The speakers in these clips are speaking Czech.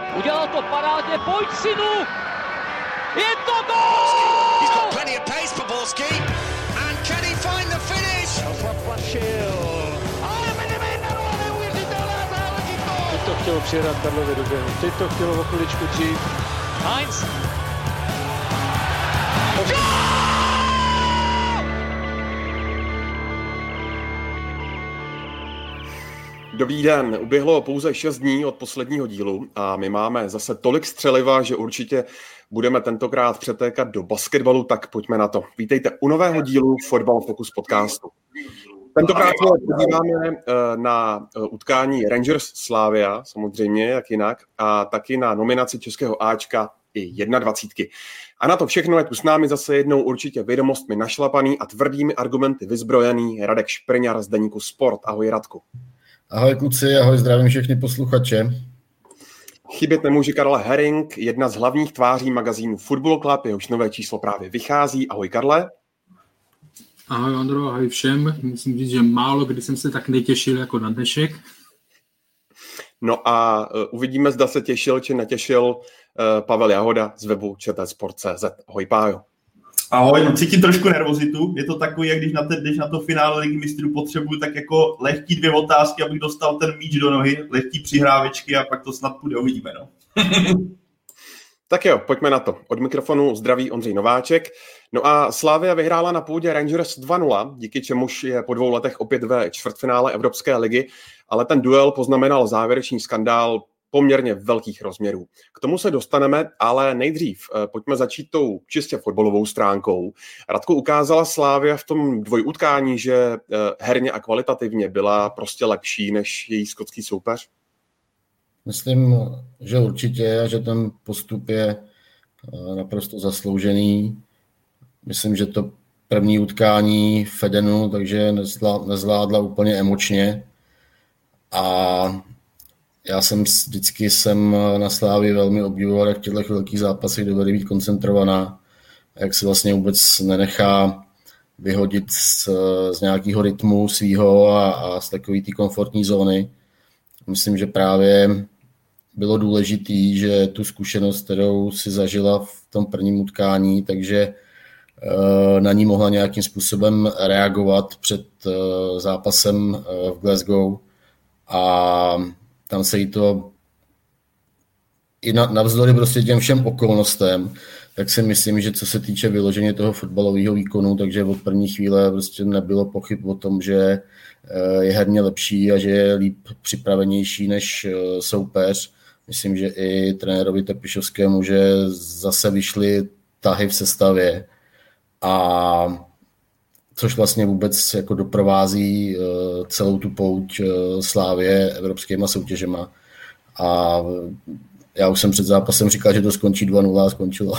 Udělal to parádně, pojď synu! Je to gól! He's got plenty of pace for Borski. And can he find the finish? Ale Benevenero, neuvěřitelná záležitost! Teď to chtělo přijedat Karlově do běhu, teď to chtělo o chviličku dřív. Heinz! Dobrý den, uběhlo pouze 6 dní od posledního dílu a my máme zase tolik střeliva, že určitě budeme tentokrát přetékat do basketbalu, tak pojďme na to. Vítejte u nového dílu Fotbal Focus podcastu. Tentokrát se podíváme na utkání Rangers Slavia, samozřejmě, jak jinak, a taky na nominaci Českého Ačka i 21. A na to všechno je tu s námi zase jednou určitě vědomostmi našlapaný a tvrdými argumenty vyzbrojený Radek Šprňar z deníku Sport. Ahoj Radku. Ahoj kluci, ahoj, zdravím všechny posluchače. Chybět nemůže Karel Herring, jedna z hlavních tváří magazínu Football Club, jehož nové číslo právě vychází. Ahoj Karle. Ahoj Ondro, ahoj všem. Musím říct, že málo kdy jsem se tak netěšil jako na dnešek. No a uvidíme, zda se těšil či netěšil Pavel Jahoda z webu čtsport.cz. Ahoj Pájo. Ahoj, no cítím trošku nervozitu. Je to takový, jak když na to finále Ligy mistrů potřebuju tak jako lehký 2 otázky, abych dostal ten míč do nohy, lehký přihrávečky a pak to snad půjde, uvidíme. No. Tak jo, pojďme na to. Od mikrofonu zdraví Ondřej Nováček. No a Slavia vyhrála na půdě Rangers 2-0, díky čemuž je po 2 letech opět ve čtvrtfinále Evropské ligy, ale ten duel poznamenal závěrečný skandál poměrně velkých rozměrů. K tomu se dostaneme, ale nejdřív pojďme začít tou čistě fotbalovou stránkou. Radku, ukázala Slavia v tom dvojutkání, že herně a kvalitativně byla prostě lepší než její skotský soupeř? Myslím, že určitě, že ten postup je naprosto zasloužený. Myslím, že to první utkání v Edenu, takže nezvládla úplně emočně. A já jsem vždycky na Slávii velmi obdivoval, jak v těchto velkých zápasech dovede být koncentrovaná, jak se vlastně vůbec nenechá vyhodit z nějakého rytmu svýho a z takové té komfortní zóny. Myslím, že právě bylo důležitý, že tu zkušenost, kterou si zažila v tom prvním utkání, takže na ní mohla nějakým způsobem reagovat před zápasem v Glasgow a tam se jí to i navzdory prostě těm všem okolnostem, tak si myslím, že co se týče vyloženě toho fotbalového výkonu, takže od první chvíle prostě nebylo pochyb o tom, že je herně lepší a že je líp připravenější než soupeř. Myslím, že i trenérovi Trpišovskému, že zase vyšly tahy v sestavě a což vlastně vůbec jako doprovází celou tu pouť Slávie evropskýma soutěžema. A já už jsem před zápasem říkal, že to skončí 2-0 a skončilo.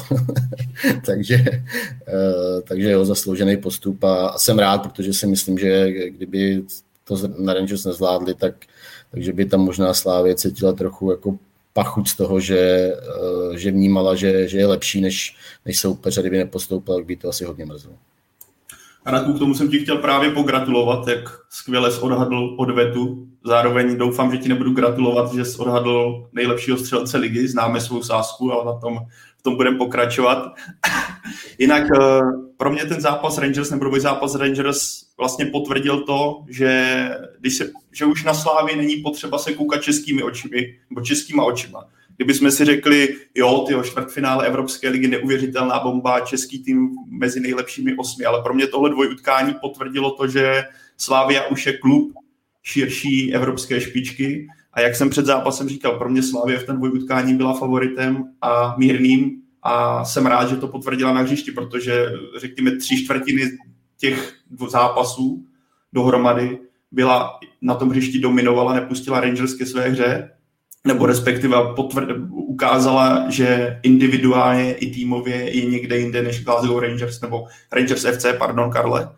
takže jo, zasloužený postup a jsem rád, protože si myslím, že kdyby to na Rangers nezvládli, takže by tam možná Slávie cítila trochu jako pachuť z toho, že vnímala, že je lepší než soupeř, a kdyby nepostoupil, tak by to asi hodně mrzlo. A Radku, k tomu jsem ti chtěl právě pogratulovat, jak skvěle jsi odhadl odvetu. Zároveň doufám, že ti nebudu gratulovat, že jsi odhadl nejlepšího střelce ligy, známe svou sázku a v tom budeme pokračovat. Jinak pro mě ten zápas Rangers, nebo zápas Rangers vlastně potvrdil to, že už na Slávii není potřeba se koukat českýma očima. Kdybychom si řekli, čtvrtfinále Evropské ligy, neuvěřitelná bomba, český tým mezi nejlepšími 8, ale pro mě tohle dvojutkání potvrdilo to, že Slavia už je klub širší evropské špičky a jak jsem před zápasem říkal, pro mě Slavia v ten dvojutkání byla favoritem a mírným a jsem rád, že to potvrdila na hřišti, protože řekněme 3/4 těch zápasů dohromady byla na tom hřišti dominovala, nepustila Rangers ke své hře, nebo respektive ukázala, že individuálně i týmově je někde jinde než Glasgow Rangers, nebo Rangers FC, Karle.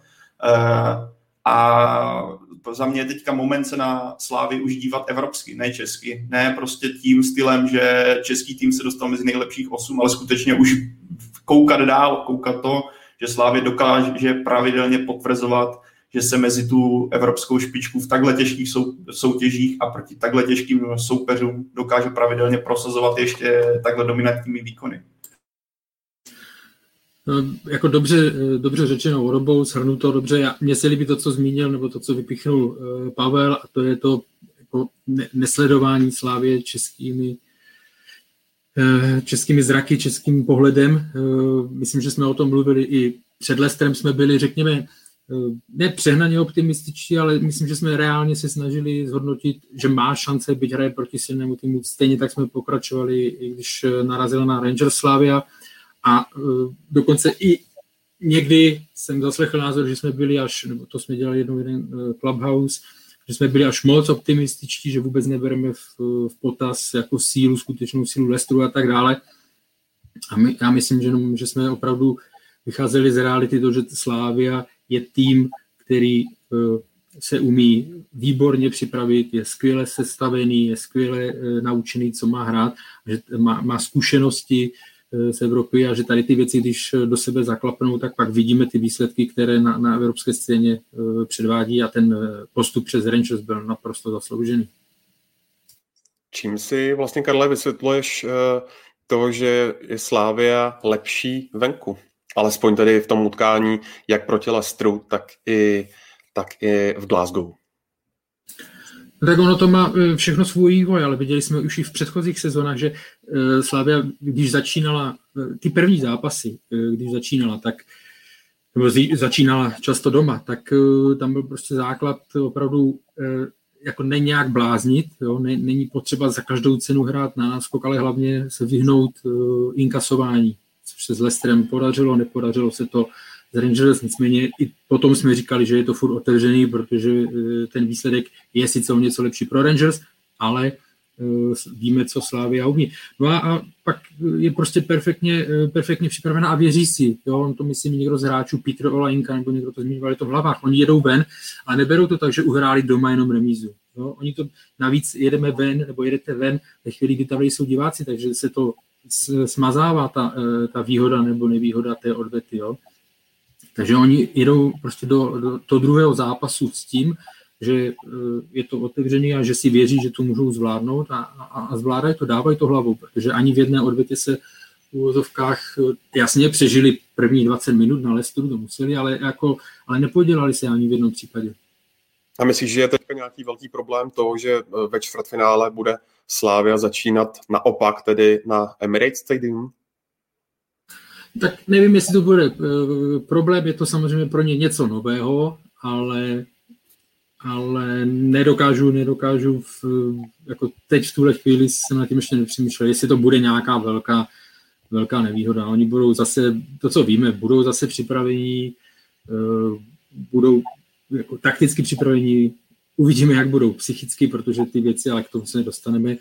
A za mě je teďka moment se na Slávy už dívat evropsky, ne česky. Ne prostě tím stylem, že český tým se dostal mezi nejlepších 8, ale skutečně už koukat dál, koukat to, že Slávy dokáže pravidelně potvrzovat, že se mezi tu evropskou špičku v takhle těžkých soutěžích a proti takhle těžkým soupeřům dokáže pravidelně prosazovat ještě takhle dominantními výkony. Jako dobře řečeno Orobou, shrnuto dobře. Mně se líbí to, co zmínil, nebo to, co vypichnul Pavel, a to je to jako nesledování Slavie českými zraky, českým pohledem. Myslím, že jsme o tom mluvili i před Leicesterem, jsme byli, řekněme, ne přehnaně optimističtí, ale myslím, že jsme reálně se snažili zhodnotit, že má šance, byť hraje proti silnému týmu. Stejně tak jsme pokračovali, i když narazila na Rangers Slavia. A dokonce i někdy jsem zaslechl názor, že jsme byli až, nebo to jsme dělali jeden Clubhouse, že jsme byli až moc optimističtí, že vůbec nebereme v potaz jako sílu, skutečnou sílu Leicesteru a tak dále. A já myslím, že jsme opravdu vycházeli z reality toho, že Slavia je tým, který se umí výborně připravit, je skvěle sestavený, je skvěle naučený, co má hrát, že má zkušenosti z Evropy a že tady ty věci, když do sebe zaklapnou, tak pak vidíme ty výsledky, které na evropské scéně předvádí a ten postup přes Rangers byl naprosto zasloužený. Čím si vlastně, Karle, vysvětluješ to, že je Slavia lepší venku? Alespoň tedy v tom utkání jak proti Leicesteru, tak i v Glasgow. Tak ono to má všechno svůj vývoj, ale viděli jsme už i v předchozích sezónách, že Slavia, když začínala, ty první zápasy, když začínala, tak nebo začínala často doma, tak tam byl prostě základ opravdu jako ne nějak bláznit, jo? Není potřeba za každou cenu hrát na náskok, ale hlavně se vyhnout inkasování, což se s Leicesterem podařilo, nepodařilo se to z Rangers, nicméně i potom jsme říkali, že je to furt otevřený, protože ten výsledek je sice o něco lepší pro Rangers, ale víme, co Slavia umí. No a pak je prostě perfektně připravená a věří si. Jo? On to myslím někdo z hráčů, Petr Olajinka, nebo někdo to zmiňoval, je to v hlavách. Oni jedou ven a neberou to tak, že uhráli doma jenom remízu. Jo? Oni to navíc jedeme ven, nebo jedete ven ve chvíli, kdy tam jsou diváci, takže se to smazává ta výhoda nebo nevýhoda té odvety. Jo? Takže oni jedou prostě do druhého zápasu s tím, že je to otevřený a že si věří, že to můžou zvládnout a zvládají to, dávají to hlavou, protože ani v jedné odvětě se v úvozovkách jasně přežili prvních 20 minut na Leicesteru, to museli, ale nepodělali se ani v jednom případě. A myslíš, že je teď nějaký velký problém toho, že ve čtvrtfinále bude Slavia začínat naopak, tedy na Emirates Stadium? Tak nevím, jestli to bude problém, je to samozřejmě pro ně něco nového, ale nedokážu jako teď v tuhle chvíli jsem na tím ještě nepřemýšlel, jestli to bude nějaká velká nevýhoda. Oni budou zase, to co víme, budou zase připravení, budou jako takticky připravení, uvidíme, jak budou psychicky, protože ty věci, ale k tomu se nedostaneme.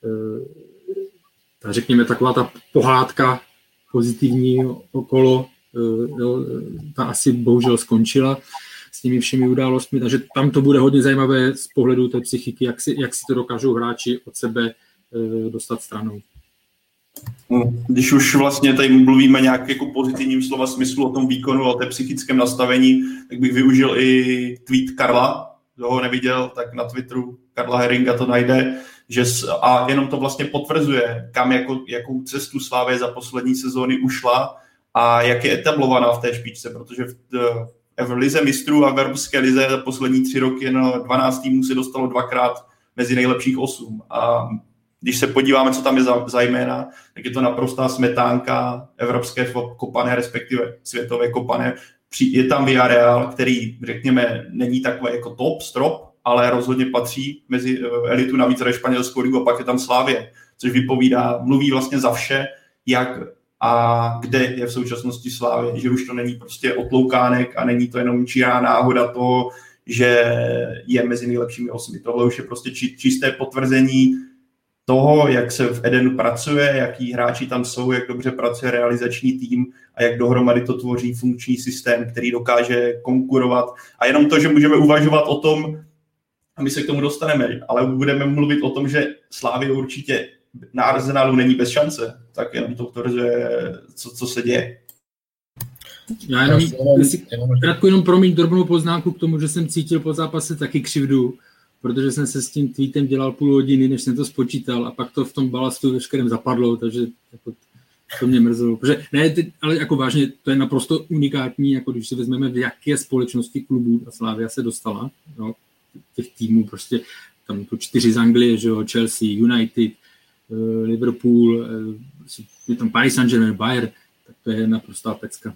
Řekněme, taková ta pohádka pozitivní okolo, ta asi bohužel skončila s těmi všemi událostmi, takže tam to bude hodně zajímavé z pohledu té psychiky, jak si to dokážou hráči od sebe dostat stranou. Když už vlastně tady mluvíme nějak jako pozitivním slova smyslu o tom výkonu, o té psychickém nastavení, tak bych využil i tweet Karla, kdo ho neviděl, tak na Twitteru Karla Heringa to najde, a jenom to vlastně potvrzuje, kam jakou cestu Slavie za poslední sezóny ušla a jak je etablovaná v té špičce, protože v lize mistrů a v evropské lize za poslední 3 roky jen 12 týmů se dostalo 2krát mezi nejlepších 8. A když se podíváme, co tam je za jména, tak je to naprostá smetánka evropské kopané, respektive světové kopané. Je tam Villarreal, který, řekněme, není takové jako top, strop, ale rozhodně patří mezi elitu, navíc ve španělskou ligu, a pak je tam Slavie, což mluví vlastně za vše, jak a kde je v současnosti Slavie, že už to není prostě otloukánek a není to jenom čirá náhoda toho, že je mezi nejlepšími 8. Tohle už je prostě čisté potvrzení toho, jak se v Edenu pracuje, jaký hráči tam jsou, jak dobře pracuje realizační tým a jak dohromady to tvoří funkční systém, který dokáže konkurovat. A jenom to, že můžeme uvažovat o tom, a my se k tomu dostaneme, ale budeme mluvit o tom, že Slavie určitě na Arsenalu není bez šance, tak jenom to potvrzuje, co se děje. Já jenom promiň drobnou poznámku k tomu, že jsem cítil po zápase taky křivdu, protože jsem se s tím tweetem dělal půl hodiny, než jsem to spočítal a pak to v tom balastu veškerém zapadlo, takže jako, to mě mrzelo. Protože, ne, ale jako vážně, to je naprosto unikátní, jako když si vezmeme, v jaké společnosti klubů a Slavia se dostala, no, těch týmů, prostě tam to 4 z Anglie, že jo, Chelsea, United, Liverpool, je tam Paris Saint-Germain, Bayern, tak to je naprostá pecka.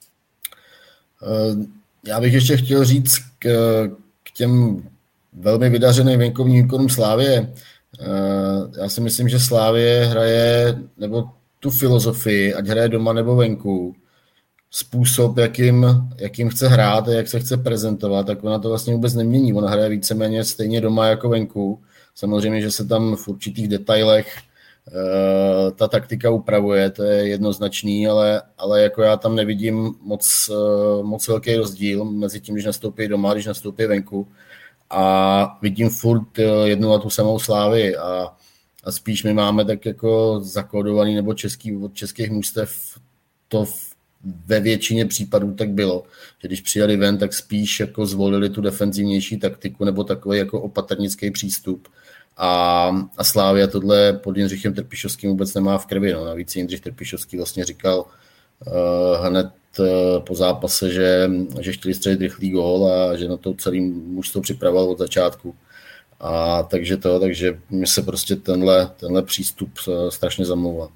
Já bych ještě chtěl říct k těm velmi vydařeným venkovním výkonům Slávie. Já si myslím, že Slávie hraje, nebo tu filozofii, ať hraje doma nebo venku, způsob, jakým chce hrát a jak se chce prezentovat, tak ona to vlastně vůbec nemění. Ona hraje víceméně stejně doma jako venku. Samozřejmě, že se tam v určitých detailech ta taktika upravuje, to je jednoznačný, ale jako já tam nevidím moc velký rozdíl mezi tím, když nastoupí doma, když nastoupí venku. A vidím furt jednu a tu samou Slávy a spíš my máme tak jako zakódovaný nebo od českých mužstev to ve většině případů tak bylo, že když přijeli ven, tak spíš jako zvolili tu defenzivnější taktiku nebo takový jako opatrnický přístup. A Slávia tohle pod Jindřichem Trpišovským vůbec nemá v krvi. No. Navíc Jindřich Trpišovský vlastně říkal hned po zápase, že chtěli střelit rychlý gól a že na to celý mužstvo připravoval od začátku. A takže mi se prostě tenhle přístup strašně zamlouvá.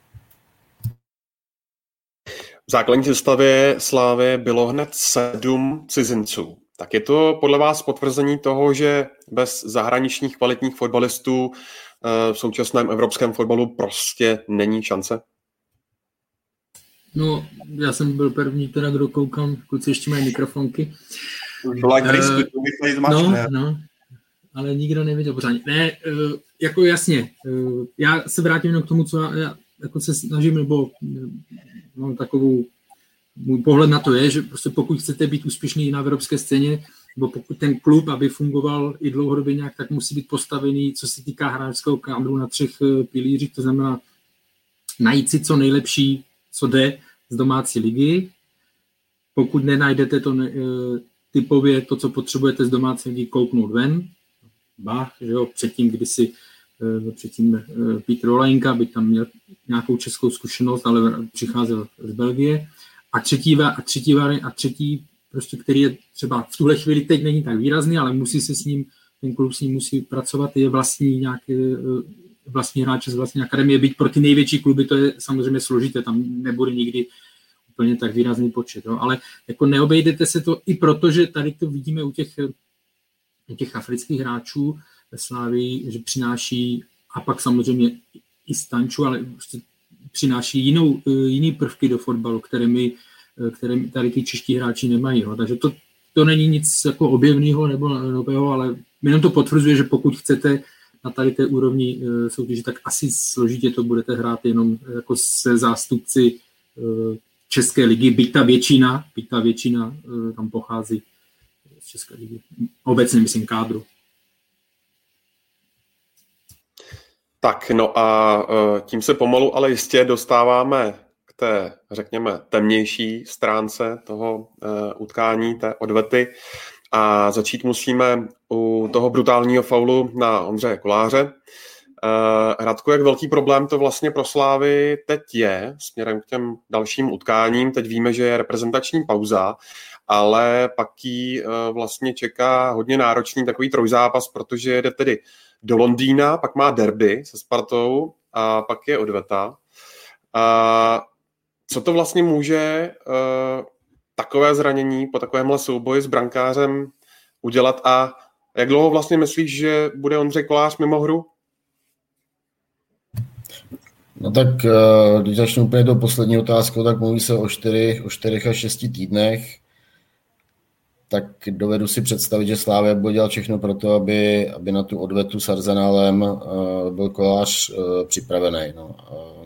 V základní sestavě Slávy bylo hned 7 cizinců. Tak je to podle vás potvrzení toho, že bez zahraničních kvalitních fotbalistů v současném evropském fotbalu prostě není šance? No, já jsem byl první teda, kdo koukám, kluci ještě mají mikrofonky. No, ale nikdo neviděl pořádně. Ne, jako jasně, já se vrátím jenom k tomu, co já jako se snažím, nebo mám takovou, můj pohled na to je, že prostě pokud chcete být úspěšný na evropské scéně, nebo pokud ten klub, aby fungoval i dlouhodobě nějak, tak musí být postavený, co se týká hráčského kádru na 3 pilířích, to znamená najít si co nejlepší, co jde z domácí ligy. Pokud nenajdete to typově to, co potřebujete z domácí ligy, kouknout ven. Bach, že jo, předtím Petr Olajinka by tam měl nějakou českou zkušenost, ale přicházel z Belgie. A třetí prostě, který je třeba v tuhle chvíli teď není tak výrazný, ale musí se s ním, ten klub s ním musí pracovat, je vlastní hráče z vlastní akademie, byť pro ty největší kluby to je samozřejmě složité, tam nebude nikdy úplně tak výrazný počet, jo? Ale jako neobejdete se to i proto, že tady to vidíme u těch afrických hráčů ve Slávii, že přináší, a pak samozřejmě i Stanču, ale prostě přináší jiný prvky do fotbalu, které tady ty čeští hráči nemají. Jo? Takže to není nic jako objevného nebo nového, ale jenom to potvrzuje, že pokud chcete na tady té úrovni soutěži, tak asi složitě to budete hrát jenom jako se zástupci České ligy, byť ta většina tam pochází z České ligy. Obecně myslím kádru. Tak, no a tím se pomalu, ale jistě dostáváme k té, řekněme, temnější stránce toho utkání, té odvety. A začít musíme u toho brutálního faulu na Ondřeje Koláře. Radku, jak velký problém to vlastně pro Slávy teď je směrem k těm dalším utkáním? Teď víme, že je reprezentační pauza, ale pak jí vlastně čeká hodně náročný takový trojzápas, protože jede tedy do Londýna, pak má derby se Spartou a pak je odveta. Co to vlastně může takové zranění po takovémhle souboji s brankářem udělat a jak dlouho vlastně myslíš, že bude Ondřej Kolář mimo hru? No tak, když začnu úplně do poslední otázkou, tak mluví se o 4 až 6 týdnech. Tak dovedu si představit, že Slavia bude dělat všechno pro to, aby na tu odvetu s Arsenálem byl Kolář připravený. No.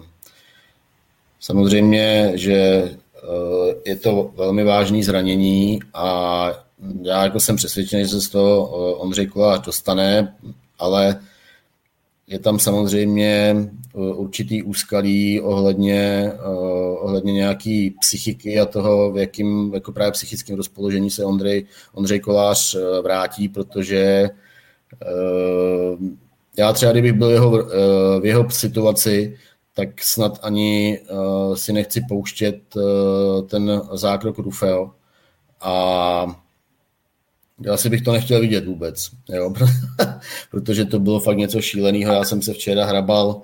Samozřejmě, že je to velmi vážné zranění a já jako jsem přesvědčený, že se z toho Ondřej Kolář dostane, ale je tam samozřejmě určitý úskalí ohledně nějaký psychiky a toho, v jakým jako právě psychickém rozpoložení se Ondřej Kolář vrátí, protože já třeba, kdybych byl v jeho situaci, tak snad ani si nechci pouštět ten zákrok Rufeo a já si bych to nechtěl vidět vůbec, jo? Protože to bylo fakt něco šíleného. Já jsem se včera hrabal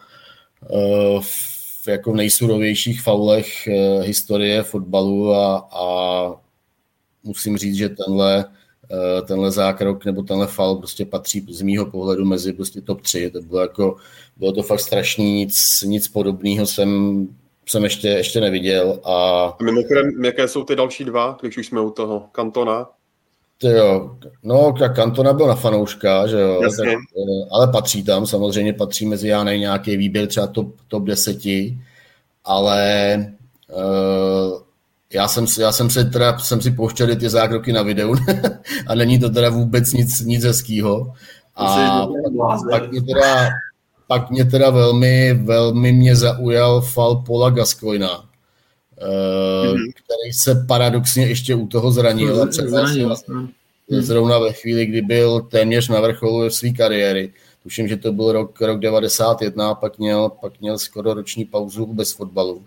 v nejsurovějších faulech historie fotbalu a musím říct, že tenhle zákrok nebo tenhle faul prostě patří z mýho pohledu mezi prostě top 3. To bylo to fakt strašný, nic podobného jsem ještě neviděl. A mimochodem, jaké jsou ty další dva, když už jsme u toho Cantona? Jo, no Cantona byl na fanouška, že jo, tak, ale samozřejmě patří mezi nějaký výběr třeba top 10, ale já jsem si pouštěl ty zákroky na videu a není to teda vůbec nic hezkýho. A pak mě teda velmi mě zaujal faul Paula Gascoigna, který se paradoxně ještě u toho zranil a zrovna ve chvíli, kdy byl téměř na vrcholu ve své kariéry. Tuším, že to byl rok 91 a pak měl skoro roční pauzu bez fotbalu.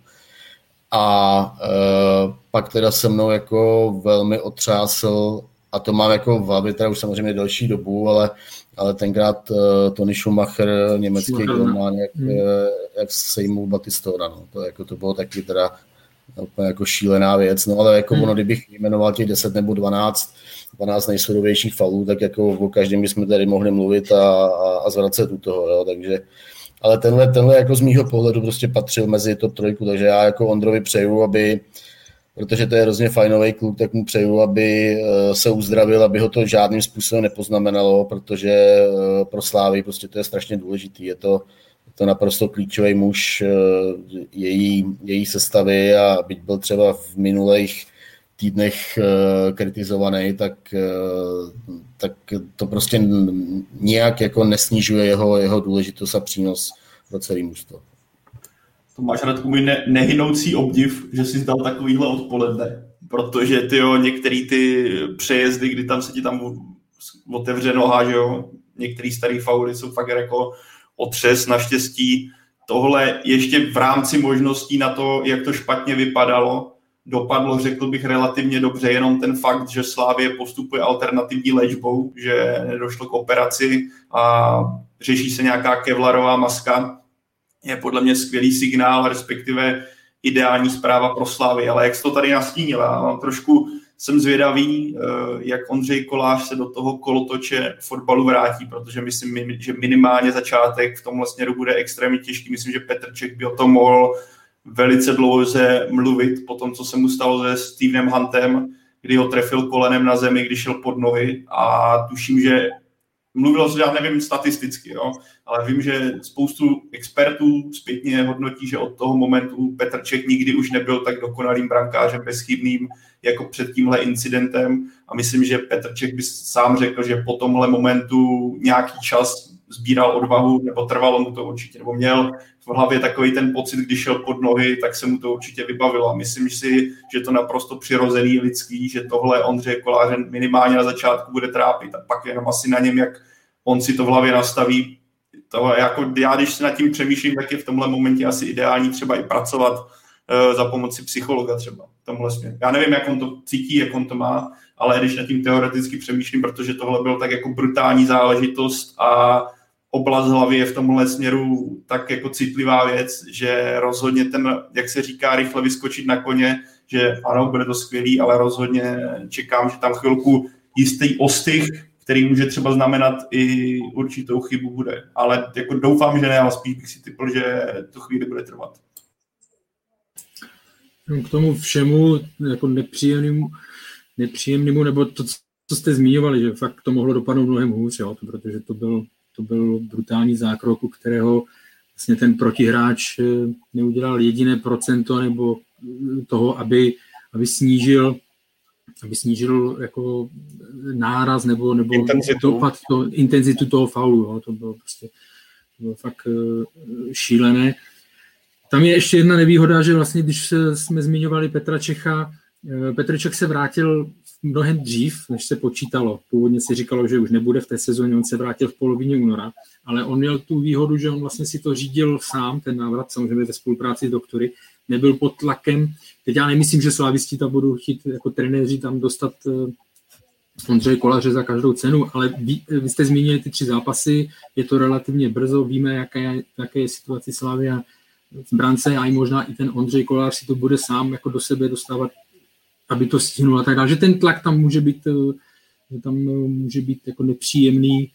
A pak teda se mnou jako velmi otřásl, a to mám jako v hlavě teda už samozřejmě delší dobu, ale tenkrát Tony Schumacher, německý golman, jak sejmul Batistona. No. To bylo taky teda úplně jako šílená věc, no ale jako ono, kdybych jmenoval těch 10 nebo 12 nejsurovějších faulů, tak jako o každém bychom tady mohli mluvit a zvracet u toho, jo, takže ale tenhle jako z mýho pohledu prostě patřil mezi top 3, takže já jako Ondrovi přeju, protože to je hrozně fajnový kluk, tak mu přeju, aby se uzdravil, aby ho to žádným způsobem nepoznamenalo, protože pro Slávy prostě to je strašně důležitý, je to naprosto klíčový muž její sestavy a byť byl třeba v minulých týdnech kritizovaný, tak to prostě nijak jako nesnižuje jeho důležitost a přínos pro celý mužstvo. To máš, Radku, můj nehynoucí obdiv, že jsi dal takovýhle odpoledne, protože některý ty přejezdy, kdy tam se ti tam otevře noha, že jo, některý starý fauly jsou fakt jako otřes, naštěstí tohle ještě v rámci možností na to, jak to špatně vypadalo, dopadlo, řekl bych, relativně dobře, jenom ten fakt, že Slavie postupuje alternativní léčbou, že nedošlo k operaci a řeší se nějaká kevlarová maska, je podle mě skvělý signál, respektive ideální zpráva pro Slavii, ale jak jsi to tady nastínil, já jsem zvědavý, jak Ondřej Kolář se do toho kolotoče fotbalu vrátí, protože myslím, že minimálně začátek v tomhle směru bude extrémně těžký. Myslím, že Petr Čech by o tom mohl velice dlouze mluvit po tom, co se mu stalo se Stevenem Huntem, kdy ho trefil kolenem na zemi, když šel pod nohy a tuším, že mluvilo se, já nevím statisticky, jo, ale vím, že spoustu expertů zpětně hodnotí, že od toho momentu Petr Čech nikdy už nebyl tak dokonalým brankářem, bezchybným jako před tímhle incidentem a myslím, že Petr Čech by sám řekl, že po tomhle momentu nějaký čas sbíral odvahu, nebo trvalo mu to určitě, nebo měl v hlavě takový ten pocit, když šel pod nohy, tak se mu to určitě vybavilo. A myslím si, že to naprosto přirozený lidský, že tohle Ondřeje Koláře minimálně na začátku bude trápit. A pak jenom asi na něm, jak on si to v hlavě nastaví. Já, když se nad tím přemýšlím, tak je v tomhle momentě asi ideální třeba i pracovat za pomoci psychologa třeba v tomhle směru. Já nevím, jak on to cítí, jak on to má, ale když nad tím teoreticky přemýšlím, protože tohle byl tak jako brutální záležitost a oblast hlavy je v tomhle směru tak jako citlivá věc, že rozhodně ten, jak se říká, rychle vyskočit na koně, že ano, bude to skvělý, ale rozhodně čekám, že tam chvilku jistý ostych, který může třeba znamenat i určitou chybu bude. Ale jako doufám, že ne, ale spíš bych si typl, že tu chvíli bude trvat. K tomu všemu jako nepříjemnému, nebo to, co jste zmiňovali, že fakt to mohlo dopadnout mnohem hůř, jo, protože to byl brutální zákrok, u kterého vlastně ten protihráč neudělal jediné procento nebo toho, aby snížil jako náraz nebo intenzitu toho faulu. Jo. To bylo fakt šílené. Tam je ještě jedna nevýhoda, že vlastně, když jsme zmiňovali Petra Čecha, Petr Čech se vrátil mnohem dřív, než se počítalo. Původně si říkalo, že už nebude v té sezóně, on se vrátil v polovině února, ale on měl tu výhodu, že on vlastně si to řídil sám, ten návrat, samozřejmě ve spolupráci s doktory, nebyl pod tlakem. Teď já nemyslím, že slávisti tam budou chtít jako trenéři tam dostat Ondřeje Koláře za každou cenu, ale vy jste zmínili ty 3 zápasy, je to relativně brzo, víme, jaké je situace Slavia v brance a i možná i ten Ondřej Kolář si to bude sám jako do sebe dostávat, aby to stihnul a tak dále. Že ten tlak tam může být, jako nepříjemný,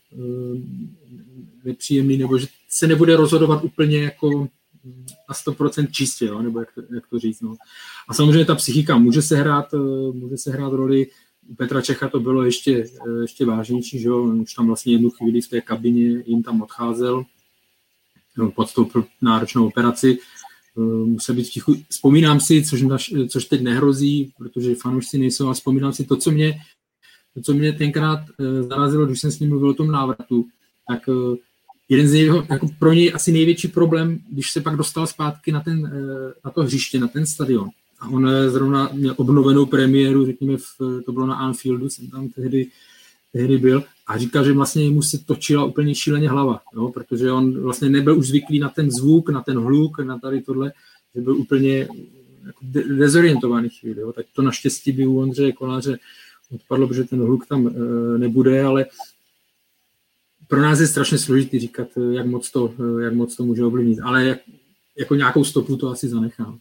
nebo že se nebude rozhodovat úplně jako na 100% čistě, jo? Nebo jak to říct. No. A samozřejmě ta psychika může se hrát roli. U Petra Čecha to bylo ještě vážnější, že jo? Už tam vlastně jednu chvíli v té kabině jim tam odcházel, podstoupil náročnou operaci, musel být v tichu. Vzpomínám si, což teď nehrozí, protože fanoušci nejsou, ale vzpomínám si to, co mě tenkrát zarazilo, když jsem s ním mluvil o tom návratu, tak jeden z něj, jako pro něj asi největší problém, když se pak dostal zpátky na to hřiště, na ten stadion. A on zrovna měl obnovenou premiéru, řekněme, to bylo na Anfieldu, jsem tam tehdy byl, a říkal, že vlastně mu se točila úplně šíleně hlava, jo, protože on vlastně nebyl už zvyklý na ten zvuk, na ten hluk, na tady tohle, že byl úplně jako dezorientovaný chvíli. Jo. Tak to naštěstí by u Ondřeje Koláře odpadlo, protože ten hluk tam nebude, ale pro nás je strašně složitý říkat, jak moc to může ovlivnit, ale jako nějakou stopu to asi zanechám.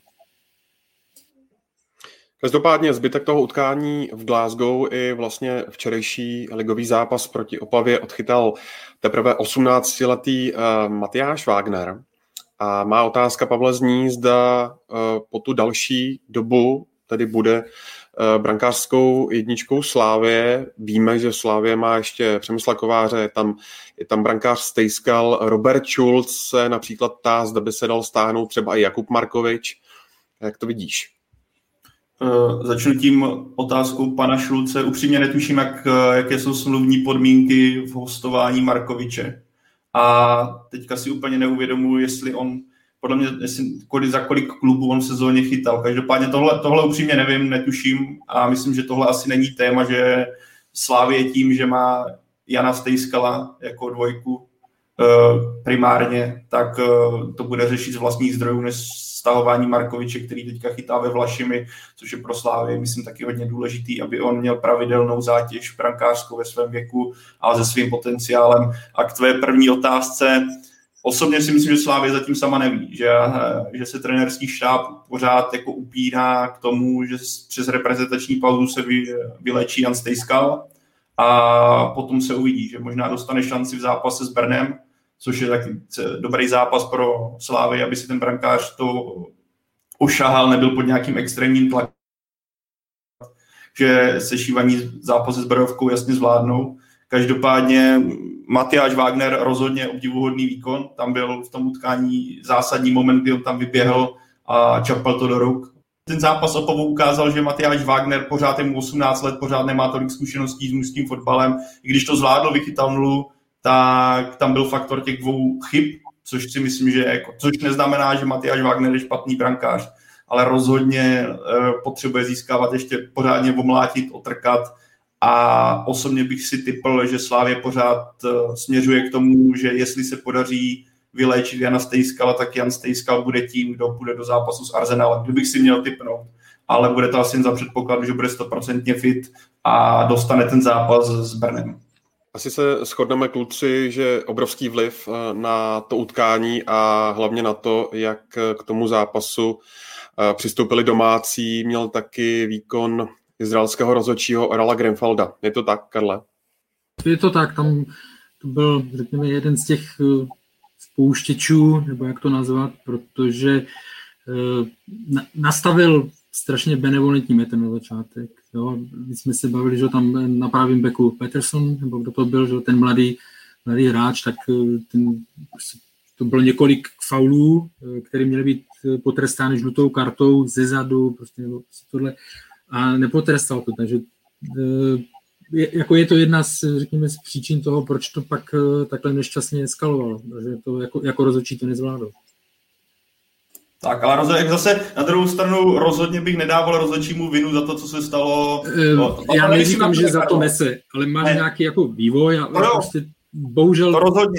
Každopádně zbytek toho utkání v Glasgow i vlastně včerejší ligový zápas proti Opavě odchytal teprve 18letý Matyáš Wagner. A má otázka, Pavle, zní, zda po tu další dobu tedy bude brankářskou jedničkou Slávie. Víme, že Slávie má ještě Přemysla Kováře, je tam brankář Stejskal, Robert Schulz se například ptá, zda by se dal stáhnout třeba i Jakub Markovič. Jak to vidíš? Začnu tím otázkou pana Šulce. Upřímně netuším, jaké jsou smluvní podmínky v hostování Markoviče. A teďka si úplně neuvědomuji, jestli on, podle mě, za kolik klubů on v sezóně chytal. Každopádně tohle upřímně nevím, netuším a myslím, že tohle asi není téma, že Slavie tím, že má Jana Stejskala jako dvojku primárně, tak to bude řešit z vlastních zdrojů než stahování Markoviče, který teďka chytá ve Vlašimi, což je pro Slávy, myslím, taky hodně důležitý, aby on měl pravidelnou zátěž brankářskou ve svém věku, ale se svým potenciálem. A k tvé první otázce, osobně si myslím, že Slávy zatím sama neví, že se trenérský štáb pořád jako upírá k tomu, že přes reprezentační pauzu se vylečí Jan Stejskal a potom se uvidí, že možná dostane šanci v zápase s Brnem, což je taky dobrý zápas pro Slávy, aby si ten brankář to ošahal, nebyl pod nějakým extrémním tlakem, že sešívaní zápasy s Brojovkou jasně zvládnou. Každopádně Matyáš Wagner rozhodně obdivuhodný výkon, tam byl v tom utkání zásadní moment, kdy on tam vyběhl a čapal to do ruk. Ten zápas Opavu ukázal, že Matyáš Wagner pořád je mu 18 let, pořád nemá tolik zkušeností s mužským fotbalem. I když to zvládl, vychytal nulu, tak tam byl faktor těch 2 chyb, což si myslím, že což neznamená, že Matyáš Wagner je špatný brankář, ale rozhodně potřebuje získávat ještě pořádně omlátit, otrkat a osobně bych si tipl, že Slávě pořád směřuje k tomu, že jestli se podaří vyléčit Jana Stejskala, tak Jan Stejskal bude tím, kdo půjde do zápasu s Arsenalem, kdybych si měl tipnout. Ale bude to asi jen za předpokladu, že bude 100% fit a dostane ten zápas s Brnem. Asi se shodneme, kluci, že obrovský vliv na to utkání a hlavně na to, jak k tomu zápasu přistoupili domácí, měl taky výkon izraelského rozhodčího Orala Grenfelda. Je to tak, Karle? Je to tak, tam to byl, řekněme, jeden z těch spouštěčů, nebo jak to nazvat, protože nastavil strašně benevolentní metr na začátek. Jo. My jsme se bavili, že tam na pravém beku Peterson, nebo kdo to byl, že ten mladý hráč, tak to bylo několik faulů, které měly být potrestány žlutou kartou ze zadu, prostě tohle, a nepotrestal to, takže je to jedna z, řekněme, z příčin toho, proč to pak takhle nešťastně eskalovalo, že to jako rozhodčí to nezvládlo. Tak, ale zase na druhou stranu rozhodně bych nedával rozhodčímu vinu za to, co se stalo. Já neříkám, že za to nese, ale máš nějaký jako vývoj a prostě bohužel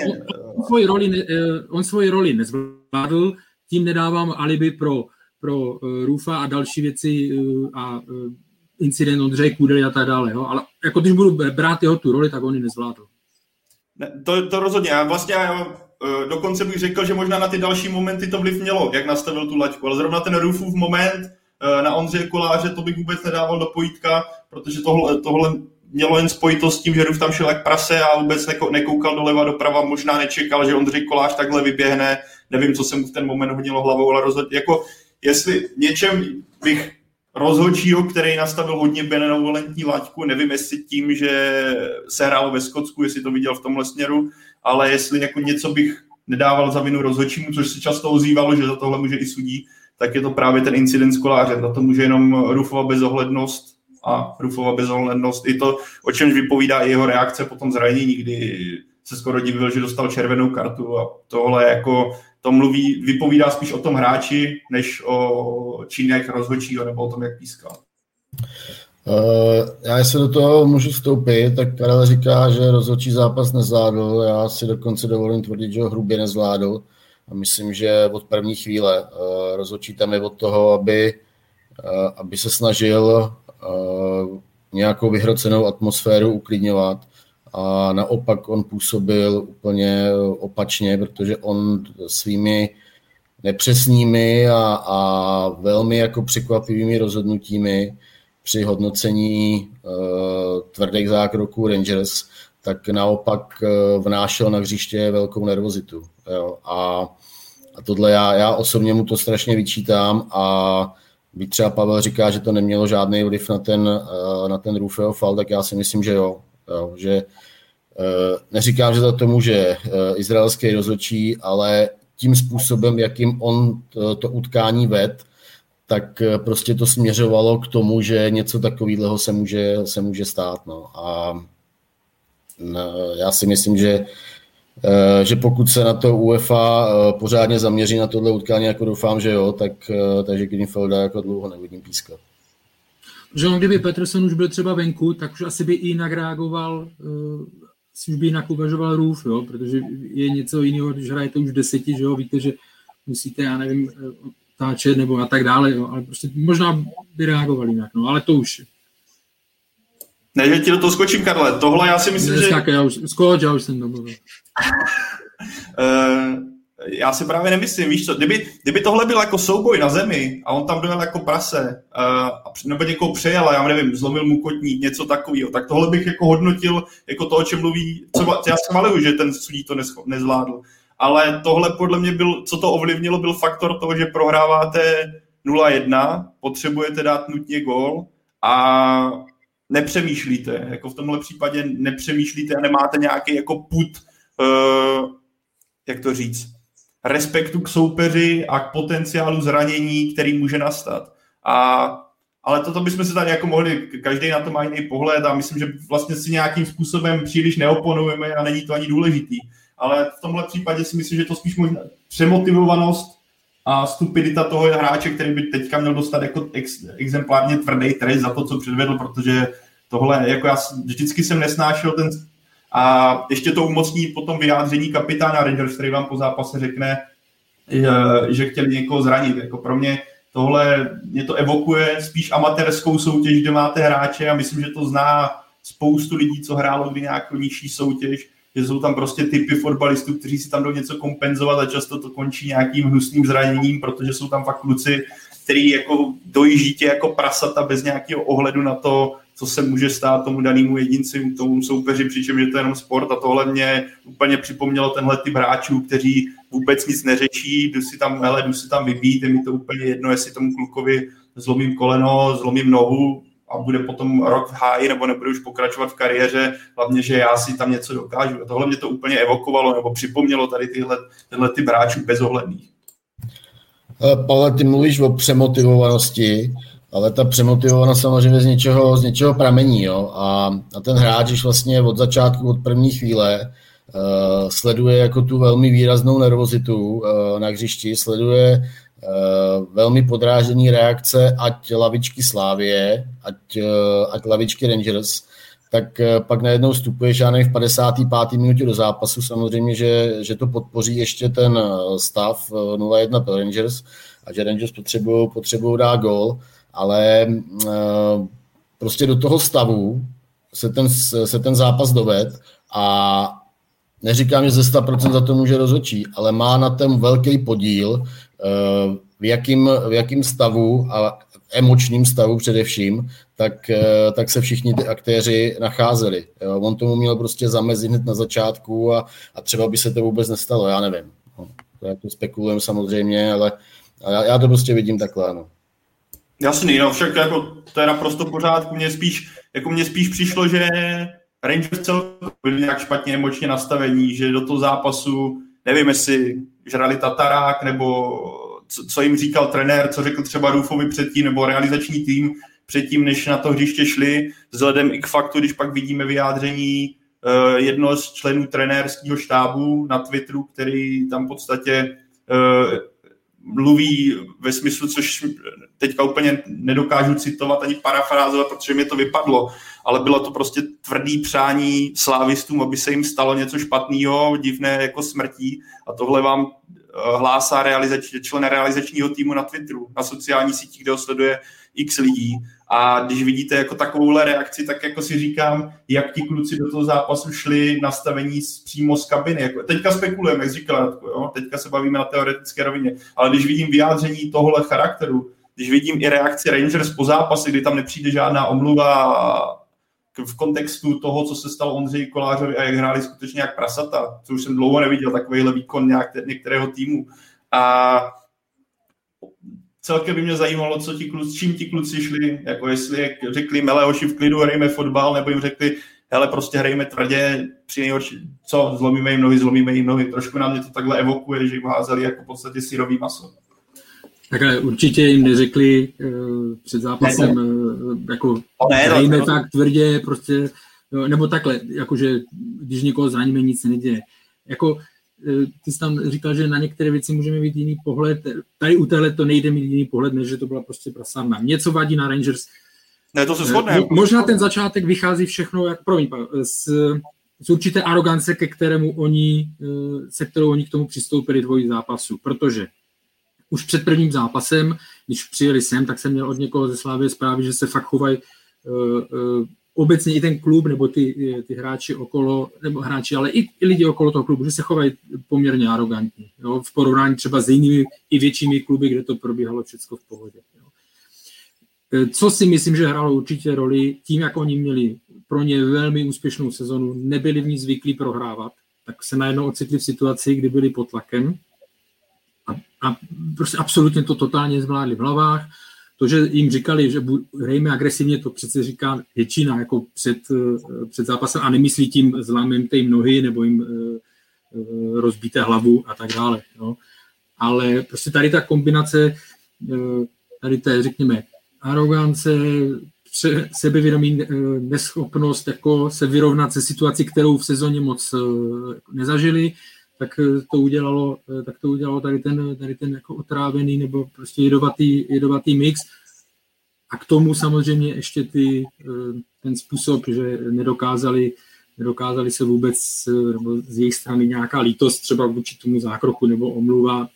on svoji roli nezvládl, tím nedávám alibi pro Rufa a další věci a incident Ondřeje Kudely a tak dále, jo? Ale jako když budu brát jeho tu roli, tak on ji nezvládl. Ne, to rozhodně. Já dokonce bych řekl, že možná na ty další momenty to vliv mělo, jak nastavil tu laťku, ale zrovna ten Rufův moment na Ondřeje Koláře, to bych vůbec nedával do pojítka, protože tohle mělo jen spojitost s tím, že Ruf tam šel jak prase a vůbec nekoukal doleva doprava, možná nečekal, že Ondřej Kolář takhle vyběhne, nevím, co se mu v ten moment hodilo hlavou, ale rozhodně, jako jestli něčem bych rozhodčího, který nastavil hodně benevolentní laťku, nevím, jestli tím, že se hrálo ve Skotsku, jestli to viděl v tomhle směru, ale jestli jako něco bych nedával za vinu rozhodčímu, což se často ozývalo, že za tohle může i sudí, tak je to právě ten incident s Kolářem. Za to může jenom Rufova bezohlednost i to, o čemž vypovídá i jeho reakce po tom zranění, kdy se skoro divil, že dostal červenou kartu a tohle jako to vypovídá spíš o tom hráči, než o činech rozhodčího nebo o tom, jak pískal. Já se do toho můžu vstoupit, tak Karel říká, že rozhodčí zápas nezvládl, já si dokonce dovolím tvrdit, že ho hrubě nezvládl a myslím, že od první chvíle rozhodčí tam je od toho, aby se snažil nějakou vyhrocenou atmosféru uklidňovat a naopak on působil úplně opačně, protože on svými nepřesnými a velmi jako překvapivými rozhodnutími při hodnocení tvrdých zákroků Rangers, tak naopak vnášel na hřiště velkou nervozitu. Jo. A tohle já osobně mu to strašně vyčítám a byť třeba Pavel říká, že to nemělo žádný vliv na ten Rufeho faul, tak já si myslím, že jo. Že neříkám, že za to může izraelský rozhodčí, ale tím způsobem, jakým on to utkání ved, tak prostě to směřovalo k tomu, že něco takového se může stát. No. A já si myslím, že pokud se na to UEFA pořádně zaměří na tohle utkání, jako doufám, že jo, takže Greenfielda jako dlouho nevidím pískat. Že on, kdyby Peterson už byl třeba venku, tak už asi by i jinak reagoval, už by jinak uvažoval Ruf, jo, protože je něco jiného, když hrajete už 10, že jo, víte, že musíte, já nevím, táčet nebo a tak dále, jo, ale prostě možná by reagovali jinak, no, ale to už. Ne, že ti do toho skočím, Karle, tohle já si myslím, že... Já už jsem domluvil. Já si právě nemyslím, víš co, kdyby tohle byl jako souboj na zemi a on tam dojel jako prase nebo někoho přejel a já nevím, zlomil mu kotník, něco takového, tak tohle bych jako hodnotil jako to, o čem mluví, já schvaluju, že ten sudí to nezvládl, ale tohle podle mě co to ovlivnilo, byl faktor toho, že prohráváte 0-1, potřebujete dát nutně gól a nepřemýšlíte, jako v tomhle případě nepřemýšlíte a nemáte nějaký jako pud, jak to říct, respektu k soupeři a k potenciálu zranění, který může nastat. Ale toto bychom se tady jako mohli, každý na to má jiný pohled a myslím, že vlastně si nějakým způsobem příliš neoponujeme a není to ani důležitý. Ale v tomhle případě si myslím, že to spíš možná přemotivovanost a stupidita toho hráče, který by teďka měl dostat jako exemplárně tvrdý trest za to, co předvedl, protože tohle, jako já vždycky jsem nesnášel ten. A ještě to umocní potom vyjádření kapitána Rangers, který vám po zápase řekne, že chtěli někoho zranit. Jako pro mě mě to evokuje spíš amatérskou soutěž, kde máte hráče a myslím, že to zná spoustu lidí, co hrálo kdy nějakou nižší soutěž, že jsou tam prostě typy fotbalistů, kteří si tam jdou něco kompenzovat a často to končí nějakým hnusným zraněním, protože jsou tam fakt kluci, který jako dojíždí tě jako prasata bez nějakého ohledu na to, co se může stát tomu danému jedinci, tomu soupeři, přičem je to jenom sport a tohle mě úplně připomnělo tenhle typ hráčů, kteří vůbec nic neřečí, jdu si tam vybít, je mi to úplně jedno, jestli tomu klukovi zlomím koleno, zlomím nohu a bude potom rok v háji nebo nebude už pokračovat v kariéře, hlavně, že já si tam něco dokážu. A tohle mě to úplně evokovalo nebo připomnělo tady tyhle typ hráčů bezohledných. Pavle, ty mluvíš o přemotivovanosti. ale ta přemotivovanost samozřejmě z něčeho pramení, jo, a ten hráč, když vlastně od začátku, od první chvíle sleduje jako tu velmi výraznou nervozitu na hřišti, sleduje velmi podrážděný reakce, ať lavičky Slavie, ať lavičky Rangers, tak pak najednou vstupuješ, já nevím, v 55. minutě do zápasu, samozřejmě, že to podpoří ještě ten stav 0-1 pro Rangers a že Rangers potřebují dát gól, ale prostě do toho stavu se ten zápas doved a neříkám, že ze 100% za to může rozhodčí, ale má na ten velký podíl, v jakým stavu a emočním stavu především, tak se všichni ty aktéři nacházeli. Jo, on tomu měl prostě zamezit hned na začátku a třeba by se to vůbec nestalo, já nevím. No, to jako spekulujeme samozřejmě, ale já to prostě vidím takhle, no. Jasný, no však jako to je naprosto v pořádku. Mně spíš přišlo, že Rangers celkově byli nějak špatně emočně nastavení, že do toho zápasu, nevím, jestli žrali tatarák, nebo co jim říkal trenér, co řekl třeba Rufovi předtím, nebo realizační tým předtím, než na to hřiště šli, vzhledem i k faktu, když pak vidíme vyjádření jednoho z členů trenérského štábu na Twitteru, který tam v podstatě mluví ve smyslu, což teďka úplně nedokážu citovat ani parafrázovat, protože mi to vypadlo, ale bylo to prostě tvrdý přání slávistům, aby se jim stalo něco špatného, divné jako smrtí, a tohle vám hlásá člen realizačního týmu na Twitteru, na sociálních sítích, kde ho sleduje x lidí. A když vidíte jako takovouhle reakci, tak jako si říkám, jak ti kluci do toho zápasu šli nastavení přímo z kabiny. Jako, teďka spekulujeme, jak říkal Radko, jo? Teďka se bavíme na teoretické rovině, ale když vidím vyjádření tohohle charakteru, když vidím i reakci Rangers po zápase, kdy tam nepřijde žádná omluva v kontextu toho, co se stalo Ondřeji Kolářovi a jak hráli skutečně jak prasata, co už jsem dlouho neviděl, takovýhle výkon některého týmu. A celkem by mě zajímalo, čím ti kluci šli, jako jestli řekli Meleoši v klidu, hrajme fotbal, nebo jim řekli, hele, prostě hrajme tvrdě, při nejhorší, zlomíme jim nohy. Trošku nám mě to takhle evokuje, že jim házeli jako v podstatě syrový maso. Takhle určitě jim neřekli před zápasem, jako hrajme tak tvrdě, prostě, nebo takhle, jakože když někoho zraníme, nic se neděje. Jako ty jsi tam říkal, že na některé věci můžeme mít jiný pohled. Tady u téhle to nejde mít jiný pohled, než že to byla prostě prasárna. Něco vadí na Rangers. Ne, to se shodne. Možná ten začátek vychází všechno, z určité arogance, se kterou oni k tomu přistoupili dvojí zápasu. Protože už před prvním zápasem, když přijeli sem, tak jsem měl od někoho ze Slávie zprávy, že se fakt chovají obecně i ten klub, nebo ty hráči okolo, nebo hráči, ale i lidi okolo toho klubu, že se chovají poměrně arrogantně. Jo? V porovnání třeba s jinými i většími kluby, kde to probíhalo všechno v pohodě. Jo? Co si myslím, že hrálo určitě roli, tím, jak oni měli pro ně velmi úspěšnou sezonu, nebyli v ní zvyklí prohrávat, tak se najednou ocitli v situaci, kdy byli pod tlakem a prostě absolutně to totálně zvládli v hlavách. To, že jim říkali, že hrajme agresivně, to přece říká většina jako před zápasem a nemyslí tím zlámem jim nohy nebo jim rozbíte hlavu a tak dále. No. Ale prostě tady ta kombinace, tady té, řekněme, arogance, sebevědomí, neschopnost jako se vyrovnat se situací, kterou v sezóně moc nezažili, tak to udělalo tady ten jako otrávený nebo prostě jedovatý mix. A k tomu samozřejmě ještě ten způsob, že nedokázali se vůbec, nebo z jejich strany nějaká lítost třeba vůči tomu zákroku nebo omluva,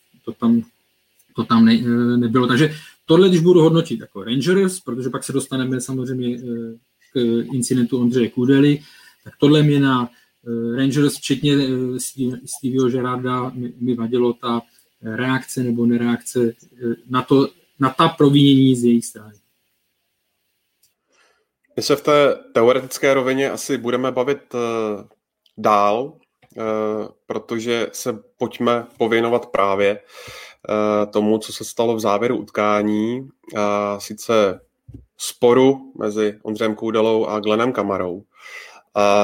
to tam nebylo. Takže tohle, když budu hodnotit jako Rangers, protože pak se dostaneme samozřejmě k incidentu Ondřeje Kudely, tak tohle mě na Rangers, včetně Stevieho Gerrarda, mi vadilo ta reakce nebo nereakce na ta provinění z jejich strany. My se v té teoretické rovině asi budeme bavit dál, protože se pojďme pověnovat právě tomu, co se stalo v závěru utkání, a sice sporu mezi Ondřejem Koudelou a Glennem Kamarou.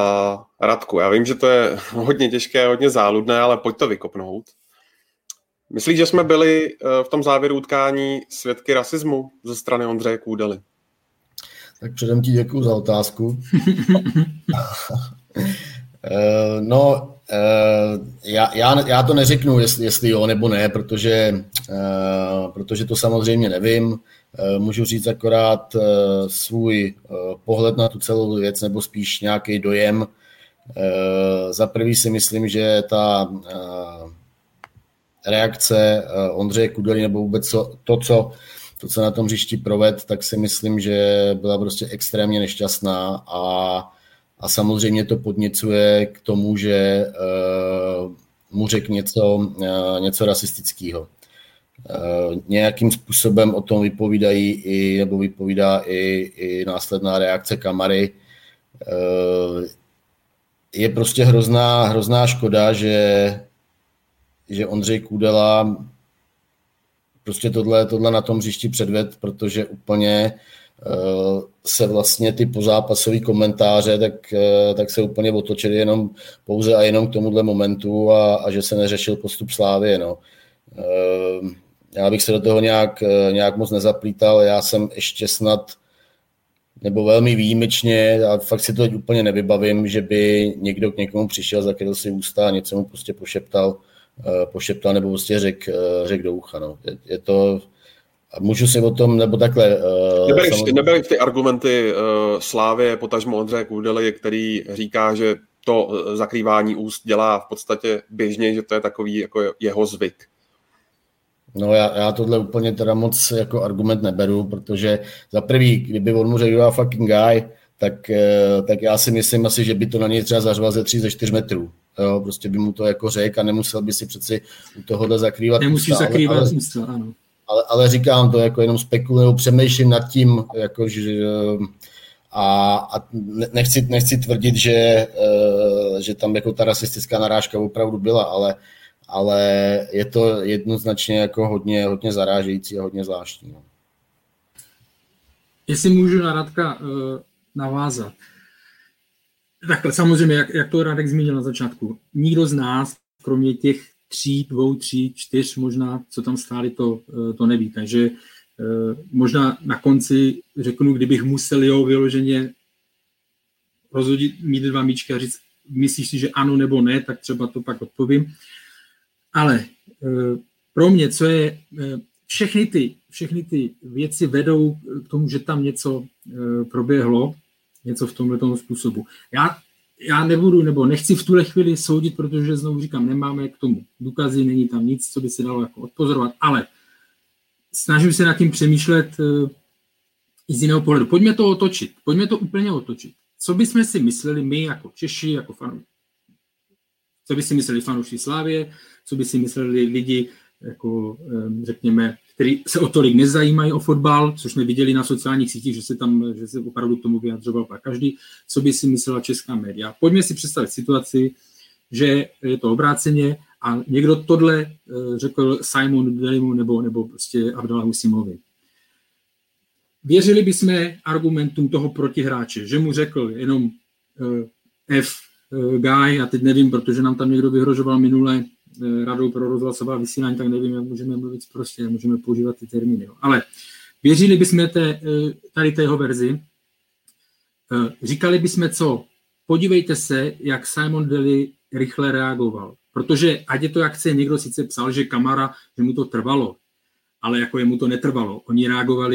Radku, já vím, že to je hodně těžké, hodně záludné, ale pojď to vykopnout. Myslíš, že jsme byli v tom závěru utkání svědky rasismu ze strany Ondřeje Kůdely? Tak předem ti děkuju za otázku. Já to neřeknu, jestli jo nebo ne, protože to samozřejmě nevím. Můžu říct akorát svůj pohled na tu celou věc, nebo spíš nějaký dojem. Za prvý si myslím, že ta reakce Ondřeje Kudely nebo vůbec to, co na tom hřišti proved, tak si myslím, že byla prostě extrémně nešťastná a samozřejmě to podněcuje k tomu, že mu řekl něco rasistického. Nějakým způsobem o tom vypovídá i následná reakce kamery. Je prostě hrozná škoda, že Ondřej Kůdela prostě tohle na tom hřišti předved, protože úplně se vlastně ty pozápasové komentáře tak se úplně otočily jenom pouze a jenom k tomuhle momentu a že se neřešil postup Slávie. No. Já bych se do toho nějak moc nezaplítal, já jsem ještě snad nebo velmi výjimečně, a fakt si to úplně nevybavím, že by někdo k někomu přišel, zakryl si ústa a něco mu prostě pošeptal nebo prostě řekl do ucha. No. Je to, můžu si o tom, nebo takhle... Nebyly ty argumenty Slávie, potažmo Ondřeje Kůdely, který říká, že to zakrývání úst dělá v podstatě běžně, že to je takový jako jeho zvyk. No já tohle úplně teda moc jako argument neberu, protože za prvý, kdyby on mu řekl, you are fucking guy, tak já si myslím asi, že by to na něj třeba zařval ze 3-4 metrů. Jo, prostě by mu to jako řekl a nemusel by si přeci u tohohle zakrývat ústa. Ano. Ale říkám to, jako jenom spekuluju, přemýšlím nad tím, jako, že, a nechci tvrdit, že tam jako ta rasistická narážka opravdu byla, ale je to jednoznačně jako hodně zarážející a hodně zvláštní. No. Jestli můžu na Radka navázat. Takhle samozřejmě, jak to Radek zmínil na začátku, nikdo z nás, kromě těch 3, 4 možná, co tam stáli, to neví. Takže možná na konci řeknu, kdybych musel vyloženě rozhodit, mít 2 míčky a říct, myslíš si, že ano nebo ne, tak třeba to pak odpovím. Ale pro mě, co je, všechny ty věci vedou k tomu, že tam něco proběhlo, něco v tomhle způsobu. Já nebudu, nebo nechci v tuhle chvíli soudit, protože znovu říkám, nemáme k tomu důkazy, není tam nic, co by se dalo jako odpozorovat, ale snažím se nad tím přemýšlet i z jiného pohledu. Pojďme to úplně otočit. Co bychom si mysleli my jako Češi, jako fanoušci? Co by si mysleli fanoušci Slávie, co by si mysleli lidi, jako řekněme, kteří se o tolik nezajímají o fotbal, což jsme viděli na sociálních sítích, že se opravdu k tomu vyjadřoval pak každý, co by si myslela česká média. Pojďme si představit situaci, že je to obráceně a někdo tohle řekl Simonu Delimu nebo prostě Abdallahu Simovi. Věřili bychom argumentům toho protihráče, že mu řekl jenom F guy, já teď nevím, protože nám tam někdo vyhrožoval minule Radou pro rozhlasová vysílání, tak nevím, jak můžeme mluvit prostě, můžeme používat ty termíny. No. Ale věřili bychom tady té jeho verzi, říkali bychom co? Podívejte se, jak Simon Daly rychle reagoval. Protože ať je to jak chce, někdo sice psal, že Kamara, že mu to trvalo, ale jako jemu to netrvalo. Oni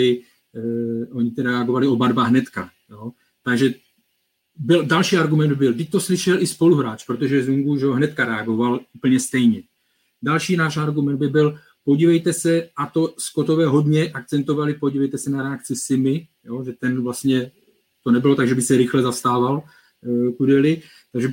reagovali oba dva hnedka. Jo? Takže další argument byl, když to slyšel i spoluhráč, protože Zungu že hnedka reagoval úplně stejně. Další náš argument by byl, podívejte se, a to Scottové hodně akcentovali, podívejte se na reakci Simy, jo, že ten vlastně, to nebylo tak, že by se rychle zastával Kudely, takže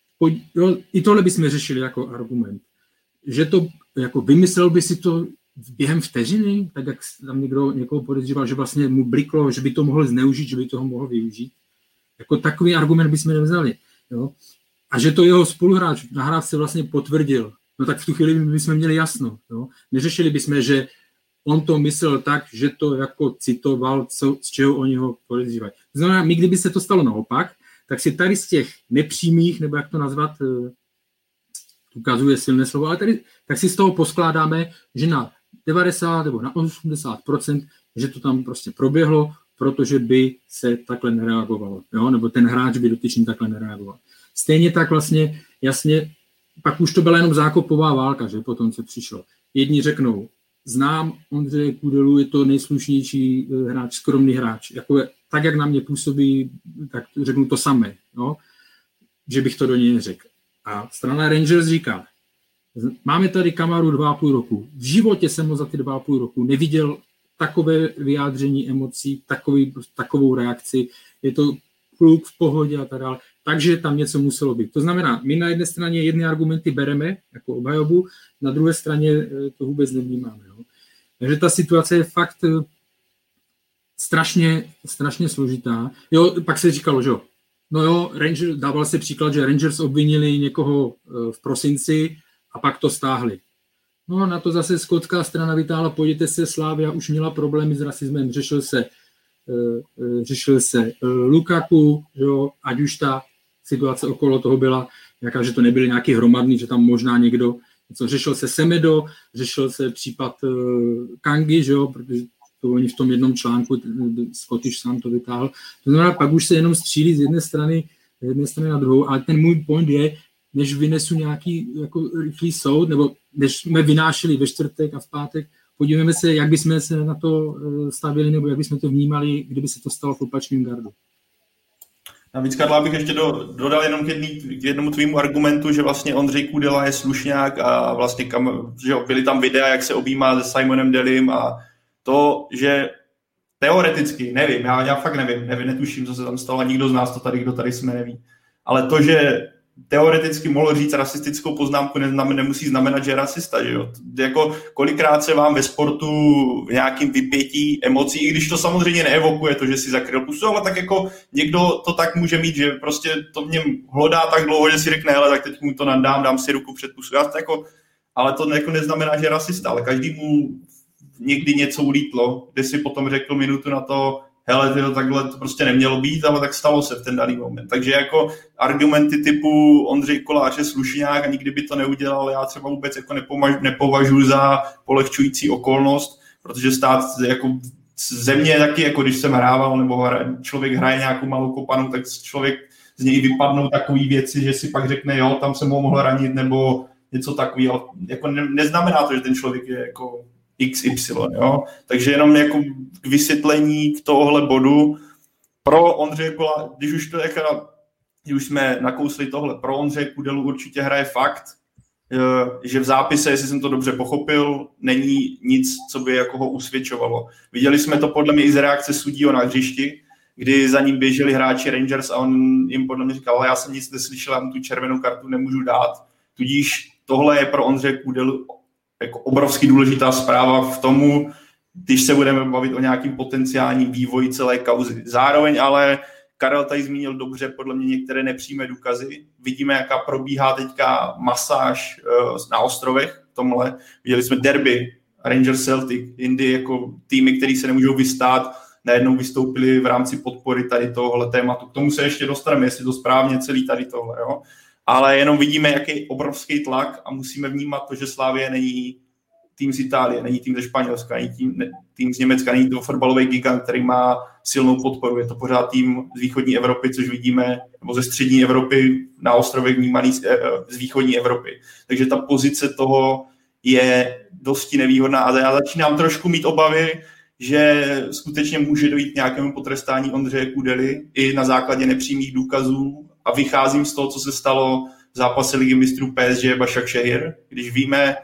i tohle bychom řešili jako argument. Že to, jako vymyslel by si to během vteřiny, tak jak tam někoho podezříval, že vlastně mu bliklo, že by to mohl zneužít, že by toho mohl využít. Jako takový argument bychom nevzali. Jo? A že to jeho spoluhráč na hrávce vlastně potvrdil, no tak v tu chvíli bychom měli jasno. Jo? Neřešili bychom, že on to myslel tak, že to jako citoval, z čeho oni ho podezřívají. To znamená, my kdyby se to stalo naopak, tak si tady z těch nepřímých, nebo jak to nazvat, ukazuje silné slovo, ale tady tak si z toho poskládáme, že na 90 nebo na 80%, že to tam prostě proběhlo, protože by se takhle nereagovalo, jo? Nebo ten hráč by dotyčný takhle nereagoval. Stejně tak vlastně jasně, pak už to byla jenom zákopová válka, že potom co přišlo. Jedni řeknou, znám Ondřeje Kudelu, je to nejslušnější hráč, skromný hráč. Jako tak, jak na mě působí, tak řeknu to samé, no? Že bych to do něj neřekl. A strana Rangers říká, máme tady Kamaru 2,5 roku. V životě jsem ho za ty 2,5 roku neviděl takové vyjádření emocí, takovou reakci. Je to kluk v pohodě a tak dále. Takže tam něco muselo být. To znamená, my na jedné straně jedny argumenty bereme jako obhajobu, na druhé straně to vůbec nevnímáme. Jo. Takže ta situace je fakt strašně složitá. Jo, pak se říkalo, že jo, no jo, dával se příklad, že Rangers obvinili někoho v prosinci a pak to stáhli. No a na to zase skotská strana vytáhla, pojďte se, Slavia už měla problémy s rasismem, řešil se Lukaku, jo, ať už ta situace okolo toho byla nějaká, že to nebyly nějaký hromadný, že tam možná někdo něco řešil se Semedo, řešil se případ Kangy, že jo, protože to oni v tom jednom článku Scottish sám to vytáhl. To znamená, pak už se jenom střílí z jedné strany na druhou, ale ten můj point je, než vynesu nějaký jako rychlý soud, nebo než jsme vynášeli ve čtvrtek a v pátek, podívejme se, jak bychom se na to stavili, nebo jak bychom to vnímali, kdyby se to stalo v opačném gardu. Navíc, Karla, bych ještě dodal jenom k jednomu tvýmu argumentu, že vlastně Ondřej Kudela je slušňák a vlastně že byly tam videa, jak se objímá se Simonem Dalyem a to, že teoreticky, nevím, já fakt nevím, netuším, co se tam stalo a nikdo z nás to tady, kdo tady jsme, neví. Ale to, že teoreticky mohl říct rasistickou poznámku, nemusí znamenat, že je rasista, že jo? Jako kolikrát se vám ve sportu v nějakým vypětí emocí, i když to samozřejmě neevokuje to, že si zakryl pusu, ale tak jako někdo to tak může mít, že prostě to v něm hlodá tak dlouho, že si řekne, hele, tak teď mu to nadám, dám si ruku před pusu. Jako, ale to jako neznamená, že je rasista, ale každý mu někdy něco ulítlo, kde si potom řekl minutu na to, hele, takhle to prostě nemělo být, ale tak stalo se v ten daný moment. Takže jako argumenty typu Ondřej Kolář je slušňák a nikdy by to neudělal, já třeba vůbec jako nepovažuji za polehčující okolnost, protože stát jako země taky, jako když jsem hrával, nebo člověk hraje nějakou malou kopanu, tak člověk z něj vypadnou takové věci, že si pak řekne, jo, tam jsem ho mohl ranit, nebo něco takového. Jako neznamená to, že ten člověk je jako XY, jo? Takže jenom jako k vysvětlení k tohohle bodu pro Ondřeje Kudelu, když už jsme nakousli tohle, pro Ondřeje Kudelu určitě hraje fakt, že v zápise, jestli jsem to dobře pochopil, není nic, co by jako ho usvědčovalo. Viděli jsme to podle mě i z reakce sudího na hřišti, kdy za ním běželi hráči Rangers a on jim podle mě říkal, ale já jsem nic neslyšel, já mu tu červenou kartu nemůžu dát. Tudíž tohle je pro Ondřeje Kudelu jako obrovsky důležitá zpráva v tomu, když se budeme bavit o nějakým potenciálním vývoji celé kauzy. Zároveň ale Karel tady zmínil dobře podle mě některé nepřímé důkazy. Vidíme, jaká probíhá teďka masáž na ostrovech. Tomhle viděli jsme derby Rangers Celtic, jindy jako týmy, který se nemůžou vystát, najednou vystoupili v rámci podpory tady tohohle tématu. K tomu se ještě dostaneme, jestli to správně celý tady tohle, jo. Ale jenom vidíme, jaký je obrovský tlak a musíme vnímat to, že Slavia není tým z Itálie, není tým ze Španělska, není tým z Německa, není to fotbalový gigant, který má silnou podporu. Je to pořád tým z východní Evropy, což vidíme, nebo ze střední Evropy na ostrovech vnímaný z východní Evropy. Takže ta pozice toho je dosti nevýhodná a já začínám trošku mít obavy, že skutečně může dojít k nějakému potrestání Ondřeje Kudely i na základě nepřímých důkazů a vycházím z toho, co se stalo v zápase Ligy mistrů PSG Başakşehir, když víme,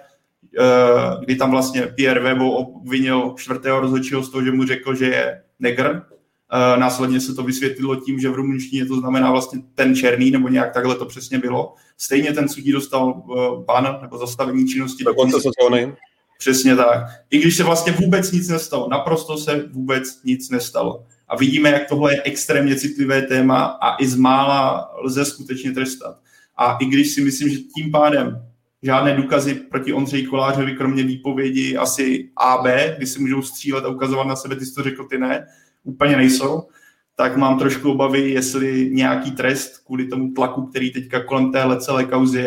kdy tam vlastně Pierre Webo obvinil čtvrtého rozhodčího z toho, že mu řekl, že je negr. Následně se to vysvětlilo tím, že v rumunštině to znamená vlastně ten černý, nebo nějak takhle to přesně bylo. Stejně ten sudí dostal ban nebo zastavení činnosti. Dokonce sezóny. Přesně tak. I když se vlastně vůbec nic nestalo. Naprosto se vůbec nic nestalo. A vidíme, jak tohle je extrémně citlivé téma a i z mála lze skutečně trestat. A i když si myslím, že tím pádem žádné důkazy proti Ondřeji Kolářovi, kromě výpovědi asi AB, kdy si můžou střílet a ukazovat na sebe, ty jsi to řekl, ty ne, úplně nejsou, tak mám trošku obavy, jestli nějaký trest kvůli tomu tlaku, který teďka kolem téhle celé kauzy je,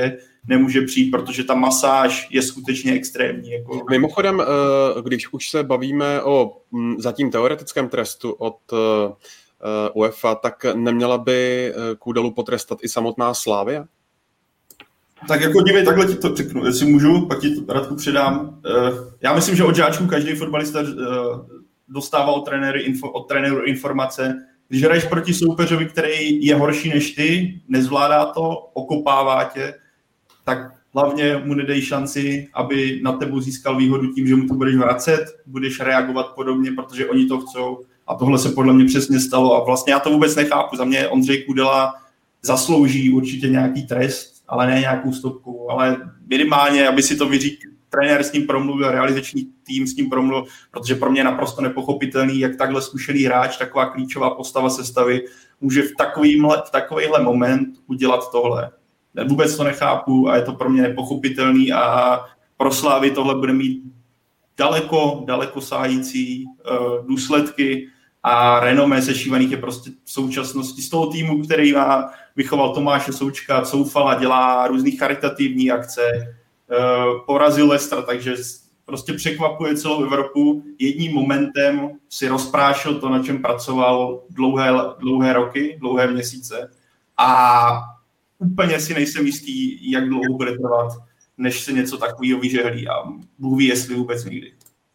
nemůže přijít, protože ta masáž je skutečně extrémní. Jako... Mimochodem, když už se bavíme o zatím teoretickém trestu od UEFA, tak neměla by Kůdelu potrestat i samotná Slavia? Tak jako dívej, takhle ti to řeknu, jestli můžu, pak ti to Radku předám. Já myslím, že od žáčků každý fotbalista dostává od trenéru informace. Když hraješ proti soupeřovi, který je horší než ty, nezvládá to, okopává tě, tak hlavně mu nedej šanci, aby na tebou získal výhodu tím, že mu to budeš vracet, budeš reagovat podobně, protože oni to chcou. A tohle se podle mě přesně stalo. A vlastně já to vůbec nechápu. Za mě Ondřej Kůdela zaslouží určitě nějaký trest, ale ne nějakou stopku. Ale minimálně, aby si to trenér s ním promluvil, realizační tým s ním promluvil, protože pro mě je naprosto nepochopitelný, jak takhle zkušený hráč, taková klíčová postava sestavy, může v takovýhle moment udělat tohle. Vůbec to nechápu a je to pro mě nepochopitelný a pro Slávy tohle bude mít daleko sájící důsledky a renomé sešívaných je prostě v současnosti z toho týmu, který má vychoval Tomáše Součka, Coufala, dělá různý charitativní akce, porazil Leicester, takže prostě překvapuje celou Evropu. Jedním momentem si rozprášil to, na čem pracoval dlouhé roky, dlouhé měsíce a úplně si nejsem jistý, jak dlouho bude trvat, než se něco takového vyžehlí a Bůh ví, jestli vůbec nikdy.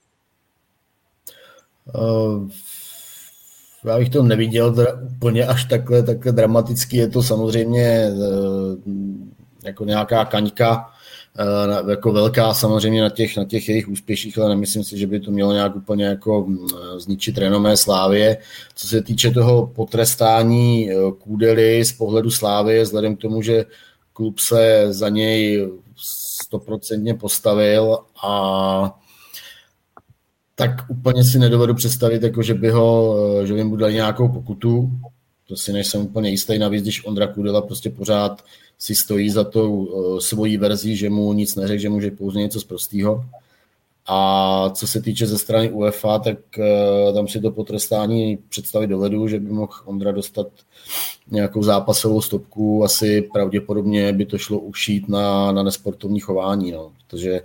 Já bych to neviděl úplně až takhle dramaticky, je to samozřejmě jako nějaká kaňka, jako velká samozřejmě na těch jejich úspěších, ale nemyslím si, že by to mělo nějak úplně jako zničit renomé Slávie. Co se týče toho potrestání Kůdely z pohledu Slávie, vzhledem k tomu, že klub se za něj 100% postavil a tak úplně si nedovedu představit, jako že by mu dali nějakou pokutu. To si nejsem úplně jistý, navíc, když Ondra Kůdela prostě pořád si stojí za tou svojí verzí, že mu nic neřekl, že může pouze něco z prostýho. A co se týče ze strany UEFA, tak tam si to potrestání představit dovedu, že by mohl Ondra dostat nějakou zápasovou stopku. Asi pravděpodobně by to šlo ušít na nesportovní chování, no, protože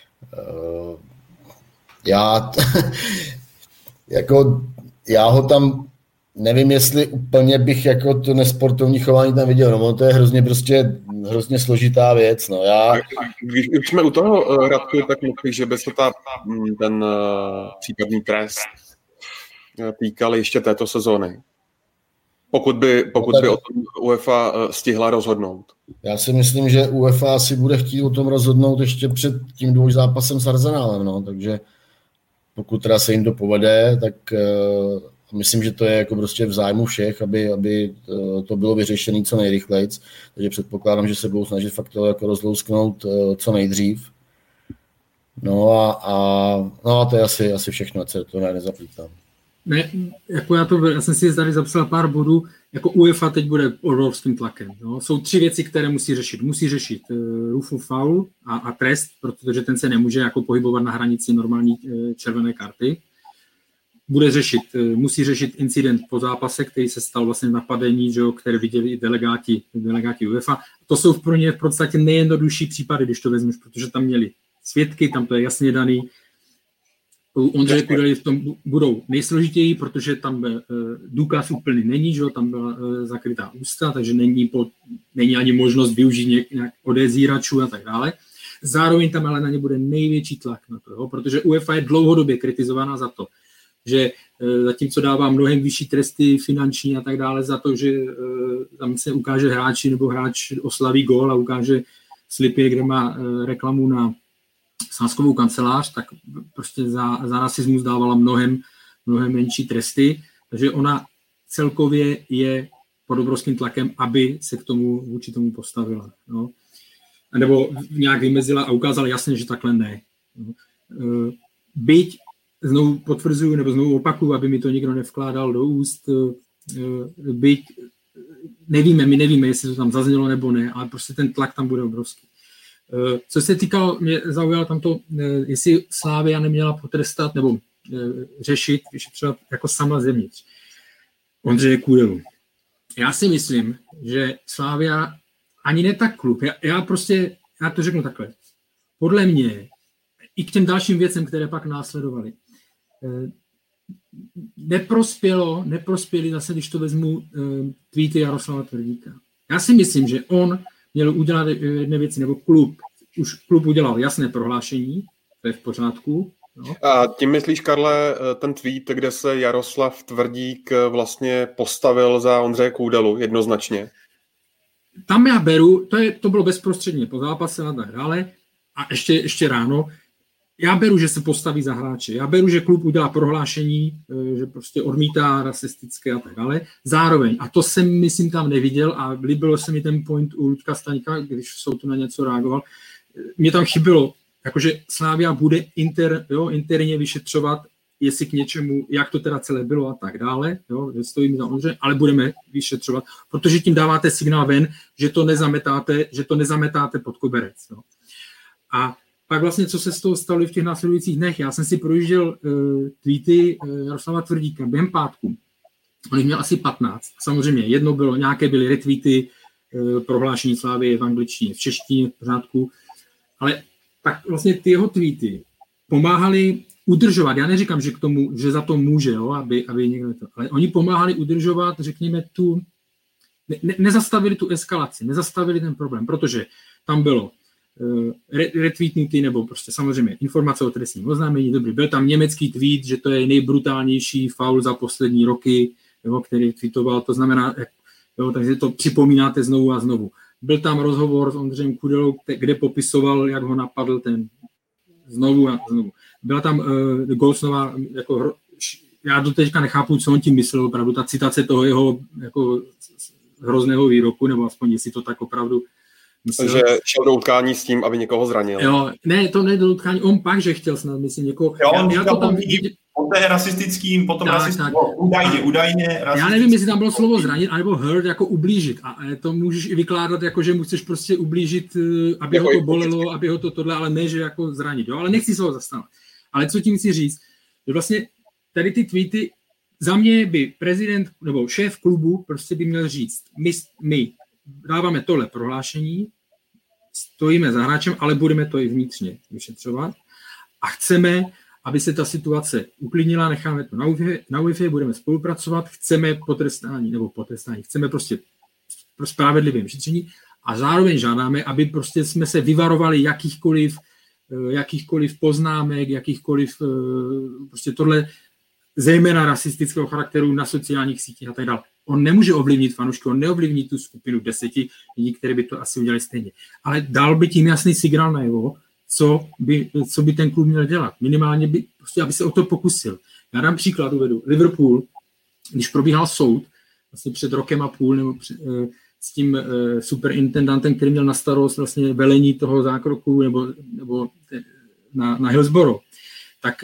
já ho tam nevím, jestli úplně bych jako to nesportovní chování tam viděl, no to je hrozně složitá věc, no Když už jsme u toho, Radku, tak myslíš, že by se ten případný trest týkal ještě této sezóny? Pokud by o tom UEFA stihla rozhodnout. Já si myslím, že UEFA si bude chtít o tom rozhodnout ještě před tím dvojzápasem s Arsenálem, no, takže pokud teda se jim to povede, tak myslím, že to je jako prostě v zájmu všech, aby to bylo vyřešené co nejrychleji, takže předpokládám, že se budou snažit fakt to jako rozlousknout co nejdřív. No a to je asi všechno, ať se to nezaplítám. Ne, jako já jsem si tady zapsal pár bodů, jako UEFA teď bude obrovským tlakem. No. Jsou 3 věci, které musí řešit. Musí řešit Rufův faul a trest, protože ten se nemůže jako pohybovat na hranici normální červené karty. Musí řešit incident po zápase, který se stal vlastně napadení, že jo, které viděli i delegáti UEFA. To jsou pro ně v podstatě nejjednodušší případy, když to vezmeš, protože tam měli svědky, tam to je jasně daný. U Ondřeje Kůdely v tom budou nejsložitěji, protože tam důkaz úplný není, že jo, tam byla zakrytá ústa, takže není ani možnost využít nějak odezíračů a tak dále. Zároveň tam ale na ně bude největší tlak na to, protože UEFA je dlouhodobě kritizovaná za to, že zatímco dává mnohem vyšší tresty finanční a tak dále za to, že tam se ukáže hráči nebo hráč oslaví gól a ukáže slipy, kde má reklamu na sázkovou kancelář, tak prostě za rasismus dávala mnohem menší tresty, takže ona celkově je pod obrovským tlakem, aby se vůči tomu postavila. No. Nebo nějak vymezila a ukázala jasně, že takhle ne. No. Byť znovu potvrzuju nebo znovu opakuju, aby mi to nikdo nevkládal do úst, byť my nevíme, jestli to tam zaznělo nebo ne, ale prostě ten tlak tam bude obrovský. Co se týkalo, mě zaujalo tam to, jestli Slavia neměla potrestat nebo řešit, když třeba jako sama zevnitř Ondřeje Kůdelu. Já si myslím, že Slavia ani ne tak klub. Já prostě já to řeknu takhle. Podle mě, i k těm dalším věcem, které pak následovaly, neprospěli zase, když to vezmu, tweety Jaroslava Tvrdíka. Já si myslím, že on měl udělat jedné věci, nebo klub udělal jasné prohlášení, to je v pořádku. No. A tím myslíš, Karle, ten tweet, kde se Jaroslav Tvrdík vlastně postavil za Ondřeje Koudelu jednoznačně? Tam já beru, to bylo bezprostředně po zápase a tak dále, a ještě ráno, já beru, že se postaví za hráče. Já beru, že klub udělá prohlášení, že prostě odmítá rasistické a tak dále. Zároveň, a to jsem, myslím, tam neviděl a líbilo se mi ten point u Luďka Staňka, když Soutu na něco reagoval. Mě tam chybilo, jakože Slavia bude interně vyšetřovat, jestli k něčemu, jak to teda celé bylo a tak dále, jo, že stojíme za Ondře, ale budeme vyšetřovat, protože tím dáváte signál ven, že to nezametáte pod koberec. Jo. A pak vlastně, co se z toho stalo v těch následujících dnech, já jsem si projížděl tweety Jaroslava Tvrdíka během pátku. On jich měl asi 15. Samozřejmě nějaké byly retweety, prohlášení Slávie v angličtině, v češtině, v pořádku, ale tak vlastně ty jeho tweety pomáhali udržovat, já neříkám, že za to může, jo, aby někdo to, ale oni pomáhali udržovat, řekněme, nezastavili tu eskalaci, nezastavili ten problém, protože tam bylo retweetnutý, nebo prostě samozřejmě informace o trestním oznámení, dobrý, byl tam německý tweet, že to je nejbrutálnější faul za poslední roky, jo, který tweetoval, to znamená, jo, takže to připomínáte znovu a znovu. Byl tam rozhovor s Ondřejem Koudelou, kde popisoval, jak ho napadl ten znovu a znovu. Byla tam Golsnová, jako, já do teďka nechápu, co on tím myslel, opravdu, ta citace toho jeho jako hrozného výroku, nebo aspoň jestli to tak opravdu myslel. Že šel do utkání s tím, aby někoho zranil. Jo, ne, to ne do utkání, on pak, že chtěl snad, myslím, někoho. Jo, on to tam poté rasistickým, potom údajně rasistickým. Já nevím, jestli tam bylo slovo zranit, anebo hurt, jako ublížit. A to můžeš i vykládat, jako že mu chceš prostě ublížit, aby ho to bolelo, aby ho to tohle, ale ne, že jako zranit. Jo? Ale nechci se ho zastávat. Ale co tím chci říct, že vlastně tady ty tweety, za mě by prezident nebo šéf klubu prostě by měl říct, my dáváme tohle prohlášení, stojíme za hráčem, ale budeme to i vnitřně vyšetřovat a chceme, aby se ta situace uklidnila, necháme to na UEFA, budeme spolupracovat, chceme potrestání, chceme prostě spravedlivé vyšetření a zároveň žádáme, aby prostě jsme se vyvarovali jakýchkoliv poznámek, jakýchkoliv prostě tohle zejména rasistického charakteru na sociálních sítích a tak dále. On nemůže ovlivnit fanoušky, on neovlivní tu skupinu 10 lidí, které by to asi udělali stejně. Ale dal by tím jasný signál najevo, co by ten klub měl dělat. Minimálně by, prostě, aby se o to pokusil. Já dám příklad, uvedu. Liverpool, když probíhal soud, vlastně před rokem a půl, nebo s tím superintendantem, který měl na starost vlastně velení toho zákroku, nebo na Hillsborough, tak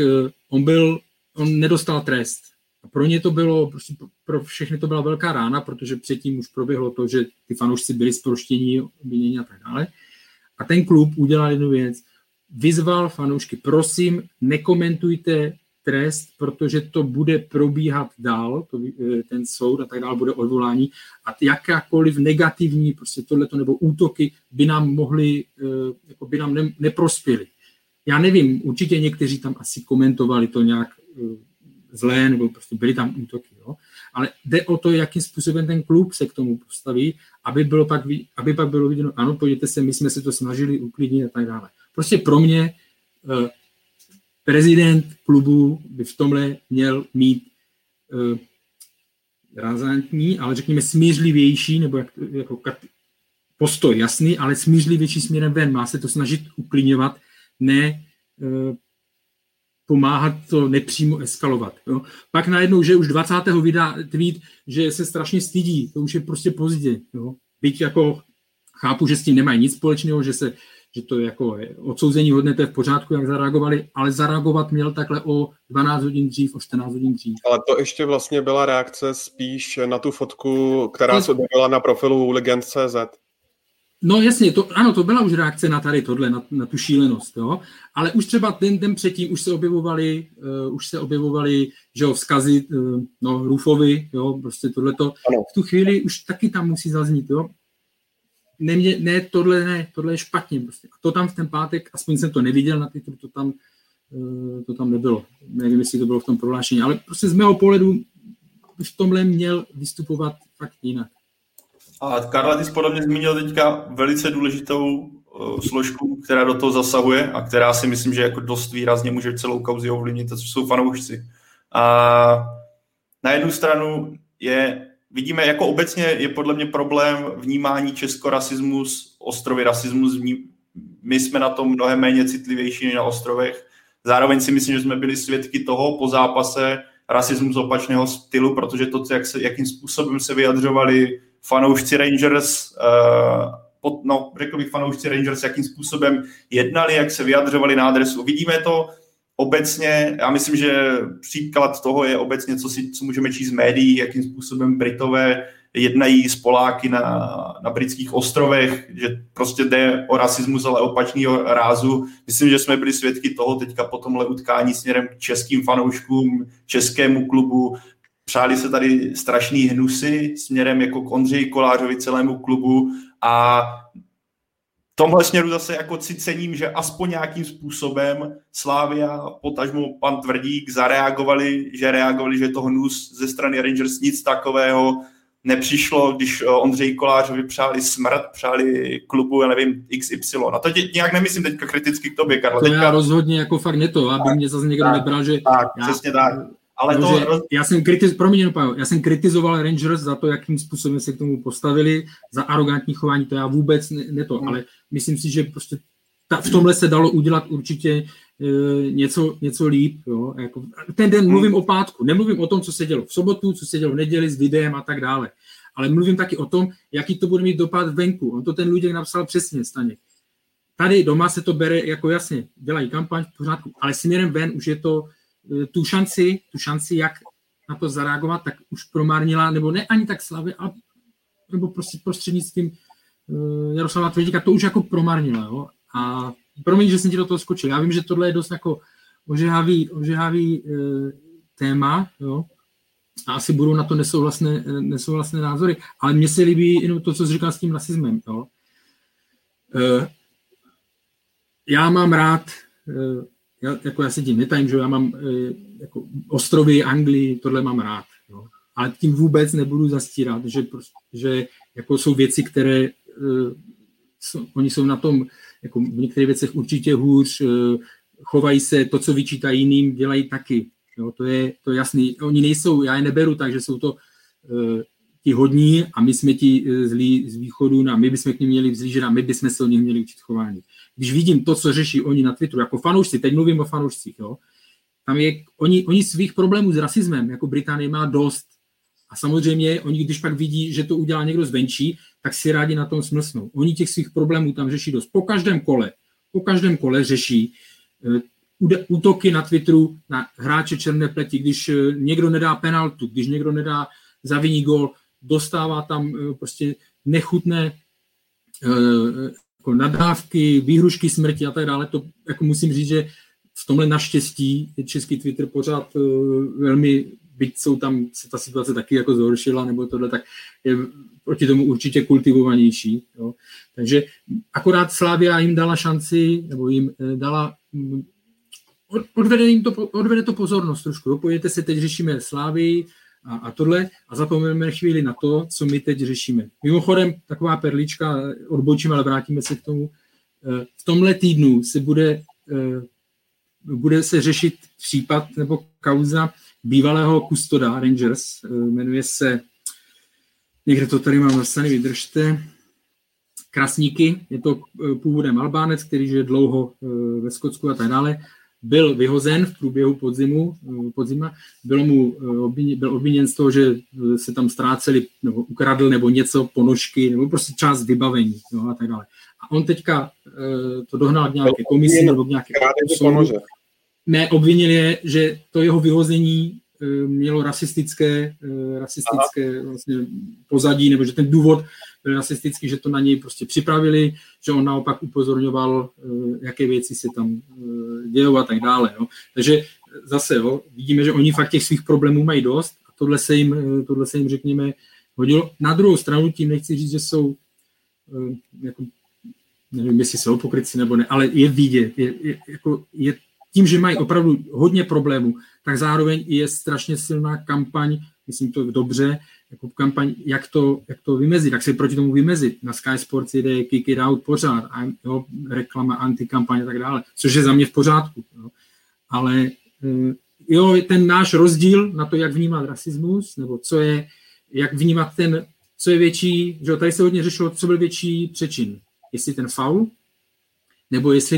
on nedostal trest. A pro ně to bylo, prostě pro všechny to byla velká rána, protože předtím už proběhlo to, že ty fanoušci byli zproštění, obvinění a tak dále. A ten klub udělal jednu věc, vyzval fanoušky, prosím, nekomentujte trest, protože to bude probíhat dál, ten soud a tak dále bude odvolání a jakákoliv negativní, prostě tohleto nebo útoky by nám mohly, jako by nám neprospěly. Já nevím, určitě někteří tam asi komentovali to nějak zlé, nebo prostě byly tam útoky, jo? Ale jde o to, jakým způsobem ten klub se k tomu postaví, aby pak bylo viděno, ano, podívejte se, my jsme se to snažili uklidnit a tak dále. Prostě pro mě prezident klubu by v tomhle měl mít razantní, ale řekněme smířlivější, nebo jako postoj jasný, ale smířlivější směrem ven. Má se to snažit uklidňovat, ne pomáhat to nepřímo eskalovat. Jo. Pak najednou, že už 20. vydá tweet, že se strašně stydí, to už je prostě pozdě. Jo. Byť jako chápu, že s tím nemají nic společného, že to je jako odsouzení hodné, to je v pořádku, jak zareagovali, ale zareagovat měl takhle o 12 hodin dřív, o 14 hodin dřív. Ale to ještě vlastně byla reakce spíš na tu fotku, která se objevila na profilu Legend.cz. No jasně, to byla už reakce na tady tohle, na tu šílenost, jo? Ale už třeba den předtím už se objevovaly, že jo, vzkazy, Rufovi, jo, prostě tohleto. V tu chvíli už taky tam musí zaznít, jo. tohle je špatně. Prostě. To tam v ten pátek, aspoň jsem to neviděl na Twitteru, to tam nebylo. Nevím, jestli to bylo v tom prohlášení, ale prostě z mého pohledu v tomhle měl vystupovat fakt jinak. A Karla, ty jsi podle mě zmínil teďka velice důležitou složku, která do toho zasahuje a která si myslím, že jako dost výrazně může celou kauzi ovlivnit, to jsou fanoušci. A na jednu stranu vidíme, jako obecně je podle mě problém vnímání českorasismus, ostrovy rasismus, my jsme na tom mnohem méně citlivější než na ostrovech. Zároveň si myslím, že jsme byli svědky toho po zápase rasismus opačného stylu, protože to, jakým způsobem se vyjadřovali fanoušci Rangers, řekl bych fanoušci Rangers, jakým způsobem jednali, jak se vyjadřovali na adresu. Vidíme to obecně, já myslím, že příklad toho je obecně, co můžeme číst z médií, jakým způsobem Britové jednají s Poláky na britských ostrovech, že prostě jde o rasismus, ale opačného rázu. Myslím, že jsme byli svědky toho teďka po tomhle utkání směrem k českým fanouškům, českému klubu. Přáli se tady strašný hnusy směrem jako k Ondřeji Kolářovi, celému klubu a v tomhle směru zase jako si cením, že aspoň nějakým způsobem Slavia, potažmo pan Tvrdík zareagovali, že je to hnus ze strany Rangers, nic takového nepřišlo, když Ondřeji Kolářovi přáli smrt, přáli klubu, já nevím, XY. A to nějak nemyslím teďka kriticky k tobě, Karla. To já rozhodně jako fakt to, aby mě zase někdo nebral, že... Tak, přesně tak. Ale já jsem kritizoval Rangers za to, jakým způsobem se k tomu postavili, za arrogantní chování, to já vůbec ale myslím si, že prostě v tomhle se dalo udělat určitě něco líp. Jo? Jako, ten den mluvím o pátku, nemluvím o tom, co se dělo v sobotu, co se dělo v neděli s videem a tak dále, ale mluvím taky o tom, jaký to bude mít dopad venku. On to ten Luděk napsal přesně, Staněk. Tady doma se to bere jako jasně, dělají kampaň v pořádku, ale směrem ven už je to tu šanci, jak na to zareagovat, tak už promarnila, nebo ne ani tak Slavy, ale nebo prostě prostřednictvím Jaroslava Tvrdíka, to už jako promarnila. Jo? A promiň, že jsem ti do toho skočil. Já vím, že tohle je dost jako ožehavý téma, jo? A asi budou na to nesouhlasné názory, ale mně se líbí jenom to, co jsi říkal s tím rasismem. Jo? Já mám rád já se tím netajím, že já mám jako ostrovy, Anglii, tohle mám rád. Jo. Ale tím vůbec nebudu zastírat, že jako jsou věci, které oni jsou na tom, jako v některých věcech určitě hůř, chovají se, to, co vyčítají jiným, dělají taky. Jo. To je jasný. Oni nejsou, já je neberu tak, že jsou to ti hodní a my jsme ti zlí z východu, a my bychom k nim měli vzlížet a my bychom se o nich měli učit chování. Když vidím to, co řeší oni na Twitteru, jako fanoušci, teď mluvím o fanoušcích, jo, tam je, oni svých problémů s rasismem, jako Británie má dost. A samozřejmě oni, když pak vidí, že to udělá někdo zvenčí, tak si rádi na tom smlsnou. Oni těch svých problémů tam řeší dost. Po každém kole řeší útoky na Twitteru na hráče černé pleti, když někdo nedá penaltu, když někdo nedá zavinný gól, dostává tam prostě nechutné jako nadávky, výhrušky smrti a tak dále. To jako musím říct, že v tomhle naštěstí je český Twitter pořád velmi, byť jsou tam, se ta situace taky jako zhoršila, nebo tohle, tak je proti tomu určitě kultivovanější. Jo. Takže akorát Slavia jim dala šanci, nebo jim dala, odvede to pozornost trošku. Jo. Pojďte se, teď řešíme Slavii a tohle a zapomeneme chvíli na to, co my teď řešíme. Mimochodem, taková perlička, odbočím, ale vrátíme se k tomu. V tomhle týdnu se bude se řešit případ nebo kauza bývalého kustoda Rangers, jmenuje se, někde to tady mám napsané, vydržte, Krasníky, je to původem Albánec, který žije dlouho ve Skotsku a tak dále, byl vyhozen v průběhu podzima, byl obviněn z toho, že se tam ztráceli nebo ukradl nebo něco, ponožky, nebo prostě část vybavení, jo, a tak dále. A on teďka to dohnal k nějaké komisi nebo k nějaké soudu. Ne, obvinil je, že to jeho vyhození mělo rasistické vlastně pozadí, nebo že ten důvod byl rasistický, že to na něj prostě připravili, že on naopak upozorňoval, jaké věci se tam dějou a tak dále. Jo. Takže zase vidíme, že oni fakt těch svých problémů mají dost a tohle se jim řekněme, hodilo. Na druhou stranu tím nechci říct, že jsou jako, nevím, jestli jsou pokrytci nebo ne, ale je vidět, je tím, že mají opravdu hodně problémů, tak zároveň je strašně silná kampaň, myslím to dobře, jako kampaň, jak to vymezit, jak se proti tomu vymezit. Na Sky Sports jde Kick It Out pořád, a jo, reklama, antikampaň a tak dále, což je za mě v pořádku. Jo. Ale jo, ten náš rozdíl na to, jak vnímat rasismus, nebo jak vnímat co je větší, že tady se hodně řešilo, co byl větší přečin. Jestli ten faul, nebo jestli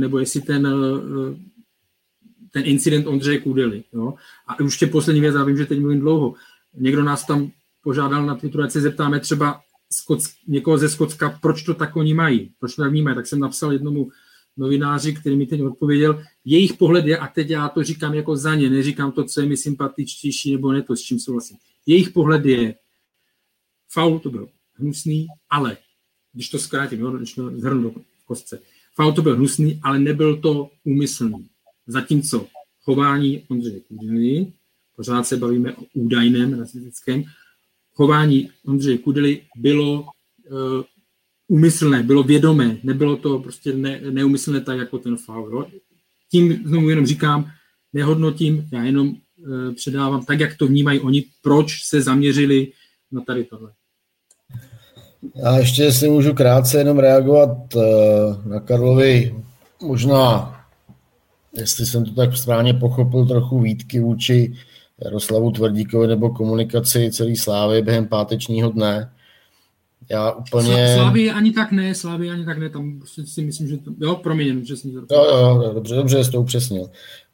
ten incident Ondřeje Kudely. Jo? A už tě poslední věc, já vím, že teď mluvím dlouho. Někdo nás tam požádal na Twitteru, ať se zeptáme třeba někoho ze Skotska, proč to tak oni mají, proč to tak vnímají. Tak jsem napsal jednomu novináři, který mi teď odpověděl, jejich pohled je, a teď já to říkám jako za ně, neříkám to, co je mi sympatičtější, nebo ne to, s čím souhlasím. Jejich pohled je, faul to byl hnusný, ale, když to zkrátím, jo, když to zhrnu do kostce, faul to byl hnusný, ale nebyl to úmyslný. Zatímco chování Ondřeje Kudely, pořád se bavíme o údajném rasistickém, chování Ondřeje Kudely bylo úmyslné, bylo vědomé, nebylo to prostě neúmyslné tak jako ten faul. Jo? Tím znovu jenom říkám, nehodnotím, já jenom předávám tak, jak to vnímají oni, proč se zaměřili na tady tohle. Já ještě, jestli můžu krátce jenom reagovat na Karlovi, možná, jestli jsem to tak správně pochopil, trochu výtky vůči Jaroslavu Tvrdíkovi nebo komunikaci celý Slávy během pátečního dne. Já úplně... Slávy ani tak ne, tam si myslím, že to... Jo, promiň, přesně to. Jo, dobře, jsi to upřesnil.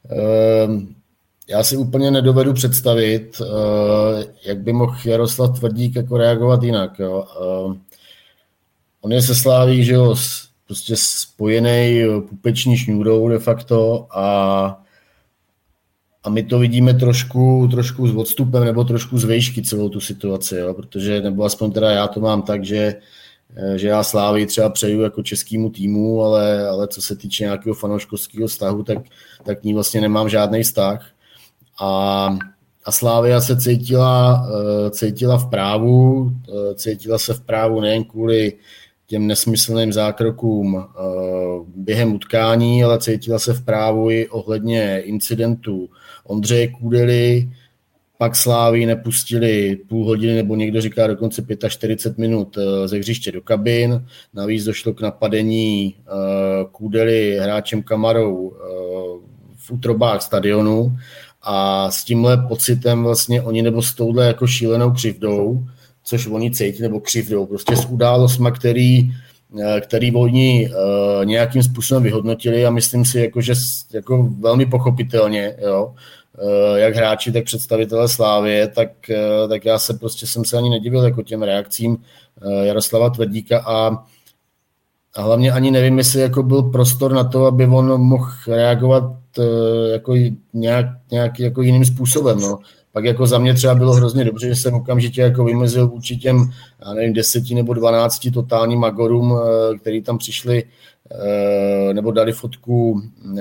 Já si úplně nedovedu představit, jak by mohl Jaroslav Tvrdík jako reagovat jinak. Jo. On je se Sláví, že jo, prostě spojený pupeční šňůrou de facto a my to vidíme trošku s odstupem nebo trošku z vejšky celou tu situaci, jo, protože, nebo aspoň teda já to mám tak, že já Slávii třeba přeju jako českému týmu, ale co se týče nějakého fanouškovského vztahu, tak k ní vlastně nemám žádný vztah. A Slavia se cítila v právu, cítila se v právu nejen kvůli těm nesmyslným zákrokům během utkání, ale cítila se v právu i ohledně incidentů Ondřeje Kudely, pak Slávii nepustili půl hodiny, nebo někdo říká dokonce 45 minut ze hřiště do kabin. Navíc došlo k napadení Kudely hráčem Kamarou v útrobách stadionu a s tímhle pocitem vlastně oni nebo s touhle jako šílenou křivdou, což oni cítí, nebo křivdou, prostě s událostma, který oni nějakým způsobem vyhodnotili a myslím si, jako, že jako velmi pochopitelně, jo, jak hráči, tak představitelé Slávie, tak já jsem se ani nedivil jako těm reakcím Jaroslava Tvrdíka a hlavně ani nevím, jestli jako byl prostor na to, aby on mohl reagovat jako nějak jako jiným způsobem, no. Pak jako za mě třeba bylo hrozně dobře, že jsem okamžitě jako vymezil vůči těm, já nevím, 10 nebo 12 totálním magorům, který tam přišli nebo dali fotku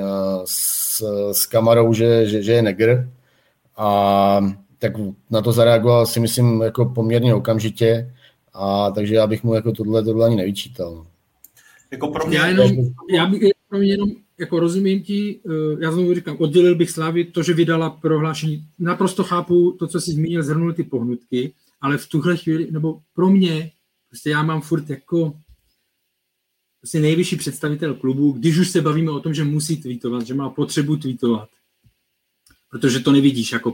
s Kamarou, že je negr. A tak na to zareagoval si myslím jako poměrně okamžitě, a takže já bych mu jako tohle ani nevyčítal. Jako pro mě... Já bych jenom jako rozumím ti, já znovu říkám, oddělil bych Slávy to, že vydala prohlášení. Naprosto chápu to, co jsi zmínil, zhrnul ty pohnutky, ale v tuhle chvíli, nebo pro mě, prostě já mám furt jako prostě nejvyšší představitel klubu, když už se bavíme o tom, že musí tweetovat, že má potřebu tweetovat, protože to nevidíš jako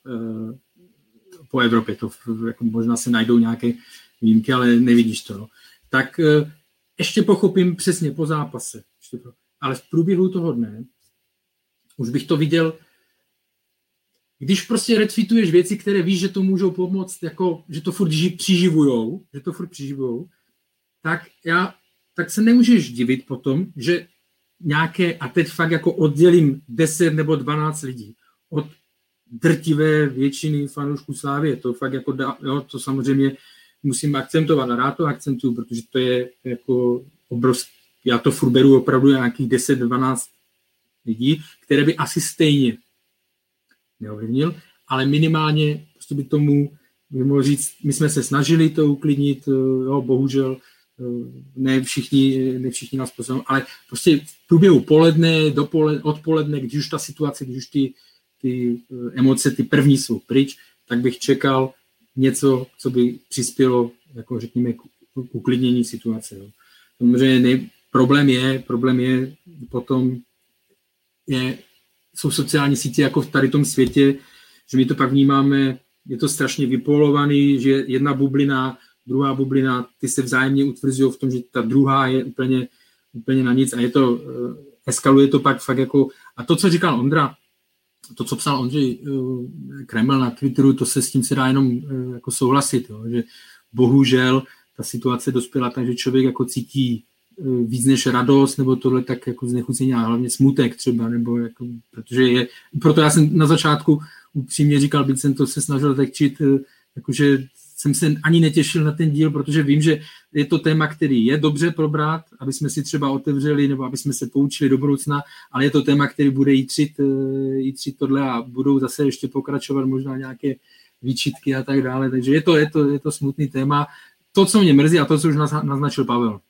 po Evropě, to jako možná se najdou nějaké výjimky, ale nevidíš to. No. Tak ještě pochopím přesně po zápase, ale v průběhu toho dne už bych to viděl, když prostě retweetuješ věci, které víš, že to můžou pomoct, jako, že to furt přiživujou, tak se nemůžeš divit potom, že nějaké, a teď fakt jako oddělím 10 nebo 12 lidí od drtivé většiny fanoušků Slávie, to fakt jako, jo, to samozřejmě musím akcentovat a rád to akcentuju, protože to je jako obrovský, já to furt beru opravdu nějakých 10-12 lidí, které by asi stejně neovlivnil, ale minimálně prostě by tomu by mohl říct, my jsme se snažili to uklidnit, jo, bohužel ne všichni nás poznají, ale prostě v průběhu poledne, odpoledne, když už ta situace, když už ty emoce, ty první jsou pryč, tak bych čekal něco, co by přispělo, jako řekněme, k uklidnění situace. Jo. Samozřejmě problém je potom jsou sociální sítě jako v tady tom světě, že my to pak vnímáme, je to strašně vypolovaný, že jedna bublina, druhá bublina, ty se vzájemně utvrzují v tom, že ta druhá je úplně na nic a je to, eskaluje to pak fakt jako, a to, co říkal Ondra, to, co psal Ondřej Kreml na Twitteru, to se s tím se dá jenom jako souhlasit, jo, že bohužel ta situace dospěla tak, že člověk jako cítí víc než radost, nebo tohle tak jako znechucení a hlavně smutek třeba, nebo jako, proto já jsem na začátku upřímně říkal, byť jsem to se snažil tekčit, jakože jsem se ani netěšil na ten díl, protože vím, že je to téma, který je dobře probrat, aby jsme si třeba otevřeli, nebo aby jsme se poučili do budoucna, ale je to téma, který bude jítřit tohle a budou zase ještě pokračovat možná nějaké výčitky a tak dále, takže je to smutný téma. To, co mě mrzí a to, co už naznačil Pavel,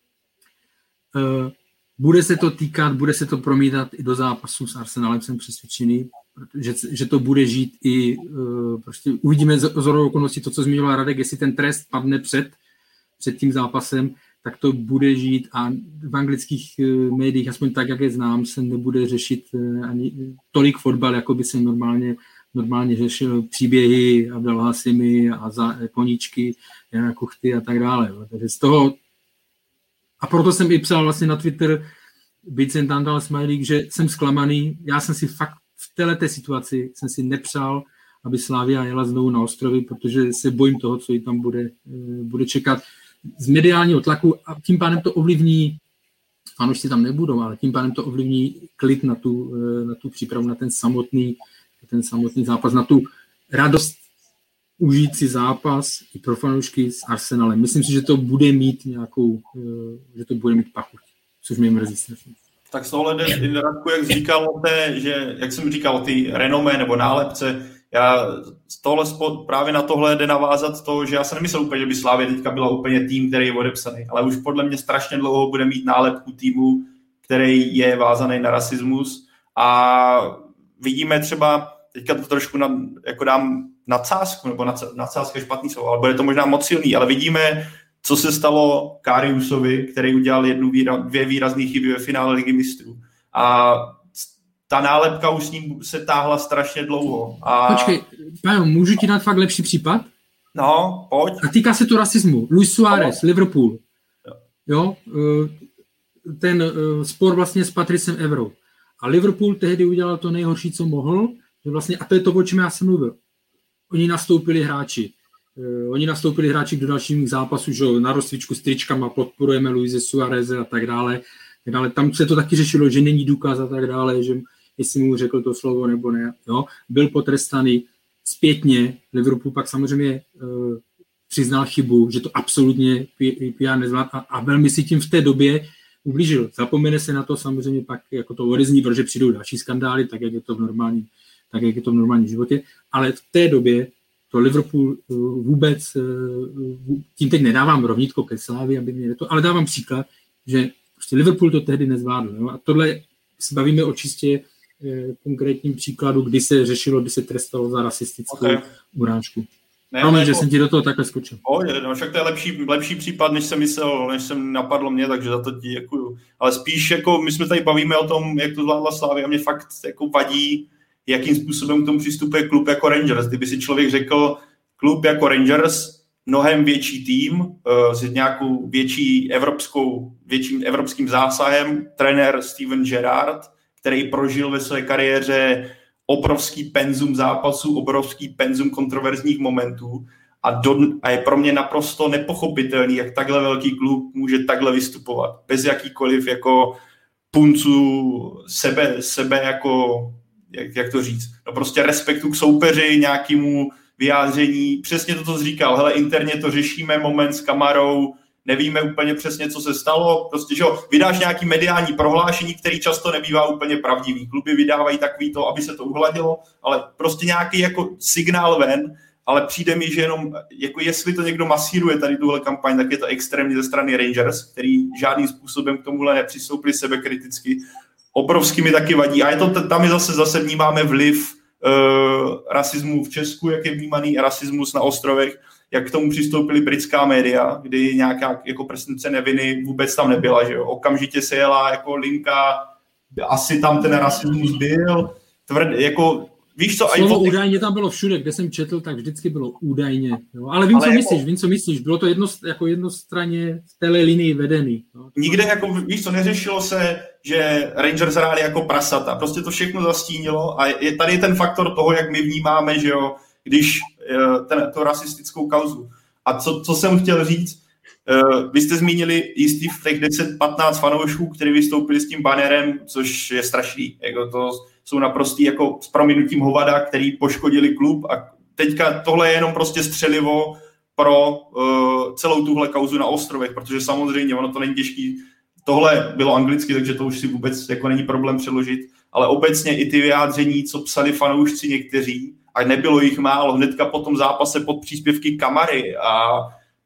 bude se to promítat i do zápasu s Arsenalem, jsem přesvědčený, že to bude žít i, prostě uvidíme z okolností to, co zmiňoval Radek, jestli ten trest padne před tím zápasem, tak to bude žít a v anglických médiích, aspoň tak, jak je znám, se nebude řešit ani tolik fotbal, jako by se normálně řešil příběhy Abdel Hasimi a koníčky, Jana Kuchty a tak dále. Takže z toho, a proto jsem i psal vlastně na Twitter, byť jsem tam dal smajlík, že jsem zklamaný, já jsem si fakt v této situaci jsem si nepřál, aby Slavia jela znovu na ostrovy, protože se bojím toho, co jí tam bude čekat z mediálního tlaku a tím pádem to ovlivní, fanoušci tam nebudou, ale tím pádem to ovlivní klid na tu přípravu, na ten samotný zápas, na tu radost užít si zápas i pro fanoušky s Arsenalem. Myslím si, že to bude mít že to bude mít pachuť, což mě mrzí strašně. Tak z tohohle Radku, jak jsem říkal, ty renomé nebo nálepce, já z tohle právě na tohle jde navázat to, že já se nemyslel úplně, že by Slavia teďka byla úplně tým, který je odepsaný, ale už podle mě strašně dlouho bude mít nálepku týmu, který je vázaný na rasismus a vidíme třeba, teďka to trošku jako dám nadsázku, nebo nadsázka je špatný slovo, ale bude to možná moc silný, ale vidíme, co se stalo Kariusovi, který udělal dvě výrazné chyby ve finále Ligy mistrů. A ta nálepka už s ním se táhla strašně dlouho. Počkej, Pájo, můžu ti dát fakt lepší případ? No, pojď. A týká se to rasismu. Luis Suárez, Liverpool. Jo, ten spor vlastně s Patricem Evrou. A Liverpool tehdy udělal to nejhorší, co mohl, že vlastně, a to je to, o čem já jsem mluvil. Oni nastoupili hráči do dalších zápasů, že na rozcvičku s tričkama podporujeme Luise Suáreze a tak dále. Tam se to taky řešilo, že není důkaz a tak dále, že jestli mu řekl to slovo nebo ne. Jo. Byl potrestaný zpětně. Liverpool pak samozřejmě přiznal chybu, že to absolutně PR nezvládl a velmi si tím v té době ublížil. Zapomene se na to samozřejmě pak jako to odezní, protože přijdou další skandály, tak jak je to v normálním životě, ale v té době to Liverpool vůbec, tím teď nedávám rovnítko ke Slávii, aby mě to, ale dávám příklad, že prostě Liverpool to tehdy nezvládl. Jo? A tohle se bavíme o čistě konkrétním příkladu, kdy se trestalo za rasistickou urážku. Promiň, že jsem ti do toho takhle skočil. No, však to je lepší případ, než jsem napadlo mě, takže za to ti děkuju. Ale spíš jako my jsme tady bavíme o tom, jak to zvládla Slavia a mě fakt jako vadí, jakým způsobem k tomu přistupuje klub jako Rangers. Kdyby si člověk řekl, klub jako Rangers, mnohem větší tým, s nějakou větším evropským zásahem, trenér Steven Gerrard, který prožil ve své kariéře obrovský penzum zápasů, obrovský penzum kontroverzních momentů a je pro mě naprosto nepochopitelný, jak takhle velký klub může takhle vystupovat. Bez jakýkoliv jako puncu sebe jako, jak to říct, no prostě respektu k soupeři, nějakému vyjádření, přesně to, co jsi říkal, hele, interně to řešíme, moment s kamarou, nevíme úplně přesně, co se stalo, prostě, že vydáš nějaký mediální prohlášení, který často nebývá úplně pravdivý. Kluby vydávají takový to, aby se to uhladilo, ale prostě nějaký jako signál ven ale přijde mi, že jenom, jako jestli to někdo masíruje tady tuhle kampaň, tak je to extrémně ze strany Rangers, který žádným způsobem k tomuhle nepřistoupili sebekriticky. Obrovsky mi taky vadí. A je to, tam je zase vnímáme vliv rasismu v Česku, jak je vnímaný rasismus na ostrovech, jak k tomu přistoupili britská média, kdy nějaká jako presumpce neviny vůbec tam nebyla, že jo. Okamžitě se jela jako linka, asi tam ten rasismus byl, jako víš co, slovo údajně tam bylo všude, kde jsem četl, tak vždycky bylo údajně. Jo. Ale vím, co myslíš. Bylo to jednostranně v té linii vedený. Jo. Nikde, jako, víš co, neřešilo se, že Rangers hráli jako prasata. Prostě to všechno zastínilo a je tady ten faktor toho, jak my vnímáme, že jo, když tu rasistickou kauzu. A co jsem chtěl říct, vy jste zmínili jistý v těch 10-15 fanoušků, kteří vystoupili s tím banerem, což je strašný. Jako to jsou naprostý jako s prominutím hovada, který poškodili klub a teďka tohle je jenom prostě střelivo pro celou tuhle kauzu na ostrovech, protože samozřejmě ono to není těžký. Tohle bylo anglicky, takže to už si vůbec jako není problém přeložit, ale obecně i ty vyjádření, co psali fanoušci někteří, a nebylo jich málo, hnedka po tom zápase pod příspěvky Kamary a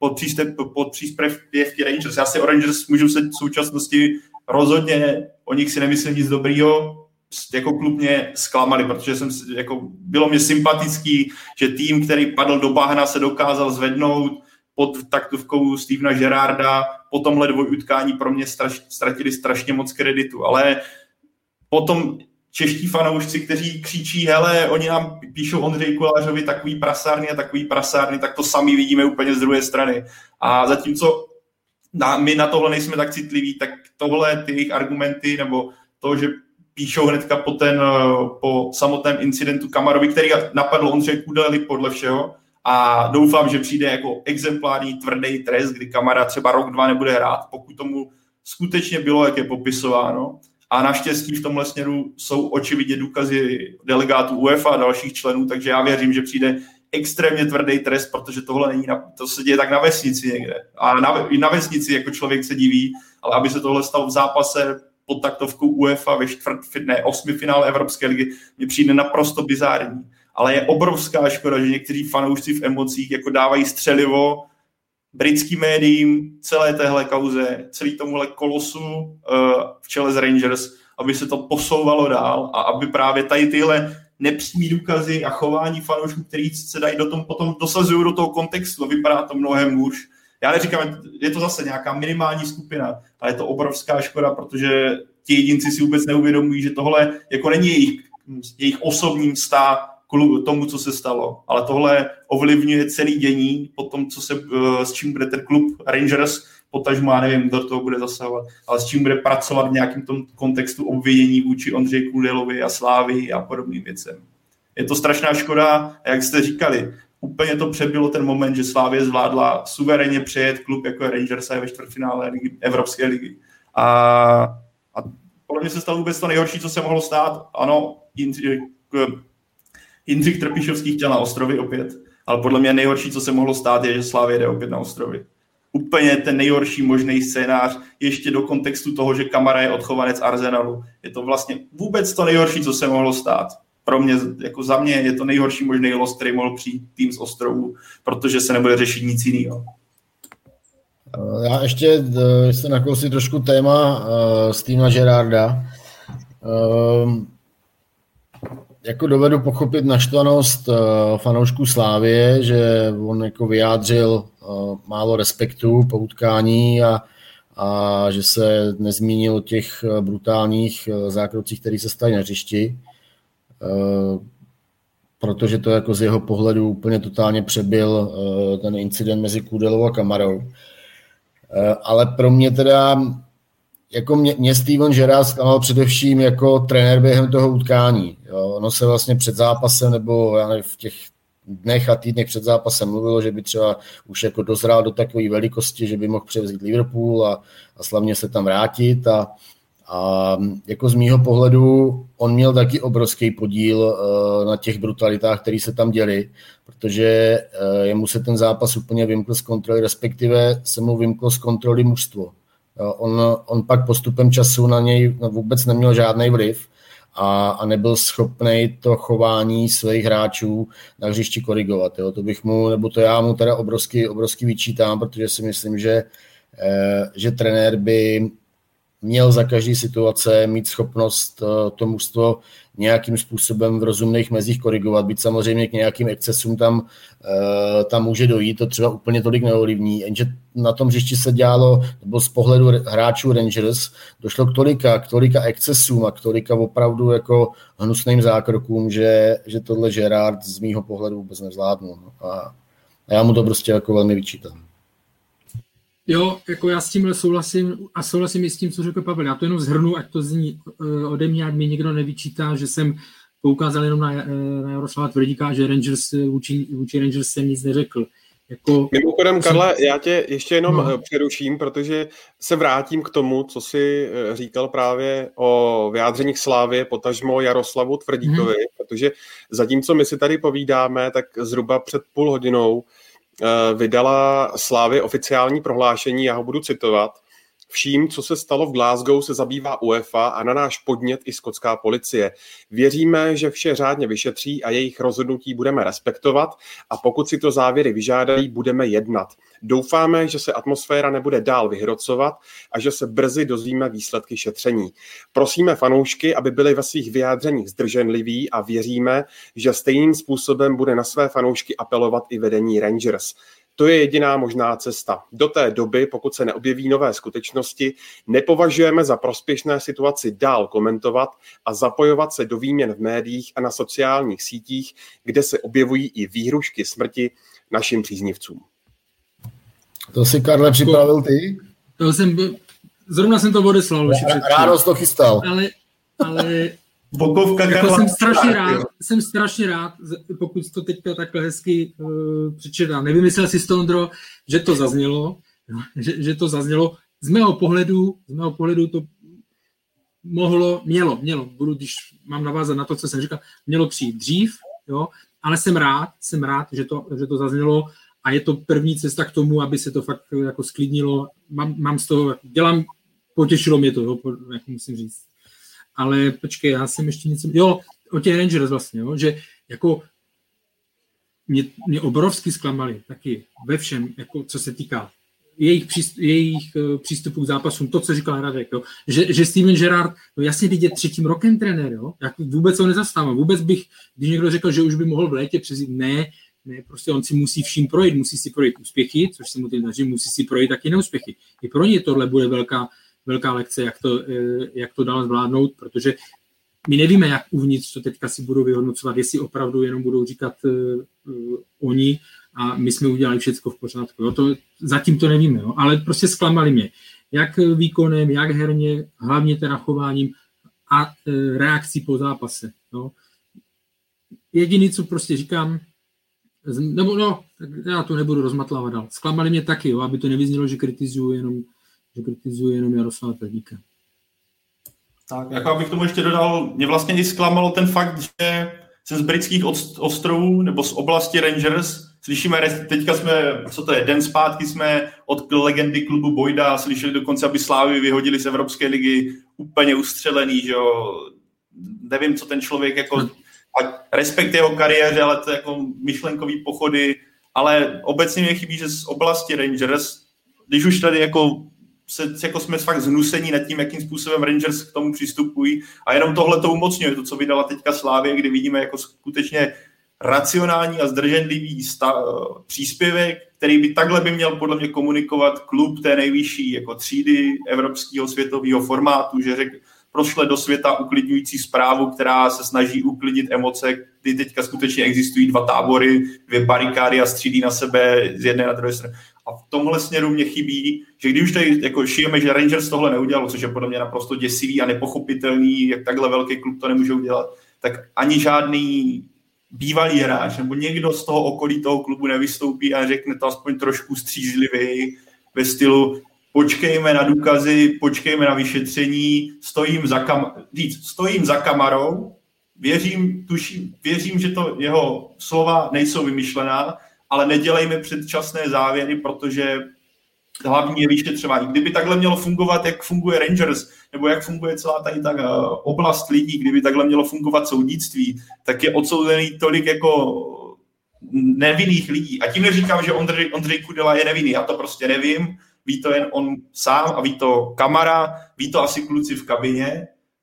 pod příspěvky Rangers. Já si o Rangers můžu se v současnosti rozhodně, o nich si nemyslím nic dobrýho, jako klub mě zklamali, protože bylo mě sympatický, že tým, který padl do bahna, se dokázal zvednout pod taktovkou Stevena Gerrarda. Po tomhle dvojutkání pro mě ztratili strašně moc kreditu, ale potom čeští fanoušci, kteří křičí, hele, oni nám píšou Ondřeji Kolářovi takový prasárny, tak to sami vidíme úplně z druhé strany. A zatímco my na tohle nejsme tak citliví, tak tohle ty jejich argumenty, nebo to, že píšou hnedka po samotném incidentu Kamarovi, který napadl Ondřeje Kudely podle všeho, a doufám, že přijde jako exemplární tvrdý trest, kdy Kamara třeba rok, 2 nebude hrát, pokud tomu skutečně bylo, jak je popisováno. A naštěstí v tomhle směru jsou očividně důkazy delegátů UEFA a dalších členů, takže já věřím, že přijde extrémně tvrdý trest, protože tohle není, to se děje tak na vesnici někde. A i na vesnici jako člověk se diví, ale aby se tohle stalo v zápase pod taktovkou UEFA ve osmifinále Evropské ligy, mně přijde naprosto bizární. Ale je obrovská škoda, že někteří fanoušci v emocích jako dávají střelivo britským médiím, celé téhle kauze, celý tomuhle kolosu v čele z Rangers, aby se to posouvalo dál a aby právě tady tyhle nepřímý důkazy a chování fanoušků, který se dají potom dosazují do toho kontextu a vypadá to mnohem hůř. Já neříkám, je to zase nějaká minimální skupina, ale je to obrovská škoda, protože ti jedinci si vůbec neuvědomují, že tohle jako není jejich osobní vztah k tomu, co se stalo. Ale tohle ovlivňuje celý dění po tom, s čím bude ten klub Rangers, potažmo, já nevím, kdo toho bude zasahovat, ale s čím bude pracovat v nějakém tom kontextu obvinění vůči Ondřeji Kudelovi a Slávii a podobným věcem. Je to strašná škoda a jak jste říkali, úplně to přebylo ten moment, že Slávie zvládla suverénně přejet klub jako je Rangers a je ve čtvrtfinále Evropské ligy. A podle mě se stalo vůbec to nejhorší, co se mohlo stát. Ano, Jindřich Trpišovský chtěl na ostrovy opět, ale podle mě nejhorší, co se mohlo stát, je, že Slavia jde opět na ostrovy. Úplně ten nejhorší možný scénář, ještě do kontextu toho, že Kamara je odchovanec Arsenalu. Je to vlastně vůbec to nejhorší, co se mohlo stát. Pro mě, jako za mě, je to nejhorší možný los, který mohl přijít tým z ostrovů, protože se nebude řešit nic jiného. Já ještě se nakousím trošku téma Stevena Gerrarda. Jako dovedu pochopit naštvanost fanoušků Slávie, že on jako vyjádřil málo respektu po utkání a že se nezmínil o těch brutálních zákrocích, které se staly na hřišti, protože to jako z jeho pohledu úplně totálně přebyl ten incident mezi Kudelou a Kamarou. Ale pro mě teda jako mě Steven Gerrard zklamal především jako trenér během toho utkání. Jo. Ono se vlastně před zápasem nebo já nevím, v těch dnech a týdnech před zápasem mluvilo, že by třeba už jako dozrál do takové velikosti, že by mohl převzít Liverpool a slavně se tam vrátit a jako z mýho pohledu on měl taky obrovský podíl na těch brutalitách, které se tam děly, protože jemu se ten zápas úplně vymkl z kontroly, respektive se mu vymklo z kontroly mužstvo. On pak postupem času na něj vůbec neměl žádný vliv a nebyl schopný to chování svých hráčů na hřišti korigovat. Jo. To bych mu, nebo to já mu teda obrovsky vyčítám, protože si myslím, že trenér by měl za každý situace mít schopnost to mužstvo nějakým způsobem v rozumných mezích korigovat, byť samozřejmě k nějakým excesům tam může dojít, to třeba úplně tolik neovlivní, jenže na tom hřišti se dělalo, nebo z pohledu hráčů Rangers, došlo k tolika excesům a k tolika opravdu jako hnusným zákrokům, že tohle Gerrard z mýho pohledu vůbec nezvládnul. A já mu to prostě jako velmi vyčítám. Jo, jako já s tímhle souhlasím a souhlasím i s tím, co řekl Pavel. Já to jenom shrnu, ať to zní ode mě, ať mi někdo nevyčítá, že jsem poukázal jenom na Jaroslava Tvrdíka, že Rangers vůči Rangers jsem nic neřekl. Jako... Mimochodem, Karle, já tě ještě jenom přeruším, protože se vrátím k tomu, co jsi říkal právě o vyjádřeních Slávie, potažmo Jaroslavu Tvrdíkovi, protože zatímco my si tady povídáme, tak zhruba před půl hodinou vydala Slavia oficiální prohlášení, já ho budu citovat. Vším, co se stalo v Glasgow, se zabývá UEFA a na náš podnět i skotská policie. Věříme, že vše řádně vyšetří a jejich rozhodnutí budeme respektovat a pokud si to závěry vyžádají, budeme jednat. Doufáme, že se atmosféra nebude dál vyhrocovat a že se brzy dozvíme výsledky šetření. Prosíme fanoušky, aby byli ve svých vyjádřeních zdrženliví a věříme, že stejným způsobem bude na své fanoušky apelovat i vedení Rangers. To je jediná možná cesta. Do té doby, pokud se neobjeví nové skutečnosti, nepovažujeme za prospěšné situaci dál komentovat a zapojovat se do výměn v médiích a na sociálních sítích, kde se objevují i výhrušky smrti našim příznivcům. To si, Karle, připravil ty? Zrovna jsem to odeslal. Ráno to chystal. Ale bokovka jako jsem strašně rád, pokud to teďka takhle hezky přečetám. Nevymyslel si to, Ondro, že to zaznělo, že to zaznělo. Z mého pohledu to mělo, když mám navázat na to, co jsem říkal, mělo přijít dřív, jo, ale jsem rád, že to zaznělo a je to první cesta k tomu, aby se to fakt jako sklidnilo. Mám z toho, potěšilo mě to, jo, jak musím říct. Ale počkej, já jsem ještě něco... Jo, o těch Rangers vlastně, jo, že jako mě obrovsky zklamali taky ve všem, jako co se týká jejich přístupu k zápasům, to, co říkal Radek, jo, že Steven Gerrard, no jasně vidět 3. rokem trenér, jo, jak vůbec ho nezastávám. Vůbec bych, když někdo řekl, že už by mohl v létě přezít, ne, prostě on si musí vším projít, musí si projít úspěchy, což se mu teď daří, musí si projít taky neúspěchy. I pro ně tohle bude velká lekce, jak to dál zvládnout, protože my nevíme, jak uvnitř to teďka si budou vyhodnocovat, jestli opravdu jenom budou říkat oni a my jsme udělali všechno v pořádku. Jo? Zatím to nevíme, jo? Ale prostě zklamali mě. Jak výkonem, jak herně, hlavně teda chováním a reakcí po zápase. Jo? Jediný, co prostě říkám, tak já to nebudu rozmatlávat dál. Zklamali mě taky, jo? Aby to nevyznělo, že kritizuju jenom Jaroslava Tvrdíka. Tak, jako abych tomu ještě dodal, mě vlastně i zklamalo ten fakt, že se z britských ostrovů nebo z oblasti Rangers slyšíme, teďka jsme, co to je, den zpátky jsme od legendy klubu Boyda slyšeli dokonce, aby Slávy vyhodili z Evropské ligy úplně ustřelený, že jo. Nevím, co ten člověk jako, respekt jeho kariéře, ale to jako myšlenkový pochody, ale obecně mě chybí, že z oblasti Rangers, když už tady jako jsme fakt zhnusení nad tím, jakým způsobem Rangers k tomu přistupují a jenom tohle to umocňuje, to, co vydala teďka Slavie, kdy vidíme jako skutečně racionální a zdrženlivý příspěvek, který by takhle měl podle mě komunikovat klub té nejvyšší jako třídy evropského světového formátu, že prošle do světa uklidňující zprávu, která se snaží uklidnit emoce, kdy teďka skutečně existují 2 tábory, 2 barikády a střídí na sebe z jedné na druhé strany. A v tomhle směru mě chybí, že když už tady jako šijeme, že Rangers tohle neudělalo, což je podle mě naprosto děsivý a nepochopitelný, jak takhle velký klub to nemůže udělat, tak ani žádný bývalý hráč nebo někdo z toho okolí toho klubu nevystoupí a řekne to aspoň trošku střízlivě že počkejme na důkazy, počkejme na vyšetření, stojím za kamerou, věřím, že to jeho slova nejsou vymyšlená, ale nedělejme předčasné závěry, protože hlavní je vyšetřování. Kdyby takhle mělo fungovat, jak funguje Rangers, nebo jak funguje celá tady ta oblast lidí, kdyby takhle mělo fungovat soudnictví, tak je odsouzený tolik jako nevinných lidí. A tím neříkám, že Ondřej Kudela je nevinný, já to prostě nevím, ví to jen on sám a ví to Kamara, ví to asi kluci v kabině,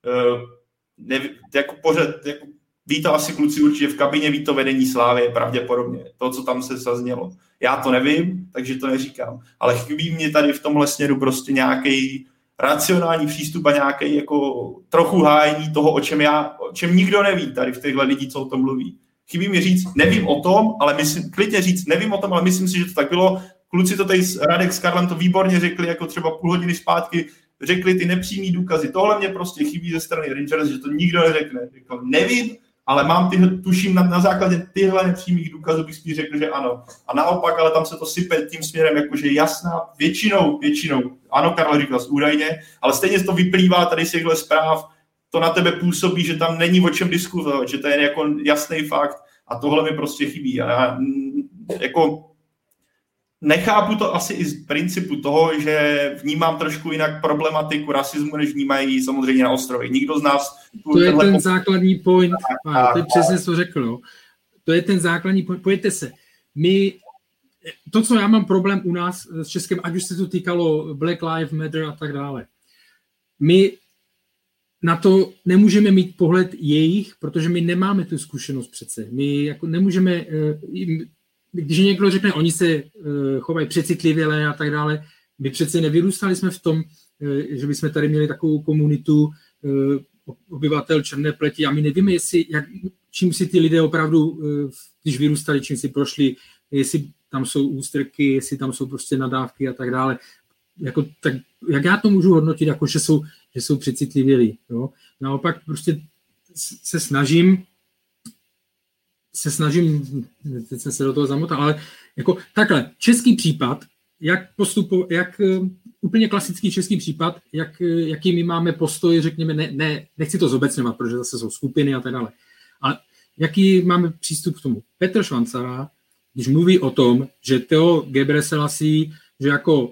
ví to asi kluci určitě v kabině, ví to vedení Slávy pravděpodobně, to, co tam se zaznělo. Já to nevím, takže to neříkám. Ale chybí mě tady v tomhle směru prostě nějaký racionální přístup a nějaký jako trochu hájení toho, o čem nikdo neví tady v těchto lidí, co o tom mluví. Chybí mi říct, nevím o tom, ale klidně říct, nevím o tom, ale myslím si, že to tak bylo. Kluci to tady, Radek s Karlem to výborně řekli, jako třeba půl hodiny zpátky, řekli ty nepřímý důkazy. Tohle mě prostě chybí ze strany Rangers, že to nikdo neřekne. Jako, nevím, ale tuším na základě tyhle nepřímých důkazů bych spíš řekl, že ano. A naopak, ale tam se to sype tím směrem, jakože jasná, většinou, ano, Karel říkal údajně, ale stejně to vyplývá tady z těchto zpráv, to na tebe působí, že tam není o čem diskutovat, že to je jako jasný fakt a tohle mi prostě chybí. A já jako nechápu to asi i z principu toho, že vnímám trošku jinak problematiku rasismu, než vnímají samozřejmě na ostrově. Nikdo z nás... To je ten základní point, to je přesně, co řekl. No. To je ten základní point. Pojďte se. To, co já mám problém u nás s Českem, ať už se to týkalo Black Lives Matter a tak dále, my na to nemůžeme mít pohled jejich, protože my nemáme tu zkušenost přece. My jako nemůžeme... Když někdo řekne, oni se chovají přecitlivěle a tak dále, my přece nevyrůstali jsme v tom, že bychom tady měli takovou komunitu obyvatel černé pleti a my nevíme, čím si ty lidé opravdu, když vyrůstali, čím si prošli, jestli tam jsou ústrky, jestli tam jsou prostě nadávky a tak dále. Tak, jak já to můžu hodnotit, jako že jsou přecitlivělí. Jo? Naopak prostě se snažím, teď jsem se do toho zamotal, ale jako takhle, český případ, jak úplně klasický český případ, jaký my máme postoj, řekněme, nechci to zobecňovat, protože zase jsou skupiny a tak dále, ale jaký máme přístup k tomu. Petr Švancara, když mluví o tom, že Theo Ghebreselassie, že jako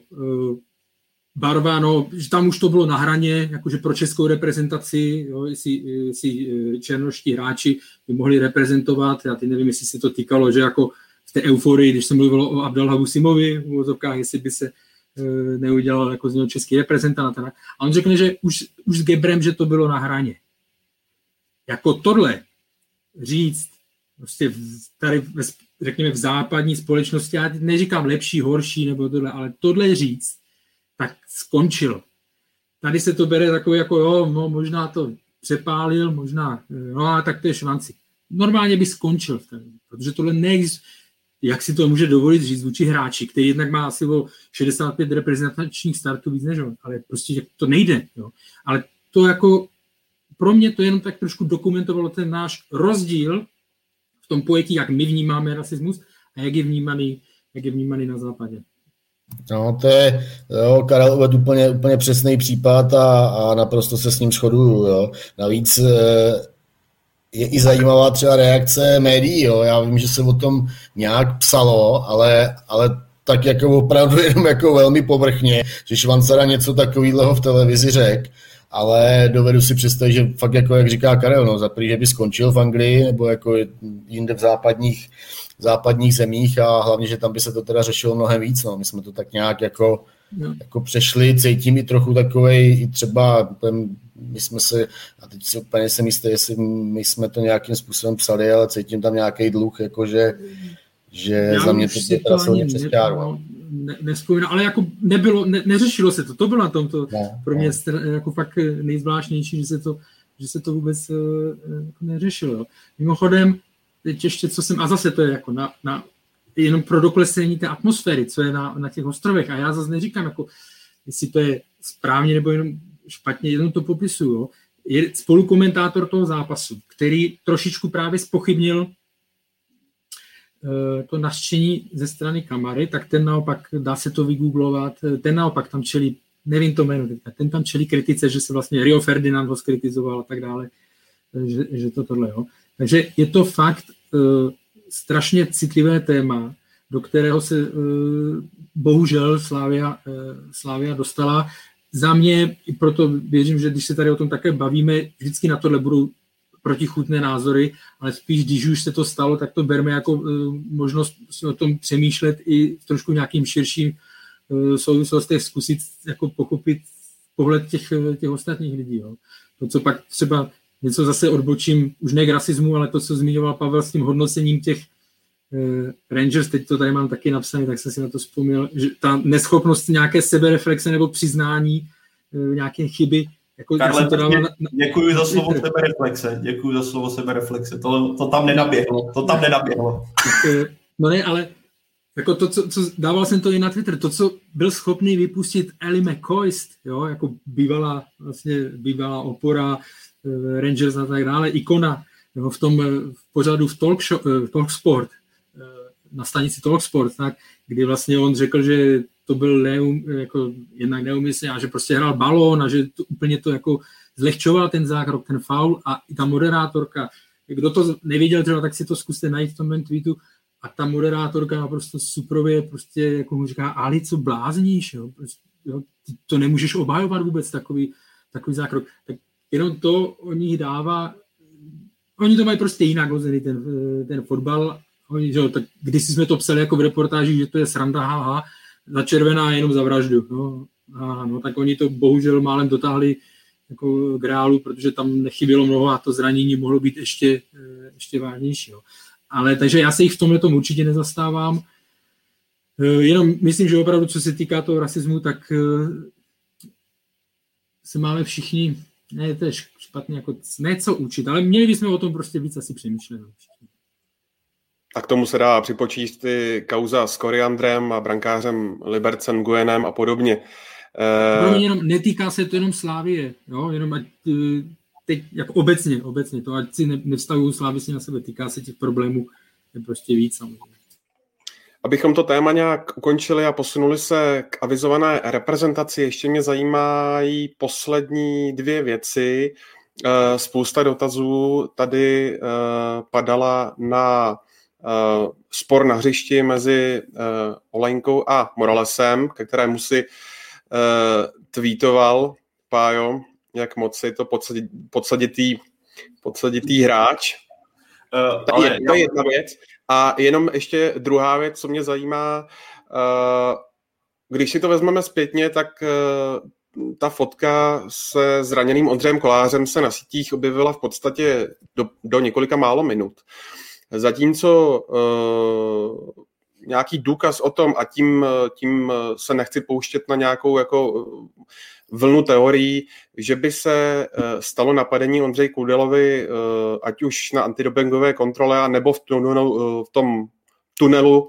barva, že tam už to bylo na hraně, jakože pro českou reprezentaci, jo, jestli černoští hráči by mohli reprezentovat, já teď nevím, jestli se to týkalo, že jako v té euforii, když se mluvilo o Abdelhabu Simovi v úvozovkách, jestli by se neudělal jako z něho český reprezentant. A on řekne, že už s Gebrem, že to bylo na hraně. Jako tohle říct, prostě tady řekněme v západní společnosti, já neříkám lepší, horší nebo tohle, ale tohle říct, tak skončil. Tady se to bere takový jako, jo, no, možná to přepálil, možná, no a tak to je Švanci. Normálně by skončil v ten, protože tohle neexistuje. Jak si to může dovolit říct vůči hráči, který jednak má asi o 65 reprezentačních startů víc než on, ale prostě to nejde. Jo. Ale to jako, pro mě to jenom tak trošku dokumentovalo ten náš rozdíl v tom pojetí, jak my vnímáme rasismus a jak je vnímaný na západě. No, to je, jo, Karel uvedl úplně přesný případ a naprosto se s ním shoduju, jo. Navíc je i zajímavá třeba reakce médií, jo. Já vím, že se o tom nějak psalo, ale tak jako opravdu jenom jako velmi povrchně, že Švancara něco takového v televizi řekl, ale dovedu si představit, že fakt jako, jak říká Karel, no, zaprý, že by skončil v Anglii nebo jako jinde v západních zemích a hlavně, že tam by se to teda řešilo mnohem víc. No. My jsme to tak nějak jako přešli, cítím i trochu takovej, i třeba my jsme se, a teď si úplně jsem jistý, jestli my jsme to nějakým způsobem psali, ale cítím tam nějaký dluh, jakože že za mě to je teda silně přes čáru. Nespomínám, ale jako neřešilo se to. To bylo na tomto pro mě jako fakt nejzvláštnější, že se to vůbec jako neřešilo. Mimochodem, teď ještě, co jsem, a zase to je jako jenom pro doklesení té atmosféry, co je na těch ostrovech. A já zase neříkám, jako, jestli to je správně nebo jenom špatně, jenom to popisuju. Jo. Je spolukomentátor toho zápasu, který trošičku právě zpochybnil to nařčení ze strany Kamary, tak ten naopak, dá se to vygooglovat, ten naopak tam čelí, nevím to jméno, ten tam čelí kritice, že se vlastně Rio Ferdinand ho skritizoval a tak dále, že to tohle, jo. Takže je to fakt strašně citlivé téma, do kterého se bohužel Slavia dostala. Za mě, i proto věřím, že když se tady o tom také bavíme, vždycky na tohle budou protichůdné názory, ale spíš, když už se to stalo, tak to berme jako možnost o tom přemýšlet i v trošku nějakým širším souvislostech, zkusit jako pochopit pohled těch ostatních lidí. Jo. To, co pak třeba něco zase odbočím, už ne k rasismu, ale to, co zmiňoval Pavel s tím hodnocením těch Rangers, teď to tady mám taky napsané, tak jsem si na to vzpomněl, že ta neschopnost nějaké sebereflexe nebo přiznání nějaké chyby. Jako, Karle, děkuji za slovo sebereflexe. Děkuji za slovo sebereflexe. To tam nenaběhlo. No ne, ale jako to, co dával jsem to i na Twitter, to, co byl schopný vypustit Ellie McCoist, jo, jako bývalá opora Rangers a tak dále, ikona, jo, v tom pořadu v Talksport, na stanici Talksport, tak, kdy vlastně on řekl, že to byl jako jednak neumyslně a že prostě hrál balón a že to, úplně to jako zlehčoval ten zákrok, ten faul a i ta moderátorka, kdo to nevěděl třeba, tak si to zkuste najít v tom mém tweetu a ta moderátorka naprosto suprově prostě jako mu říká, Ali, co blázníš, jo? Prostě, jo? To nemůžeš obhajovat vůbec takový zákrok. Tak jenom to o nich dává, oni to mají prostě jinak hozený ten fotbal. Oni, že jo, tak když jsme to psali jako v reportáži, že to je sranda, haha, za červená jenom za vraždu. No, tak oni to bohužel málem dotáhli jako k reálu, protože tam nechybělo mnoho a to zranění mohlo být ještě vážnější. Jo. Ale takže já se jich v tomhle tomu určitě nezastávám. Jenom myslím, že opravdu, co se týká toho rasismu, tak se máme všichni, ne, to je špatně, jako něco učit, ale měli bychom o tom prostě víc asi přemýšlet. A k tomu se dá připočíst i kauza s Koriandrem a brankářem Libercem Nguyenem a podobně. Jenom netýká se to jenom Slavie, jo? Jenom ať, teď, jak obecně, to ať si nevztahují Slavii si na sebe, týká se těch problémů je prostě víc samozřejmě. Abychom to téma nějak ukončili a posunuli se k avizované reprezentaci, ještě mě zajímají poslední dvě věci. Spousta dotazů tady padala na spor na hřišti mezi Olejnkou a Moralesem, ke kterému si tweetoval Pájo, jak moc je to podsaditý hráč. To je jedna věc. A jenom ještě druhá věc, co mě zajímá, když si to vezmeme zpětně, tak ta fotka se zraněným Ondřejem Kolářem se na sítích objevila v podstatě do několika málo minut. Zatímco nějaký důkaz o tom, a tím se nechci pouštět na nějakou jako vlnu teorií, že by se stalo napadení Ondřeji Kudelovi, ať už na antidopingové kontrole, a nebo v tom tunelu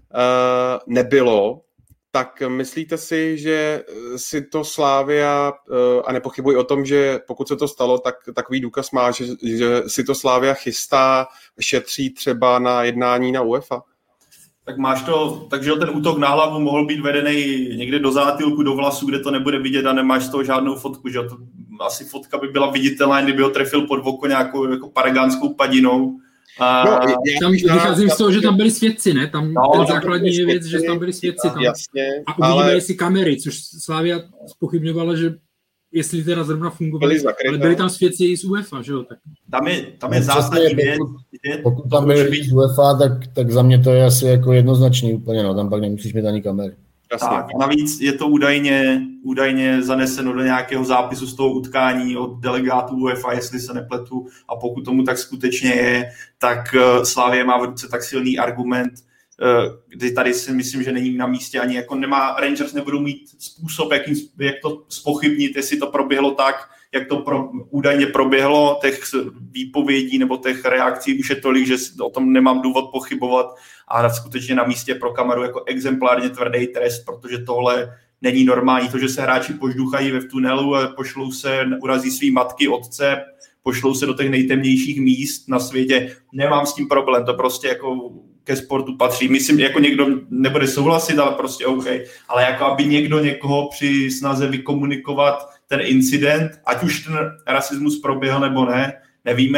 nebylo, tak myslíte si, že si to Slavia, a nepochybuji o tom, že pokud se to stalo, tak takový důkaz má, že si to Slavia chystá, šetří třeba na jednání na UEFA? Tak máš to, takže ten útok na hlavu mohl být vedený někde do zátylku, do vlasu, kde to nebude vidět a nemáš z toho žádnou fotku, že to asi fotka by byla viditelná, kdyby ho trefil pod oko nějakou jako paragánskou padinou. Tam vycházím z toho, že tam byli svědci, ne? Tam ten základní je věc, že tam byli svědci. Tam. Jasně, a uvidíme, jestli kamery, což Slavia zpochybňovala, že jestli teda zrovna fungovaly, ale byli tam svědci i z UEFA, že jo? Tak. Tam je zásadní věc. Pokud tam byli z UEFA, tak za mě to je asi jako jednoznačný úplně, no, tam pak nemusíš mít ani kamery. Tak, navíc je to údajně zaneseno do nějakého zápisu z toho utkání od delegátů UEFA, jestli se nepletu, a pokud tomu tak skutečně je, tak Slavia má v ruce tak silný argument, kdy tady si myslím, že není na místě ani jako Rangers nebudou mít způsob, jak to zpochybnit, jestli to proběhlo tak, jak to údajně proběhlo, těch výpovědí nebo těch reakcí už je tolik, že o tom nemám důvod pochybovat, a skutečně na místě pro kameru jako exemplárně tvrdý trest, protože tohle není normální. To, že se hráči požduchají v tunelu, urazí svý matky, otce, pošlou se do těch nejtemnějších míst na světě, nemám s tím problém, to prostě jako ke sportu patří. Myslím, jako někdo nebude souhlasit, ale prostě OK. Ale jako aby někdo někoho při snaze vykomunikovat ten incident, ať už ten rasismus proběhl nebo ne, nevíme,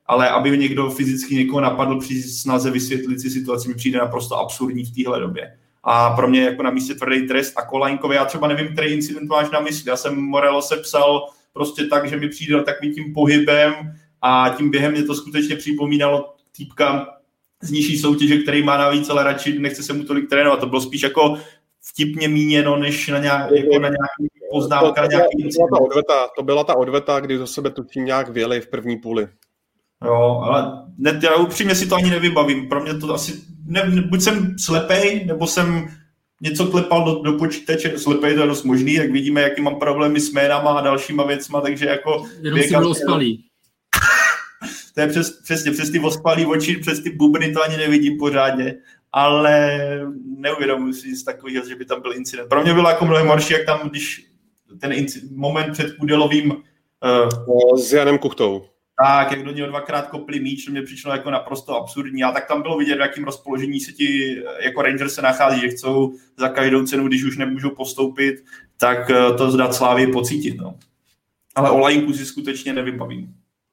ale aby někdo fyzicky někoho napadl při snaze vysvětlit si situaci, mi přijde naprosto absurdní v téhle době. A pro mě jako na místě tvrdý trest a Kolajnkovi, já třeba nevím, který incident máš na mysli. Já jsem Morelose psal prostě tak, že mi přijde takovým tím pohybem a tím během mě to skutečně připomínalo týpka z nižší soutěže, který má navíc, ale radši nechce se mu tolik trénovat. To bylo spíš jako vtipně míněno, než na nějaký poznámka, na nějaký incident. To byla ta odveta, kdy do sebe tučím nějak věli v první půli. Jo, ale já upřímně si to ani nevybavím. Pro mě to asi, buď jsem slepej, nebo jsem něco klepal do počítače. Slepej, to je dost možný, jak vidíme, jaký mám problémy s jménama a dalšíma věcma, takže jako... Jenom si byl ospalý. To je přesně přes ty ospalý oči, přes ty bubny to ani nevidím pořádně, ale neuvědomuji si z takového, že by tam byl incident. Pro mě bylo jako mnohem horší, jak tam, když ten moment před Kudelovým... s Janem Kuchtou. Tak, jak do něho dvakrát kopli míč, to mě přišlo jako naprosto absurdní. A tak tam bylo vidět, v jakém rozpoložení se ti jako Rangers se nachází, že chcou za každou cenu, když už nemůžou postoupit, tak to dát Slávii pocítit. No. Ale o Lajnku si skutečně nevybavím.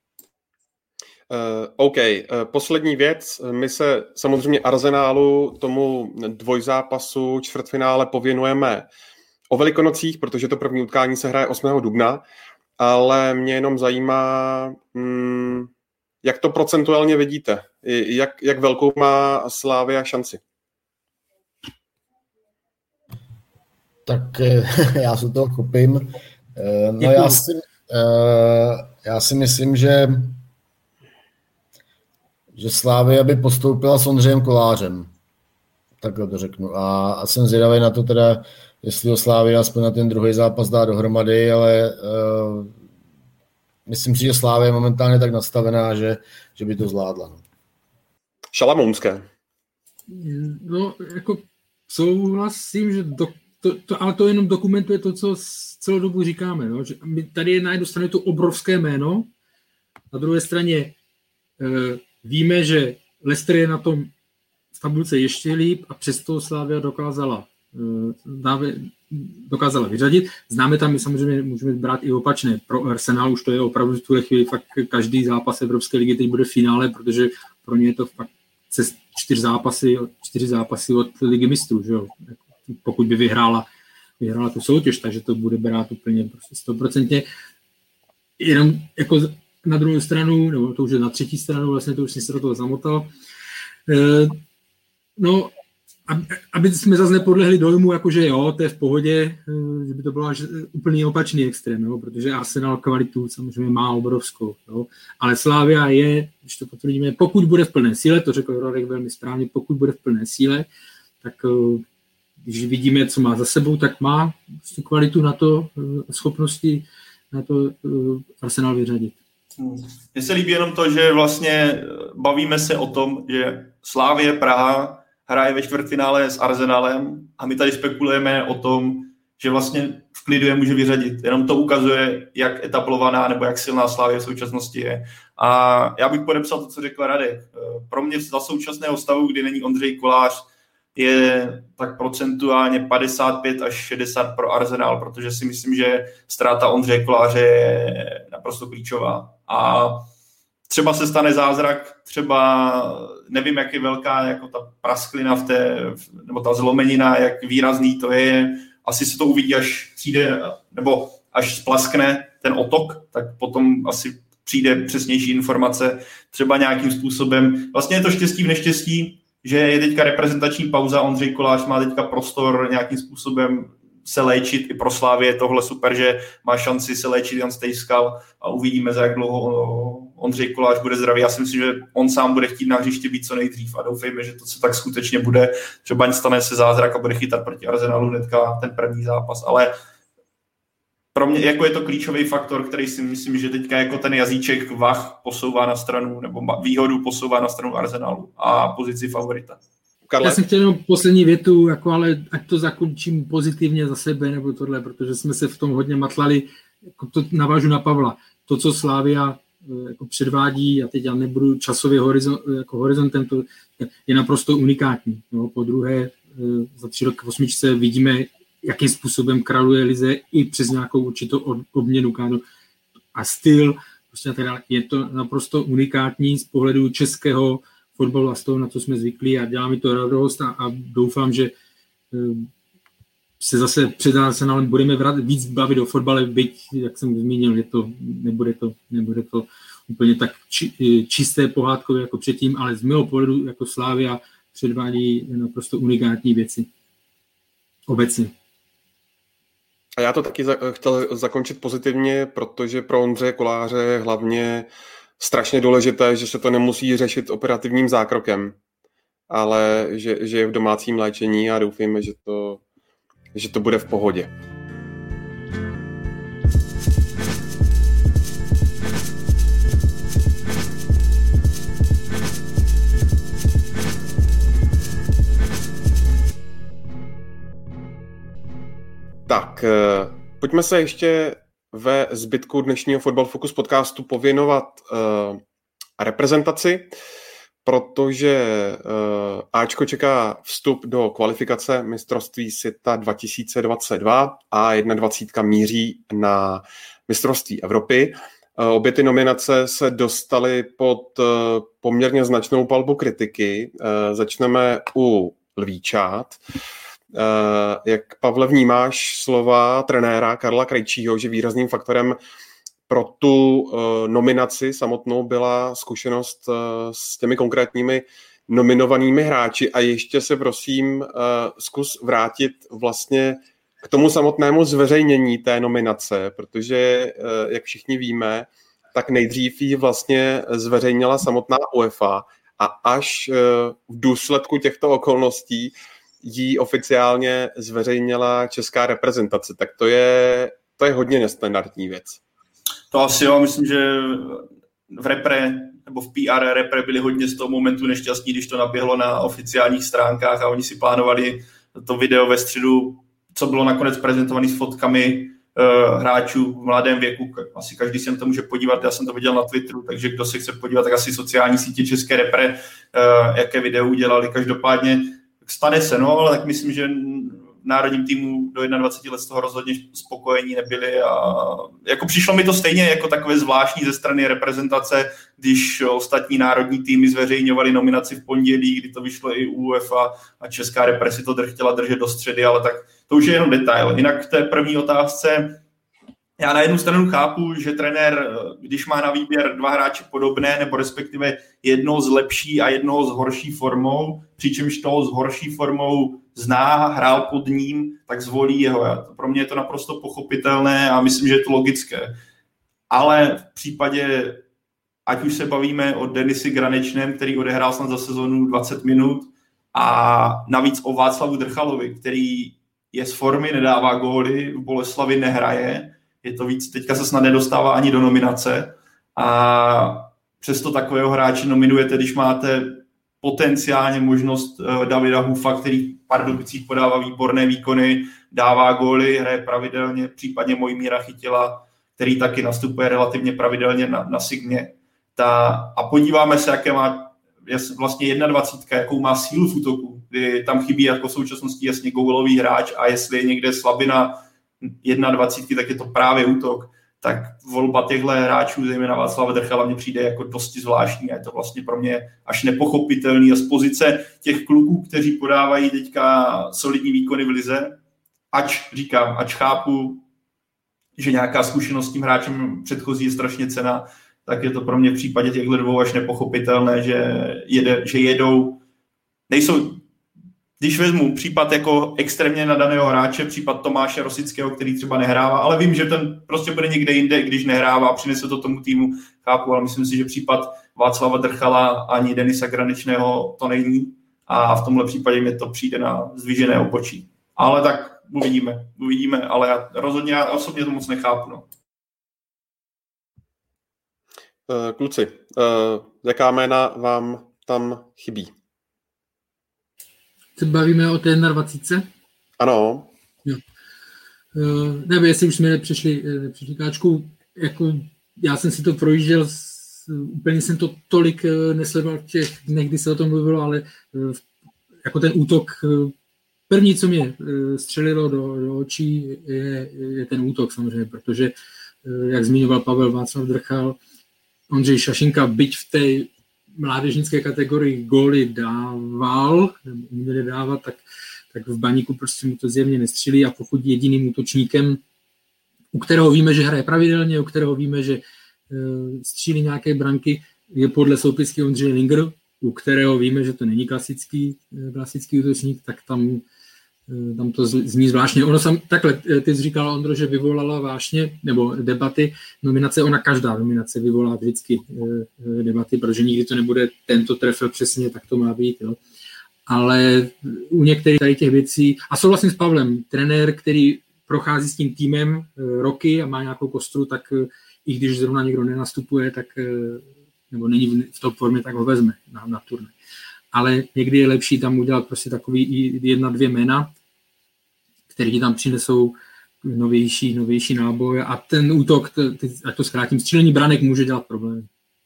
OK, poslední věc. My se samozřejmě Arsenálu, tomu dvojzápasu čtvrtfinále pověnujeme o Velikonocích, protože to první utkání se hraje 8. dubna, ale mě jenom zajímá, jak to procentuálně vidíte, jak velkou má Slavia šanci. Tak já se toho chopím. No já si myslím, že Slavia by postoupila s Ondřejem Kolářem. Takhle to řeknu. A jsem zvědavý na to teda, jestli ho Slavia aspoň na ten druhý zápas dá dohromady, ale myslím si, že Slavia je momentálně tak nastavená, že by to zvládla. No. Šalamounské. No, jako souhlasím, že ale to jenom dokumentuje to, co celou dobu říkáme. No? Že tady je na jednu stranu to obrovské jméno, na druhé straně víme, že Leicester je na tom v tabulce ještě líp a přesto Slavia dokázala vyřadit. Známe tam, my samozřejmě můžeme brát i opačné. Pro Arsenal už to je opravdu v tuhle chvíli fakt každý zápas Evropské ligy teď bude v finále, protože pro ně je to fakt přes 4 zápasy od Ligy mistrů, že jo? Pokud by vyhrála tu soutěž, takže to bude brát úplně prostě 100%. Jenom jako na druhou stranu, nebo to už je na třetí stranu, vlastně to už jsem se do toho zamotal. No, aby jsme zase nepodlehli dojmu, jakože jo, to je v pohodě, že by to bylo až úplně opačný extrém, jo, protože Arsenal kvalitu samozřejmě má obrovskou, jo, ale Slavia je, když to potvrdíme, pokud bude v plné síle, to řekl Rodek velmi správně, pokud bude v plné síle, tak když vidíme, co má za sebou, tak má kvalitu na to, schopnosti na to Arsenal vyřadit. Mně se líbí jenom to, že vlastně bavíme se o tom, že Slavie Praha hraje ve čtvrtfinále s Arsenalem a my tady spekulujeme o tom, že vlastně v klidu je může vyřadit. Jenom to ukazuje, jak etablovaná nebo jak silná Slavie v současnosti je. A já bych podepsal to, co řekl Radek. Pro mě za současného stavu, kdy není Ondřej Kolář, je tak procentuálně 55 až 60 pro Arsenal, protože si myslím, že ztráta Ondřeje Koláře je naprosto klíčová. A třeba se stane zázrak, třeba nevím, jak je velká jako ta prasklina nebo ta zlomenina, jak výrazný to je. Asi se to uvidí, až přijde, nebo až splaskne ten otok, tak potom asi přijde přesnější informace, třeba nějakým způsobem. Vlastně je to štěstí v neštěstí, že je teďka reprezentační pauza, Ondřej Kolář má teďka prostor nějakým způsobem se léčit, i pro Slávy je tohle super, že má šanci se léčit Jan Stejskal a uvidíme, za jak dlouho Ondřej Kolář bude zdravý. Já si myslím, že on sám bude chtít na hřiště být co nejdřív a doufejme, že to, co tak skutečně bude, třeba stane se zázrak a bude chytat proti Arsenalu hnedka ten první zápas, ale pro mě jako je to klíčový faktor, který si myslím, že teďka jako ten jazyček vah posouvá na stranu, nebo výhodu posouvá na stranu Arsenalu a pozici favorita. Karle? Já jsem chtěl jenom poslední větu, jako, ale ať to zakončím pozitivně za sebe, nebo tohle, protože jsme se v tom hodně matlali, jako to navážu na Pavla. To, co Slavia jako předvádí, a teď já nebudu časově horizontem, to je naprosto unikátní. No, po druhé, za 3 roky v 8 vidíme, jakým způsobem králuje lize i přes nějakou určitou obměnu a styl, prostě tak dále. Je to naprosto unikátní z pohledu českého fotbalu a z toho, na co jsme zvyklí a dělá mi to radost a doufám, že se zase před Arsenalem budeme víc bavit o fotbale, byť, jak jsem zmínil, nebude to úplně tak čisté pohádkové jako předtím, ale z mého pohledu jako Slavia předvádí naprosto unikátní věci. Obecně. A já to taky chtěl zakončit pozitivně, protože pro Ondřeje Koláře je hlavně strašně důležité, že se to nemusí řešit operativním zákrokem, ale že je v domácím léčení a doufejme, že to bude v pohodě. Tak, pojďme se ještě ve zbytku dnešního Fotbal Focus podcastu pověnovat reprezentaci, protože Ačko čeká vstup do kvalifikace mistrovství světa 2022 a 21 míří na mistrovství Evropy. Obě ty nominace se dostaly pod poměrně značnou palbu kritiky. Začneme u Lvíčat. Jak, Pavle, vnímáš slova trenéra Karla Krejčího, že výrazným faktorem pro tu nominaci samotnou byla zkušenost s těmi konkrétními nominovanými hráči a ještě se prosím zkus vrátit vlastně k tomu samotnému zveřejnění té nominace, protože jak všichni víme, tak nejdřív ji vlastně zveřejnila samotná UEFA a až v důsledku těchto okolností ji oficiálně zveřejnila česká reprezentace. Tak to je hodně nestandardní věc. To asi jo, myslím, že v repre, nebo v PR repre byli hodně z toho momentu nešťastní, když to naběhlo na oficiálních stránkách a oni si plánovali to video ve středu, co bylo nakonec prezentované s fotkami hráčů v mladém věku. Asi každý se na to může podívat, já jsem to viděl na Twitteru, takže kdo se chce podívat, tak asi sociální sítě české repre, jaké video udělali. Každopádně stane se, no, ale tak myslím, že v národním týmu do 21 let z toho rozhodně spokojení nebyli a jako přišlo mi to stejně jako takové zvláštní ze strany reprezentace, když ostatní národní týmy zveřejňovali nominaci v pondělí, kdy to vyšlo i u UEFA a česká repre si to chtěla držet do středy, ale tak to už je jenom detail. Jinak v té první otázce já na jednu stranu chápu, že trenér, když má na výběr dva hráče podobné, nebo respektive jednoho s lepší a jednoho s horší formou, přičemž toho s horší formou zná, hrál pod ním, tak zvolí jeho. Pro mě je to naprosto pochopitelné a myslím, že je to logické. Ale v případě, ať už se bavíme o Denisi Granečném, který odehrál snad za sezonu 20 minut, a navíc o Václavu Drchalovi, který je z formy, nedává góly, v Boleslavi nehraje, je to víc, teďka se snad nedostává ani do nominace a přesto takového hráče nominujete, když máte potenciálně možnost Davida Hufa, který v Pardubicích podává výborné výkony, dává góly, hraje pravidelně, případně Mojmíra Chytila, který taky nastupuje relativně pravidelně na Signě. A podíváme se, jaké má vlastně 21, jakou má sílu v útoku, kdy tam chybí jako v současnosti jasně gólový hráč a jestli je někde slabina 21, tak je to právě útok, tak volba těchto hráčů, zejména Václava Drchala, mně přijde jako dosti zvláštní a je to vlastně pro mě až nepochopitelný a z pozice těch kluků, kteří podávají teďka solidní výkony v lize, ač chápu, že nějaká zkušenost s tím hráčem předchozí je strašně cenná, tak je to pro mě v případě těchto dvou až nepochopitelné, že jedou, nejsou. Když vezmu případ jako extrémně nadaného hráče, případ Tomáše Rosického, který třeba nehrává, ale vím, že ten prostě bude někde jinde, když nehrává, přinese to tomu týmu, chápu, ale myslím si, že případ Václava Drchala ani Denisa Granečného to není a v tomhle případě mi to přijde na zdvižené obočí. Ale tak uvidíme, ale já osobně to moc nechápu. No. Kluci, jaká jména vám tam chybí? Se bavíme o té 21? Ano. Jo. Nebo jestli už jsme nepřešli káčku, jako já jsem si to projížděl, úplně jsem to tolik nesledoval v těch dnech, kdy se o tom mluvilo, ale jako ten útok, první, co mě střelilo do očí, je ten útok samozřejmě, protože, jak zmiňoval Pavel, Václav Drchal Ondřej Šašinka, byť v té mládežnické kategorii góly dával, nebo uměli dávat, tak v Baníku prostě mu to zjevně nestřílí a pokud jediným útočníkem, u kterého víme, že hraje pravidelně, u kterého víme, že střílí nějaké branky, je podle soupisky Ondřej Linger, u kterého víme, že to není klasický útočník, tak tam to zní zvláštně. Ono takhle, ty jsi říkal, Ondro, že vyvolala vášně, nebo debaty, nominace, každá nominace vyvolá vždycky debaty, protože nikdy to nebude tento trefil přesně, tak to má být, jo. Ale u některých tady těch věcí, a souhlasím s Pavlem, trenér, který prochází s tím týmem roky a má nějakou kostru, tak i když zrovna někdo nenastupuje, tak nebo není v top formě, tak ho vezme na turné. Ale někdy je lepší tam udělat prostě takový 1-2 jména, které ti tam přinesou novější náboj a ten útok, ať to zkrátím, střílení branek může dělat problémy.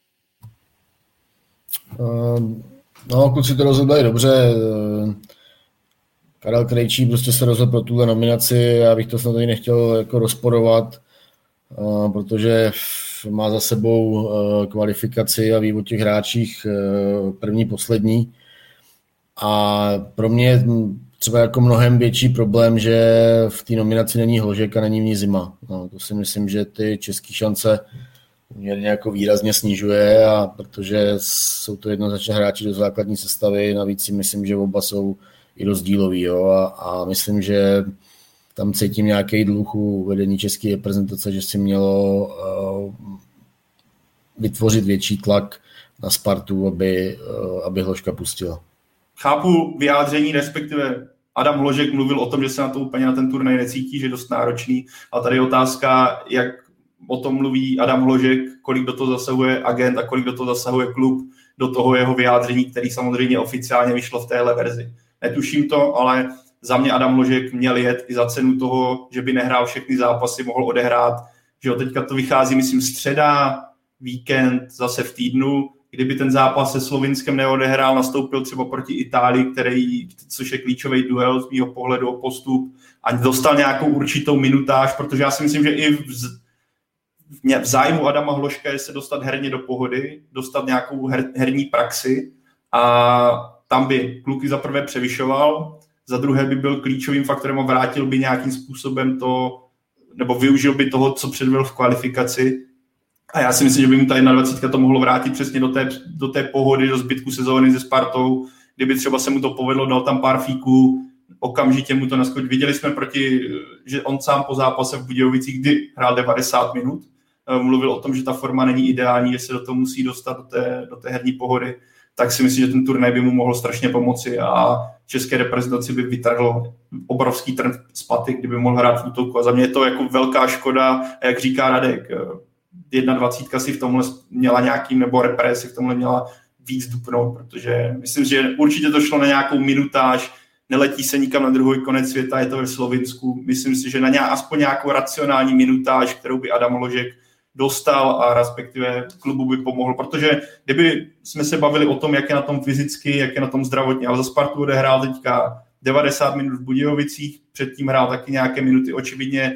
No, kluci to rozhodli dobře. Karel Krejčí prostě se rozhodl pro tuhle nominaci, já bych to snad tady nechtěl jako rozporovat, protože má za sebou kvalifikaci a ví o těch hráčích první, poslední. A pro mě je třeba jako mnohem větší problém, že v té nominaci není Hložek a není v ní Zima. No, to si myslím, že ty české šance poměrně jako výrazně snižuje, a protože jsou to jednoznačně hráči do základní sestavy, navíc si myslím, že oba jsou i rozdílový. Jo? A myslím, že tam cítím nějaký dluh u vedení české reprezentace, že si mělo vytvořit větší tlak na Spartu, aby Hložka pustila. Chápu vyjádření, respektive Adam Hložek mluvil o tom, že se na to úplně na ten turnaj necítí, že je dost náročný. A tady je otázka, jak o tom mluví Adam Hložek, kolik do toho zasahuje agent a kolik do toho zasahuje klub, do toho jeho vyjádření, který samozřejmě oficiálně vyšlo v téhle verzi. Netuším to, ale za mě Adam Hložek měl jet i za cenu toho, že by nehrál všechny zápasy, mohl odehrát. Že jo, teďka to vychází, myslím, středa, víkend, zase v týdnu. Kdyby ten zápas se Slovinskem neodehrál, nastoupil třeba proti Itálii, což je klíčový duel z mýho pohledu o postup, a dostal nějakou určitou minutáž, protože já si myslím, že i v zájmu Adama Hložka je se dostat herně do pohody, dostat nějakou herní praxi, a tam by kluky za prvé převyšoval, za druhé by byl klíčovým faktorem a vrátil by nějakým způsobem to, nebo využil by toho, co předvedl v kvalifikaci. A já si myslím, že by mu ta 21 to mohlo vrátit přesně do té pohody, do zbytku sezóny se Spartou, kdyby třeba se mu to povedlo, dal tam pár fíků, okamžitě mu to naskočil. Viděli jsme že on sám po zápase v Budějovicích, kdy hrál 90 minut, mluvil o tom, že ta forma není ideální, že se do toho musí dostat do té herní pohody, tak si myslím, že ten turnaj by mu mohl strašně pomoci a české reprezentaci by vytrhlo obrovský trend z paty, kdyby mohl hrát v útoku. A za mě je to jako velká škoda, a jak říká Radek, 21 si v tomhle měla nebo repre si v tomhle měla víc dupnout, protože myslím, že určitě to šlo na nějakou minutáž, neletí se nikam na druhý konec světa, je to ve Slovinsku. Myslím si, že na aspoň nějakou racionální minutáž, kterou by Adam Hložek dostal a respektive klubu by pomohl, protože kdyby jsme se bavili o tom, jak je na tom fyzicky, jak je na tom zdravotně, ale za Spartu odehrál teďka 90 minut v Budějovicích, předtím hrál taky nějaké minuty, očividně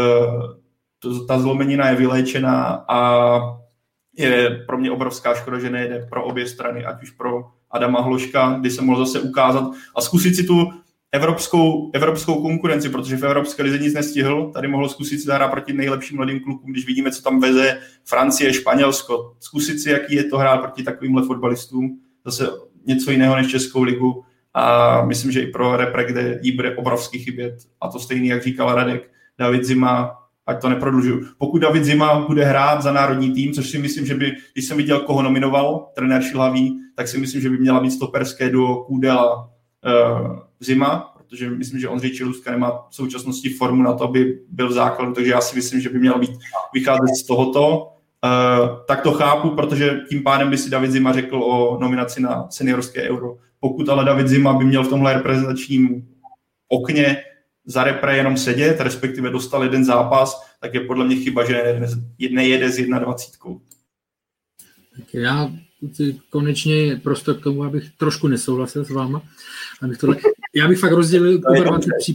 ta zlomenina je vyléčená a je pro mě obrovská škoda, že nejde pro obě strany, ať už pro Adama Hložka, kdy se mohl zase ukázat a zkusit si tu evropskou konkurenci, protože v Evropské lize nic nestihl, tady mohl zkusit si zahrát proti nejlepším mladým klukům, když vidíme, co tam veze Francie, Španělsko, zkusit si, jaký je to hrát proti takovýmhle fotbalistům, zase něco jiného než Českou ligu, a myslím, že i pro repre, kde jí bude obrovský chybět, a to stejný, jak říkal Radek, David Zima, ať to neprodlužuju. Pokud David Zima bude hrát za národní tým, což si myslím, že by, když jsem viděl, koho nominoval, trenér Šilhavý, tak si myslím, že by měla být stoperské duo Kůdela Zima, protože myslím, že Ondřej Čiluska nemá v současnosti formu na to, aby byl v základu, takže já si myslím, že by měl vycházet z tohoto. Tak to chápu, protože tím pádem by si David Zima řekl o nominaci na seniorské euro. Pokud ale David Zima by měl v tomhle reprezentačním okně za repre jenom sedět, respektive dostal jeden zápas, tak je podle mě chyba, že nejede s 21. Tak já konečně prostor k tomu, abych trošku nesouhlasil s váma. Já bych fakt rozdělil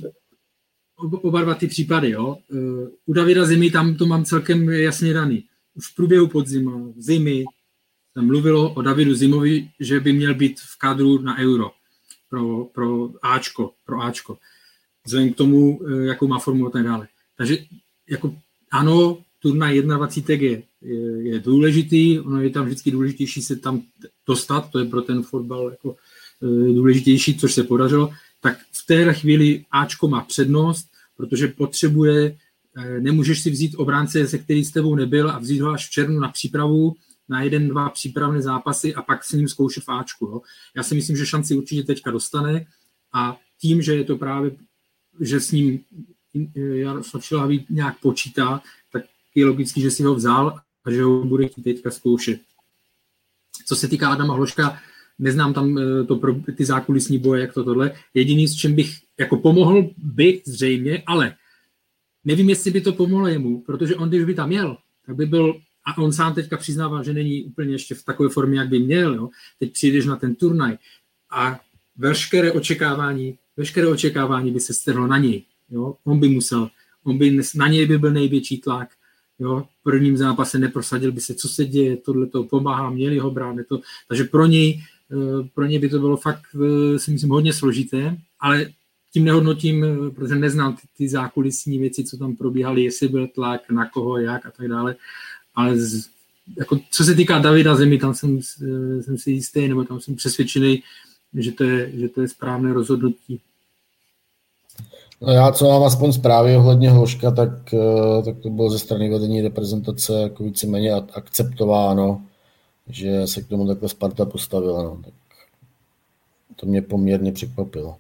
oba dva ty případy. Jo. U Davida Zimy tam to mám celkem jasně daný. už v průběhu zimy se mluvilo o Davidu Zimovi, že by měl být v kádru na Euro pro Ačko. Vzhledem k tomu, jakou má formu a tak dále. Takže jako ano, turnaj 21 je důležitý, ono je tam vždycky důležitější se tam dostat, to je pro ten fotbal jako důležitější, což se podařilo, tak v téhle chvíli Ačko má přednost, protože potřebuje, nemůžeš si vzít obránce, se který s tebou nebyl a vzít ho až v červnu na přípravu, na 1-2 přípravné zápasy a pak s ním zkoušet v Ačku. Jo. Já si myslím, že šanci určitě teďka dostane a tím, že je to právě, že s ním Jaroslav Šilhavý nějak počítá, tak je logický, že si ho vzal a že ho bude chtít teďka zkoušet. Co se týká Adama Hložka, neznám tam ty zákulisní boje, jak tohle. Jediný, s čím bych jako pomohl, by zřejmě, ale nevím, jestli by to pomohlo jemu, protože on, když by tam jel, tak by byl, a on sám teďka přiznává, že není úplně ještě v takové formě, jak by měl. Jo. Teď přijdeš na ten turnaj a veškeré očekávání by se strhlo na něj. Jo. Na něj by byl největší tlak. Jo. V prvním zápase neprosadil by se, co se děje, tohleto pomáhá, měli ho brát. Takže pro něj by to bylo fakt, si myslím, hodně složité, ale tím nehodnotím, protože neznám ty zákulisní věci, co tam probíhaly, jestli byl tlak, na koho, jak a tak dále. Ale jako, co se týká Davida Zimy, tam jsem si jistý, nebo tam jsem přesvědčený, že to je správné rozhodnutí. No já, co mám aspoň zprávy ohledně Hložka, tak to bylo ze strany vedení reprezentace jako víceméně akceptováno, že se k tomu takhle Sparta postavila. No. Tak to mě poměrně překvapilo.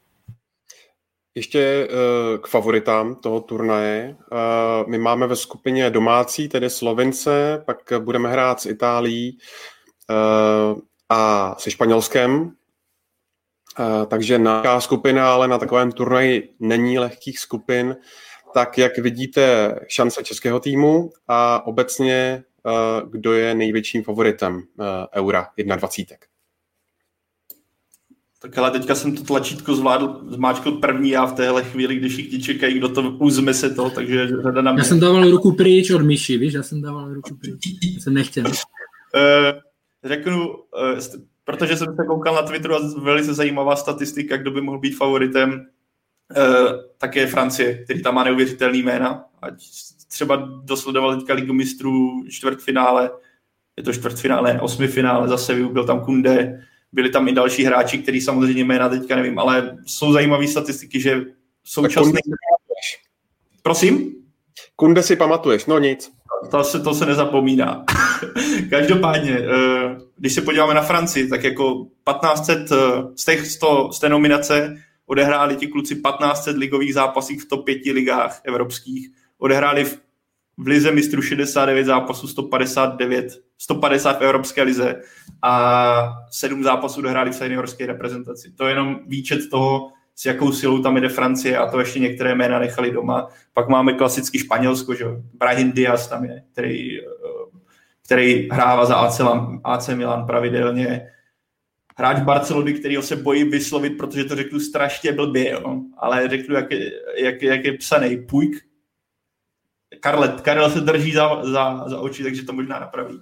Ještě k favoritám toho turnaje. My máme ve skupině domácí, tedy Slovince, pak budeme hrát s Itálií a se Španělskem. Takže nějaká skupina, ale na takovém turnaji není lehkých skupin. Tak jak vidíte šance českého týmu a obecně kdo je největším favoritem Eura 21? Tak ale teďka jsem to tlačítko zmáčkl první já v téhle chvíli, když všichni čekají, kdo to uzme se to, takže řada na mě. Já jsem dával ruku pryč od myši, víš, já jsem jsem nechtěl. Řeknu, protože jsem se koukal na Twitteru a velice zajímavá statistika, kdo by mohl být favoritem, tak je Francie, který tam má neuvěřitelný jména. Ať třeba dosledoval teďka Ligu mistrů čtvrtfinále, je to čtvrtfinále, 8finále, zase byl tam Koundé, byli tam i další hráči, který samozřejmě jména teďka nevím, ale jsou zajímavé statistiky, že současně... Prosím? Koundé si pamatuješ, no nic. To se nezapomíná. Každopádně, když se podíváme na Francii, tak jako 1500 z té nominace odehráli ti kluci 1500 ligových zápasů v top 5 ligách evropských. Odehráli v lize mistrů 69 zápasů, 150 v evropské lize a 7 zápasů odehráli v seniorské reprezentaci. To je jenom výčet toho, s jakou silou tam jde Francie a to ještě některé jména nechali doma. Pak máme klasicky Španělsko, že Brahim Diaz tam je, který hrává za AC Milan pravidelně. Hráč Barcelony, kterýho se bojí vyslovit, protože to řeknu strašně blbě, jo. Ale řeknu, jak je psaný. Puig. Karel se drží za oči, takže to možná napraví.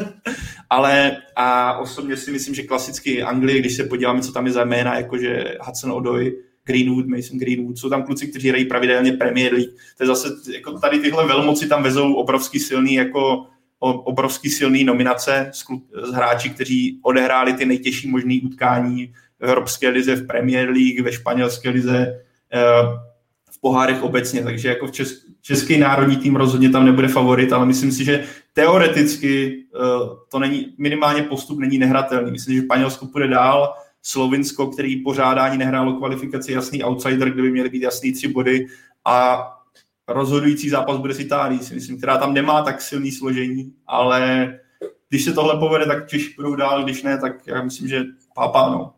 Ale a osobně si myslím, že klasicky Anglie, když se podíváme, co tam je za jména, jakože Hudson-Odoi, Greenwood, Mason Greenwood, jsou tam kluci, kteří hrají pravidelně Premier League. To je zase, jako tady tyhle velmoci tam vezou obrovský silný nominace z hráči, kteří odehráli ty nejtěžší možné utkání v Evropské lize, v Premier League, ve španělské lize, v pohárech obecně, takže jako český národní tým rozhodně tam nebude favorit, ale myslím si, že teoreticky to není, minimálně postup není nehratelný. Myslím, že Španělsko půjde dál, Slovinsko, který pořádá ani nehrálo kvalifikaci, jasný outsider, kde by měly být jasný 3 body a rozhodující zápas bude s Itálií, si myslím, která tam nemá tak silný složení, ale když se tohle povede, tak Češi budou dál, když ne, tak já myslím, že pápáno.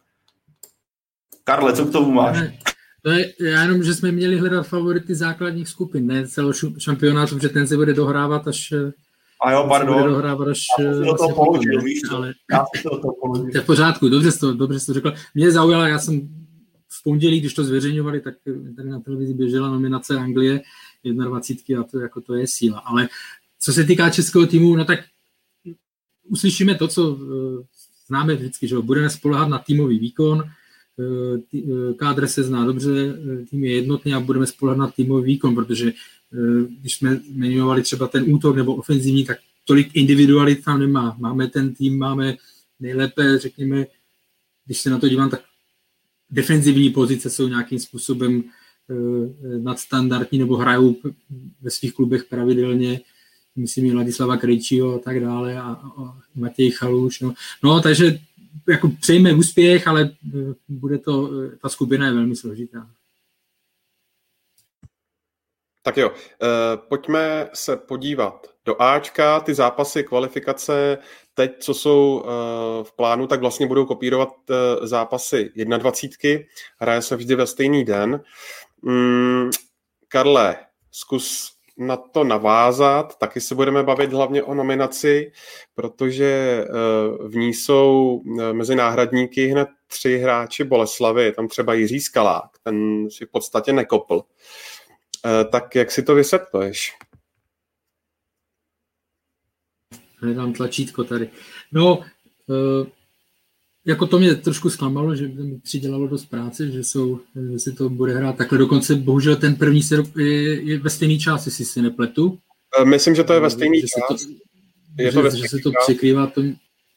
Karle, co k tomu máš? To je já jenom, že jsme měli hledat favority základních skupin, ne celou šampionátu, protože ten se bude dohrávat až... A jo, pardon. Bude dohrávat až... Já si to položil, víš co? To je v pořádku, dobře jsi to řekl. Mě zaujala, já jsem v pondělí, když to zveřejňovali, tak tady na televizi běžela nominace Anglie 21 a to je síla. Ale Co se týká českého týmu, no tak uslyšíme to, co známe vždycky, že budeme spoléhat na týmový výkon, kádr se zná dobře, tým je jednotný a budeme spoléhat na týmový výkon, protože když jsme jmenovali třeba ten útok nebo ofenzivní, tak tolik individualit tam nemá. Máme ten tým, máme nejlépe, řekněme, když se na to dívám, tak defenzivní pozice jsou nějakým způsobem nadstandardní nebo hrajou ve svých klubech pravidelně, myslím, Ladislava Krejčího a tak dále a Matěj Chaluš. No, takže jako přejme úspěch, ale bude to, ta skupina je velmi složitá. Tak jo, pojďme se podívat do Ačka. Ty zápasy, kvalifikace teď, co jsou v plánu, tak vlastně budou kopírovat zápasy 21. Hraje se vždy ve stejný den. Karle, zkus na to navázat, taky se budeme bavit hlavně o nominaci, protože v ní jsou mezi náhradníky hned 3 hráči Boleslavy, je tam třeba Jiří Skalák, ten si v podstatě nekopl. Tak jak si to vysvětluješ? Hledám tlačítko tady. No, jako to mě trošku zklamalo, že mi přidělalo dost práce, že si to bude hrát takhle. Dokonce bohužel ten první je ve stejný čas, jestli si nepletu. Myslím, že to je ve stejný čas. Že se to překrývá, to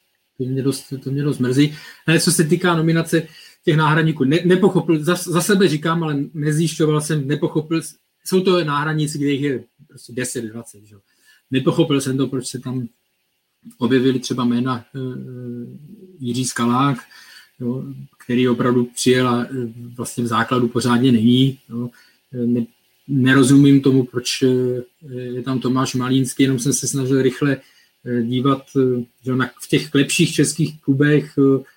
mě dost mrzí. Ale co se týká nominace těch náhradníků, nepochopil, za sebe říkám, ale nezjišťoval jsem, nepochopil, jsou to náhradníci, kde jich je prostě 10-20. Že? Nepochopil jsem to, proč se tam objevili třeba jména Jiří Skalák, jo, který opravdu přijel a vlastně v základu pořádně není. Jo. Nerozumím tomu, proč je tam Tomáš Malínský, jenom jsem se snažil rychle dívat, že v těch lepších českých klubech,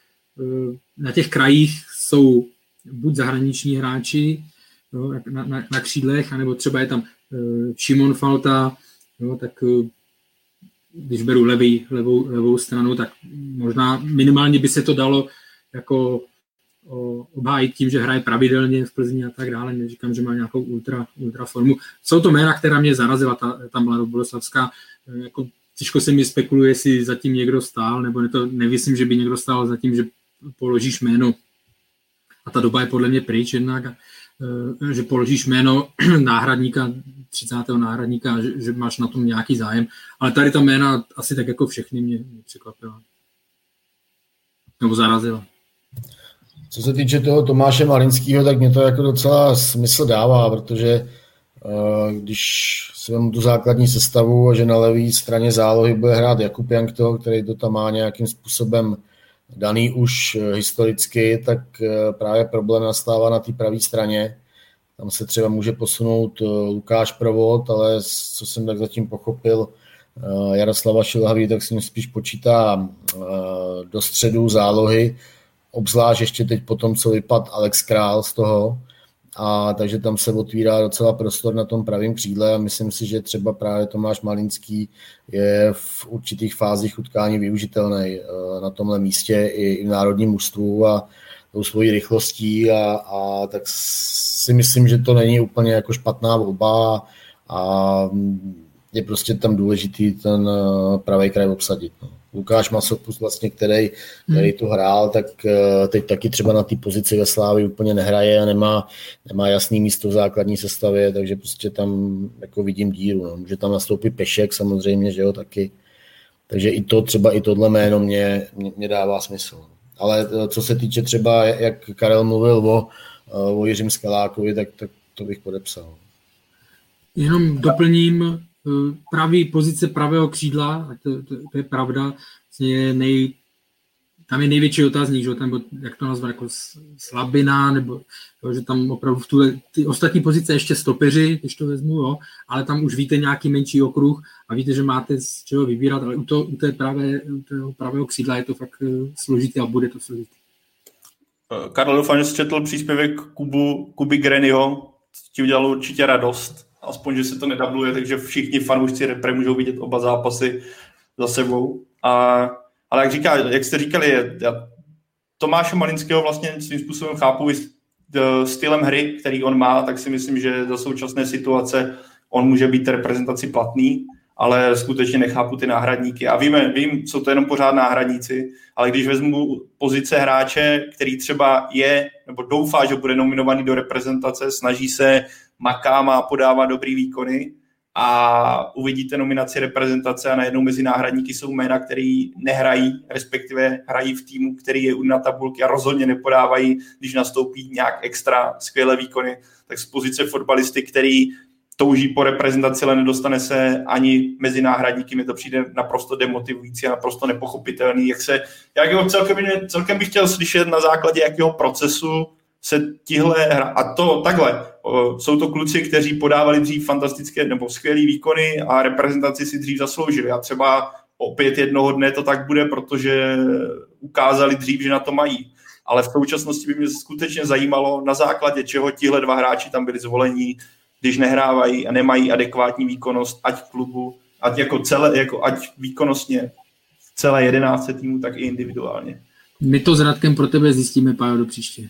na těch krajích jsou buď zahraniční hráči, jo, na křídlech, anebo třeba je tam Šimon Falta, jo, tak když beru levou stranu, tak možná minimálně by se to dalo jako obhájit tím, že hraje pravidelně v Plzni a tak dále. Neříkám, že má nějakou ultra formu. Jsou to jména, která mě zarazila, ta mladoboleslavská. Jako těžko se mi spekuluje, jestli zatím někdo stál, nebo nemyslím, že by někdo stál zatím, že položíš jméno. A ta doba je podle mě pryč jednak, že položíš jméno náhradníka, 30. náhradníka, že máš na tom nějaký zájem. Ale tady ta jména asi tak jako všechny mě překvapila. Nebo zarazila. Co se týče toho Tomáše Malinského, tak mě to jako docela smysl dává, protože když si vemu tu základní sestavu a že na levé straně zálohy bude hrát Jakub Jankto, který to tam má nějakým způsobem daný už historicky, tak právě problém nastává na té pravé straně. Tam se třeba může posunout Lukáš Provod, ale co jsem tak zatím pochopil, Jaroslava Šilhavý, tak si spíš počítá do středu zálohy, obzvlášť ještě teď potom, co vypadl Alex Král z toho. A takže tam se otvírá docela prostor na tom pravém křídle a myslím si, že třeba právě Tomáš Malinský je v určitých fázích utkání využitelný na tomhle místě i v národním mužstvu a tou svojí rychlostí a tak si myslím, že to není úplně jako špatná volba a je prostě tam důležitý ten pravý kraj obsadit. No. Lukáš Masopust vlastně, který tu hrál, tak teď taky třeba na té pozici ve Slávii úplně nehraje a nemá jasný místo v základní sestavě, takže prostě tam jako vidím díru. No. Může tam nastoupit Pešek samozřejmě, že jo, taky. Takže i tohle jméno mě dává smysl. Ale co se týče třeba, jak Karel mluvil o Jiřím Skalákovi, tak to bych podepsal. Jenom doplním, pravý pozice pravého křídla, to je pravda, tam je největší otázník, že tam, jak to nazvat, jako slabina, nebo jo, že tam opravdu ty ostatní pozice ještě stopeři, když to vezmu, jo, ale tam už víte nějaký menší okruh a víte, že máte z čeho vybírat, ale u toho pravého křídla je to fakt složitý a bude to složitý. Karel, doufám, že jsi četl příspěvek Kuby Greniho, ti udělalo určitě radost. Aspoň, že se to nedabluje, takže všichni fanoušci repre můžou vidět oba zápasy za sebou. Ale jak jste říkali, Tomáše Malinského vlastně svým způsobem chápu stylem hry, který on má, tak si myslím, že za současné situace on může být reprezentaci platný ale skutečně nechápu ty náhradníky. A vím, jsou to jenom pořád náhradníci, ale když vezmu pozice hráče, který třeba je, nebo doufá, že bude nominovaný do reprezentace, snaží se, maká, má podávat dobrý výkony a uvidíte nominaci reprezentace a najednou mezi náhradníky jsou jména, který nehrají, respektive hrají v týmu, který je na tabulky a rozhodně nepodávají, když nastoupí nějak extra skvělé výkony, tak z pozice fotbalisty, který touží po reprezentaci, ale nedostane se ani mezi náhradníky, mi to přijde naprosto demotivující a naprosto nepochopitelný. Celkem bych chtěl slyšet, na základě jakého procesu se tihle a to takhle. Jsou to kluci, kteří podávali dřív fantastické nebo skvělé výkony a reprezentaci si dřív zasloužili. A třeba opět jednoho dne to tak bude, protože ukázali dřív, že na to mají. Ale v současnosti by mě skutečně zajímalo, na základě čeho tihle dva hráči tam byli zvolení, když nehrávají a nemají adekvátní výkonnost, ať v klubu, ať výkonnostně v celé 11 týmu, tak i individuálně. My to s Radkem pro tebe zjistíme, Pájo, do příště.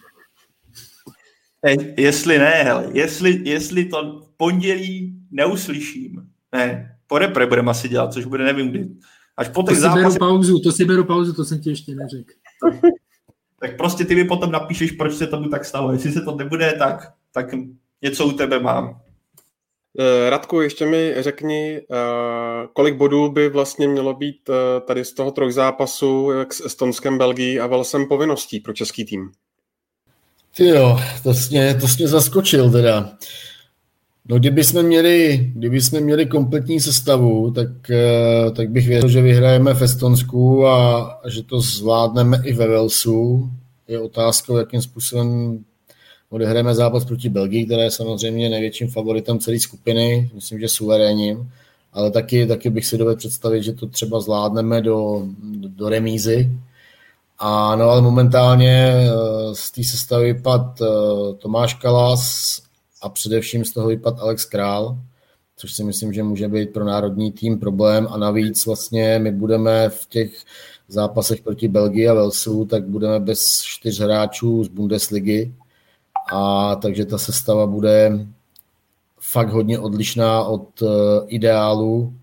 Jestli ne, hele, jestli to v pondělí neuslyším, ne, po repre budeme asi dělat, což bude nevím kdy. Až po těch zápasech... To si beru pauzu, to jsem ti ještě neřekl. Tak prostě ty mi potom napíšeš, proč se tomu tak stalo. Jestli se to nebude, tak něco u tebe mám. Radku, ještě mi řekni, kolik bodů by vlastně mělo být tady z toho trojzápasu s Estonskem, Belgií a Walesem povinností pro český tým? Tyjo, to jsi mě zaskočil teda. No kdybychom měli kompletní sestavu, tak bych věřil, že vyhrajeme v Estonsku a že to zvládneme i ve Walesu. Je otázkou, jakým způsobem odehrajeme zápas proti Belgii, která je samozřejmě největším favoritem celé skupiny, myslím, že suverénním, ale taky bych si dovedl představit, že to třeba zvládneme do remízy. A no, ale momentálně z té sestavy vypad Tomáš Kalas a především z toho vypad Alex Král, což si myslím, že může být pro národní tým problém a navíc vlastně my budeme v těch zápasech proti Belgii a Walesu, tak budeme bez 4 hráčů z Bundesligy a takže ta sestava bude fakt hodně odlišná od ideálu.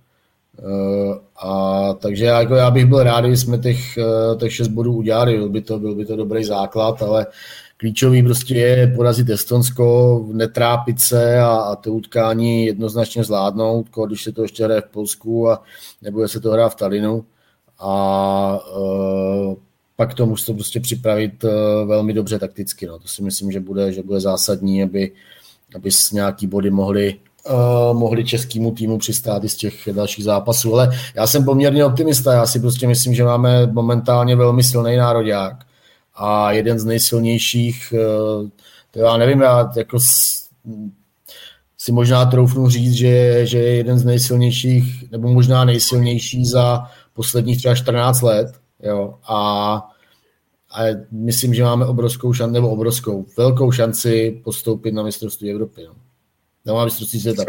A takže já bych byl rád, když jsme těch 6 bodů udělali, byl by to dobrý základ, ale klíčový prostě je porazit Estonsko, netrápit se a to utkání jednoznačně zvládnout, když se to ještě hraje v Polsku a nebude se to hrát v Tallinnu a pak to musí to prostě připravit velmi dobře takticky. No. To si myslím, že bude zásadní, aby s nějaký body mohli českému týmu přistát i z těch dalších zápasů. Ale já jsem poměrně optimista, já si prostě myslím, že máme momentálně velmi silný nároďák a jeden z nejsilnějších, to já nevím, já jako si možná troufnu říct, že je jeden z nejsilnějších, nebo možná nejsilnější za posledních třeba 14 let, jo, a myslím, že máme velkou šanci postoupit na mistrovství Evropy, no. Na mistrovství světa.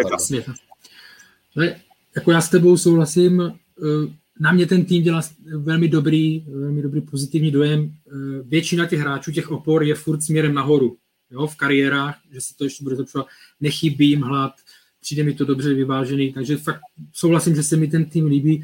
Jako já s tebou souhlasím, na mě ten tým dělá velmi dobrý pozitivní dojem. Většina těch hráčů, těch opor je furt směrem nahoru, jo, v kariérách, že se to ještě bude zlepšovat. Nechybí jim hlad, přijde mi to dobře vyvážený, takže fakt souhlasím, že se mi ten tým líbí.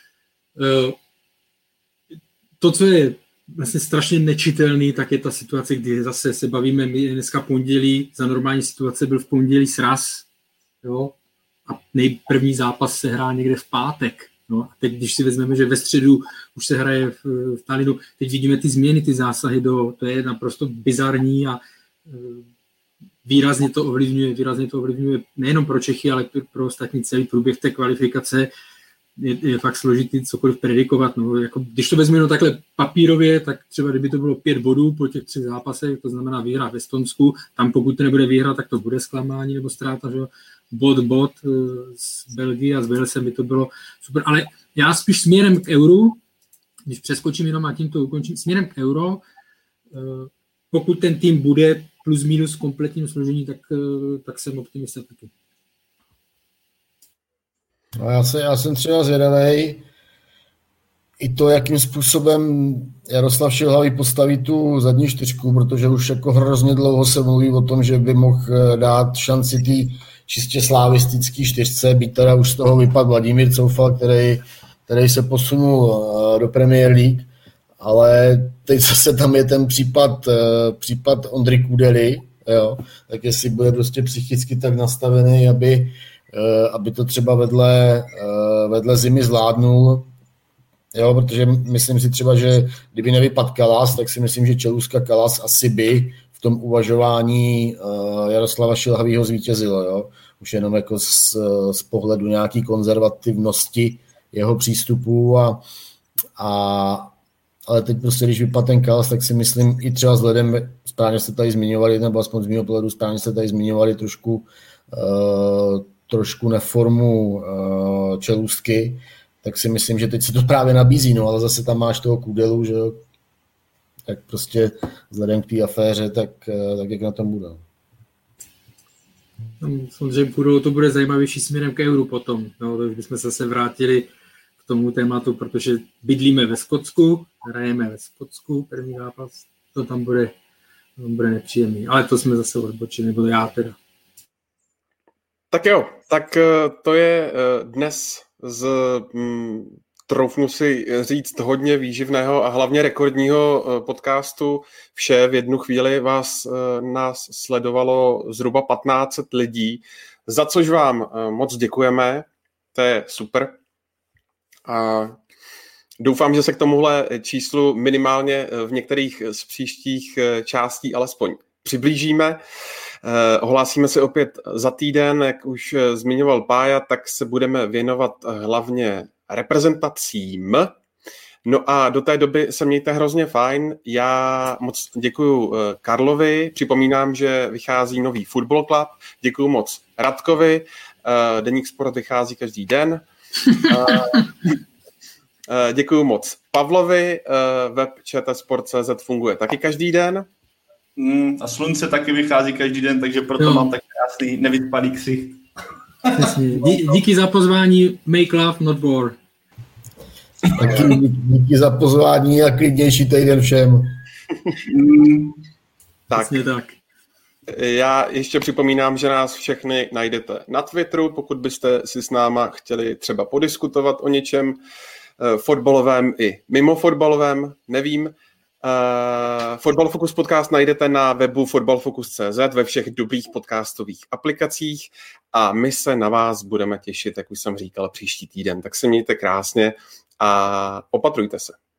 To, co je vlastně strašně nečitelný, tak je ta situace, kdy zase se bavíme, my dneska pondělí, za normální situace byl v pondělí sraz, jo, a první zápas se hrál někde v pátek. No, a teď, když si vezmeme, že ve středu už se hraje v Tallinnu, teď vidíme ty změny, ty zásahy, to je naprosto bizarní a výrazně to ovlivňuje nejenom pro Čechy, ale pro ostatní celý průběh té kvalifikace. Je fakt složitý cokoliv predikovat. No, jako, když to vezmeme takhle papírově, tak třeba kdyby to bylo 5 bodů po těch 3 zápasech, to znamená výhra v Estonsku, tam pokud to nebude výhra, tak to bude zklamání nebo ztráta, že? Bod z Belgie a z Walesem by to bylo super, ale já spíš směrem k euru, když přeskočím jenom a tím to ukončím, směrem k euro, pokud ten tým bude plus minus kompletním složení, tak jsem optimista taky. No já jsem třeba zvědavej i to, jakým způsobem Jaroslav Šilhavý postaví tu zadní 4, protože už jako hrozně dlouho se mluví o tom, že by mohl dát šanci té čistě slavistický 4, byť teda už z toho vypadl Vladimír Coufal, který se posunul do Premier League, ale teď zase tam je ten případ Ondry Kudely, jo, tak jestli bude prostě psychicky tak nastavený, aby to třeba vedle zimy zvládnul, jo, protože myslím si třeba, že kdyby nevypadl Kalas, tak si myslím, že Čelůstka Kalas asi by v tom uvažování Jaroslava Šilhavýho zvítězilo, jo. Už jenom jako z pohledu nějaký konzervativnosti jeho přístupů ale teď prostě, když vypadl ten Kalas, tak si myslím i třeba vzhledem, správně jste tady zmiňovali, nebo aspoň z mého pohledu správně jste tady zmiňovali trošku neformu Čelůstky, tak si myslím, že teď se to právě nabízí, no, ale zase tam máš toho Kudelu, že jo, tak prostě vzhledem k té aféře, tak jak na tom bude. Samozřejmě to bude zajímavější směrem k Euru potom, no, to už bychom se zase vrátili k tomu tématu, protože bydlíme ve Skotsku, hrajeme ve Skotsku, první zápas, to tam bude nepříjemný, ale to jsme zase odbočili, nebo já teda. Tak jo, tak to je dnes troufnu si říct, hodně výživného a hlavně rekordního podcastu vše. V jednu chvíli nás sledovalo zhruba 1500 lidí, za což vám moc děkujeme, to je super. A doufám, že se k tomuhle číslu minimálně v některých z příštích částí alespoň přiblížíme. Ohlásíme se opět za týden, jak už zmiňoval Pája, tak se budeme věnovat hlavně reprezentacím. No a do té doby se mějte hrozně fajn. Já moc děkuju Karlovi, připomínám, že vychází nový Football Club, děkuju moc Radkovi, Deník Sport vychází každý den. Děkuju moc Pavlovi, web čtsport.cz funguje taky každý den. A slunce taky vychází každý den, takže proto mám tak krásný nevyspalý ksicht. Díky za pozvání, make love, not war. Taky díky za pozvání a klidnější týden všem. Tak. Já ještě připomínám, že nás všechny najdete na Twitteru, pokud byste si s náma chtěli třeba podiskutovat o něčem fotbalovém i mimo fotbalovém, nevím. Fotbal Focus podcast najdete na webu fotbalfocus.cz ve všech dobrých podcastových aplikacích a my se na vás budeme těšit, jak už jsem říkal, příští týden. Tak se mějte krásně a opatrujte se.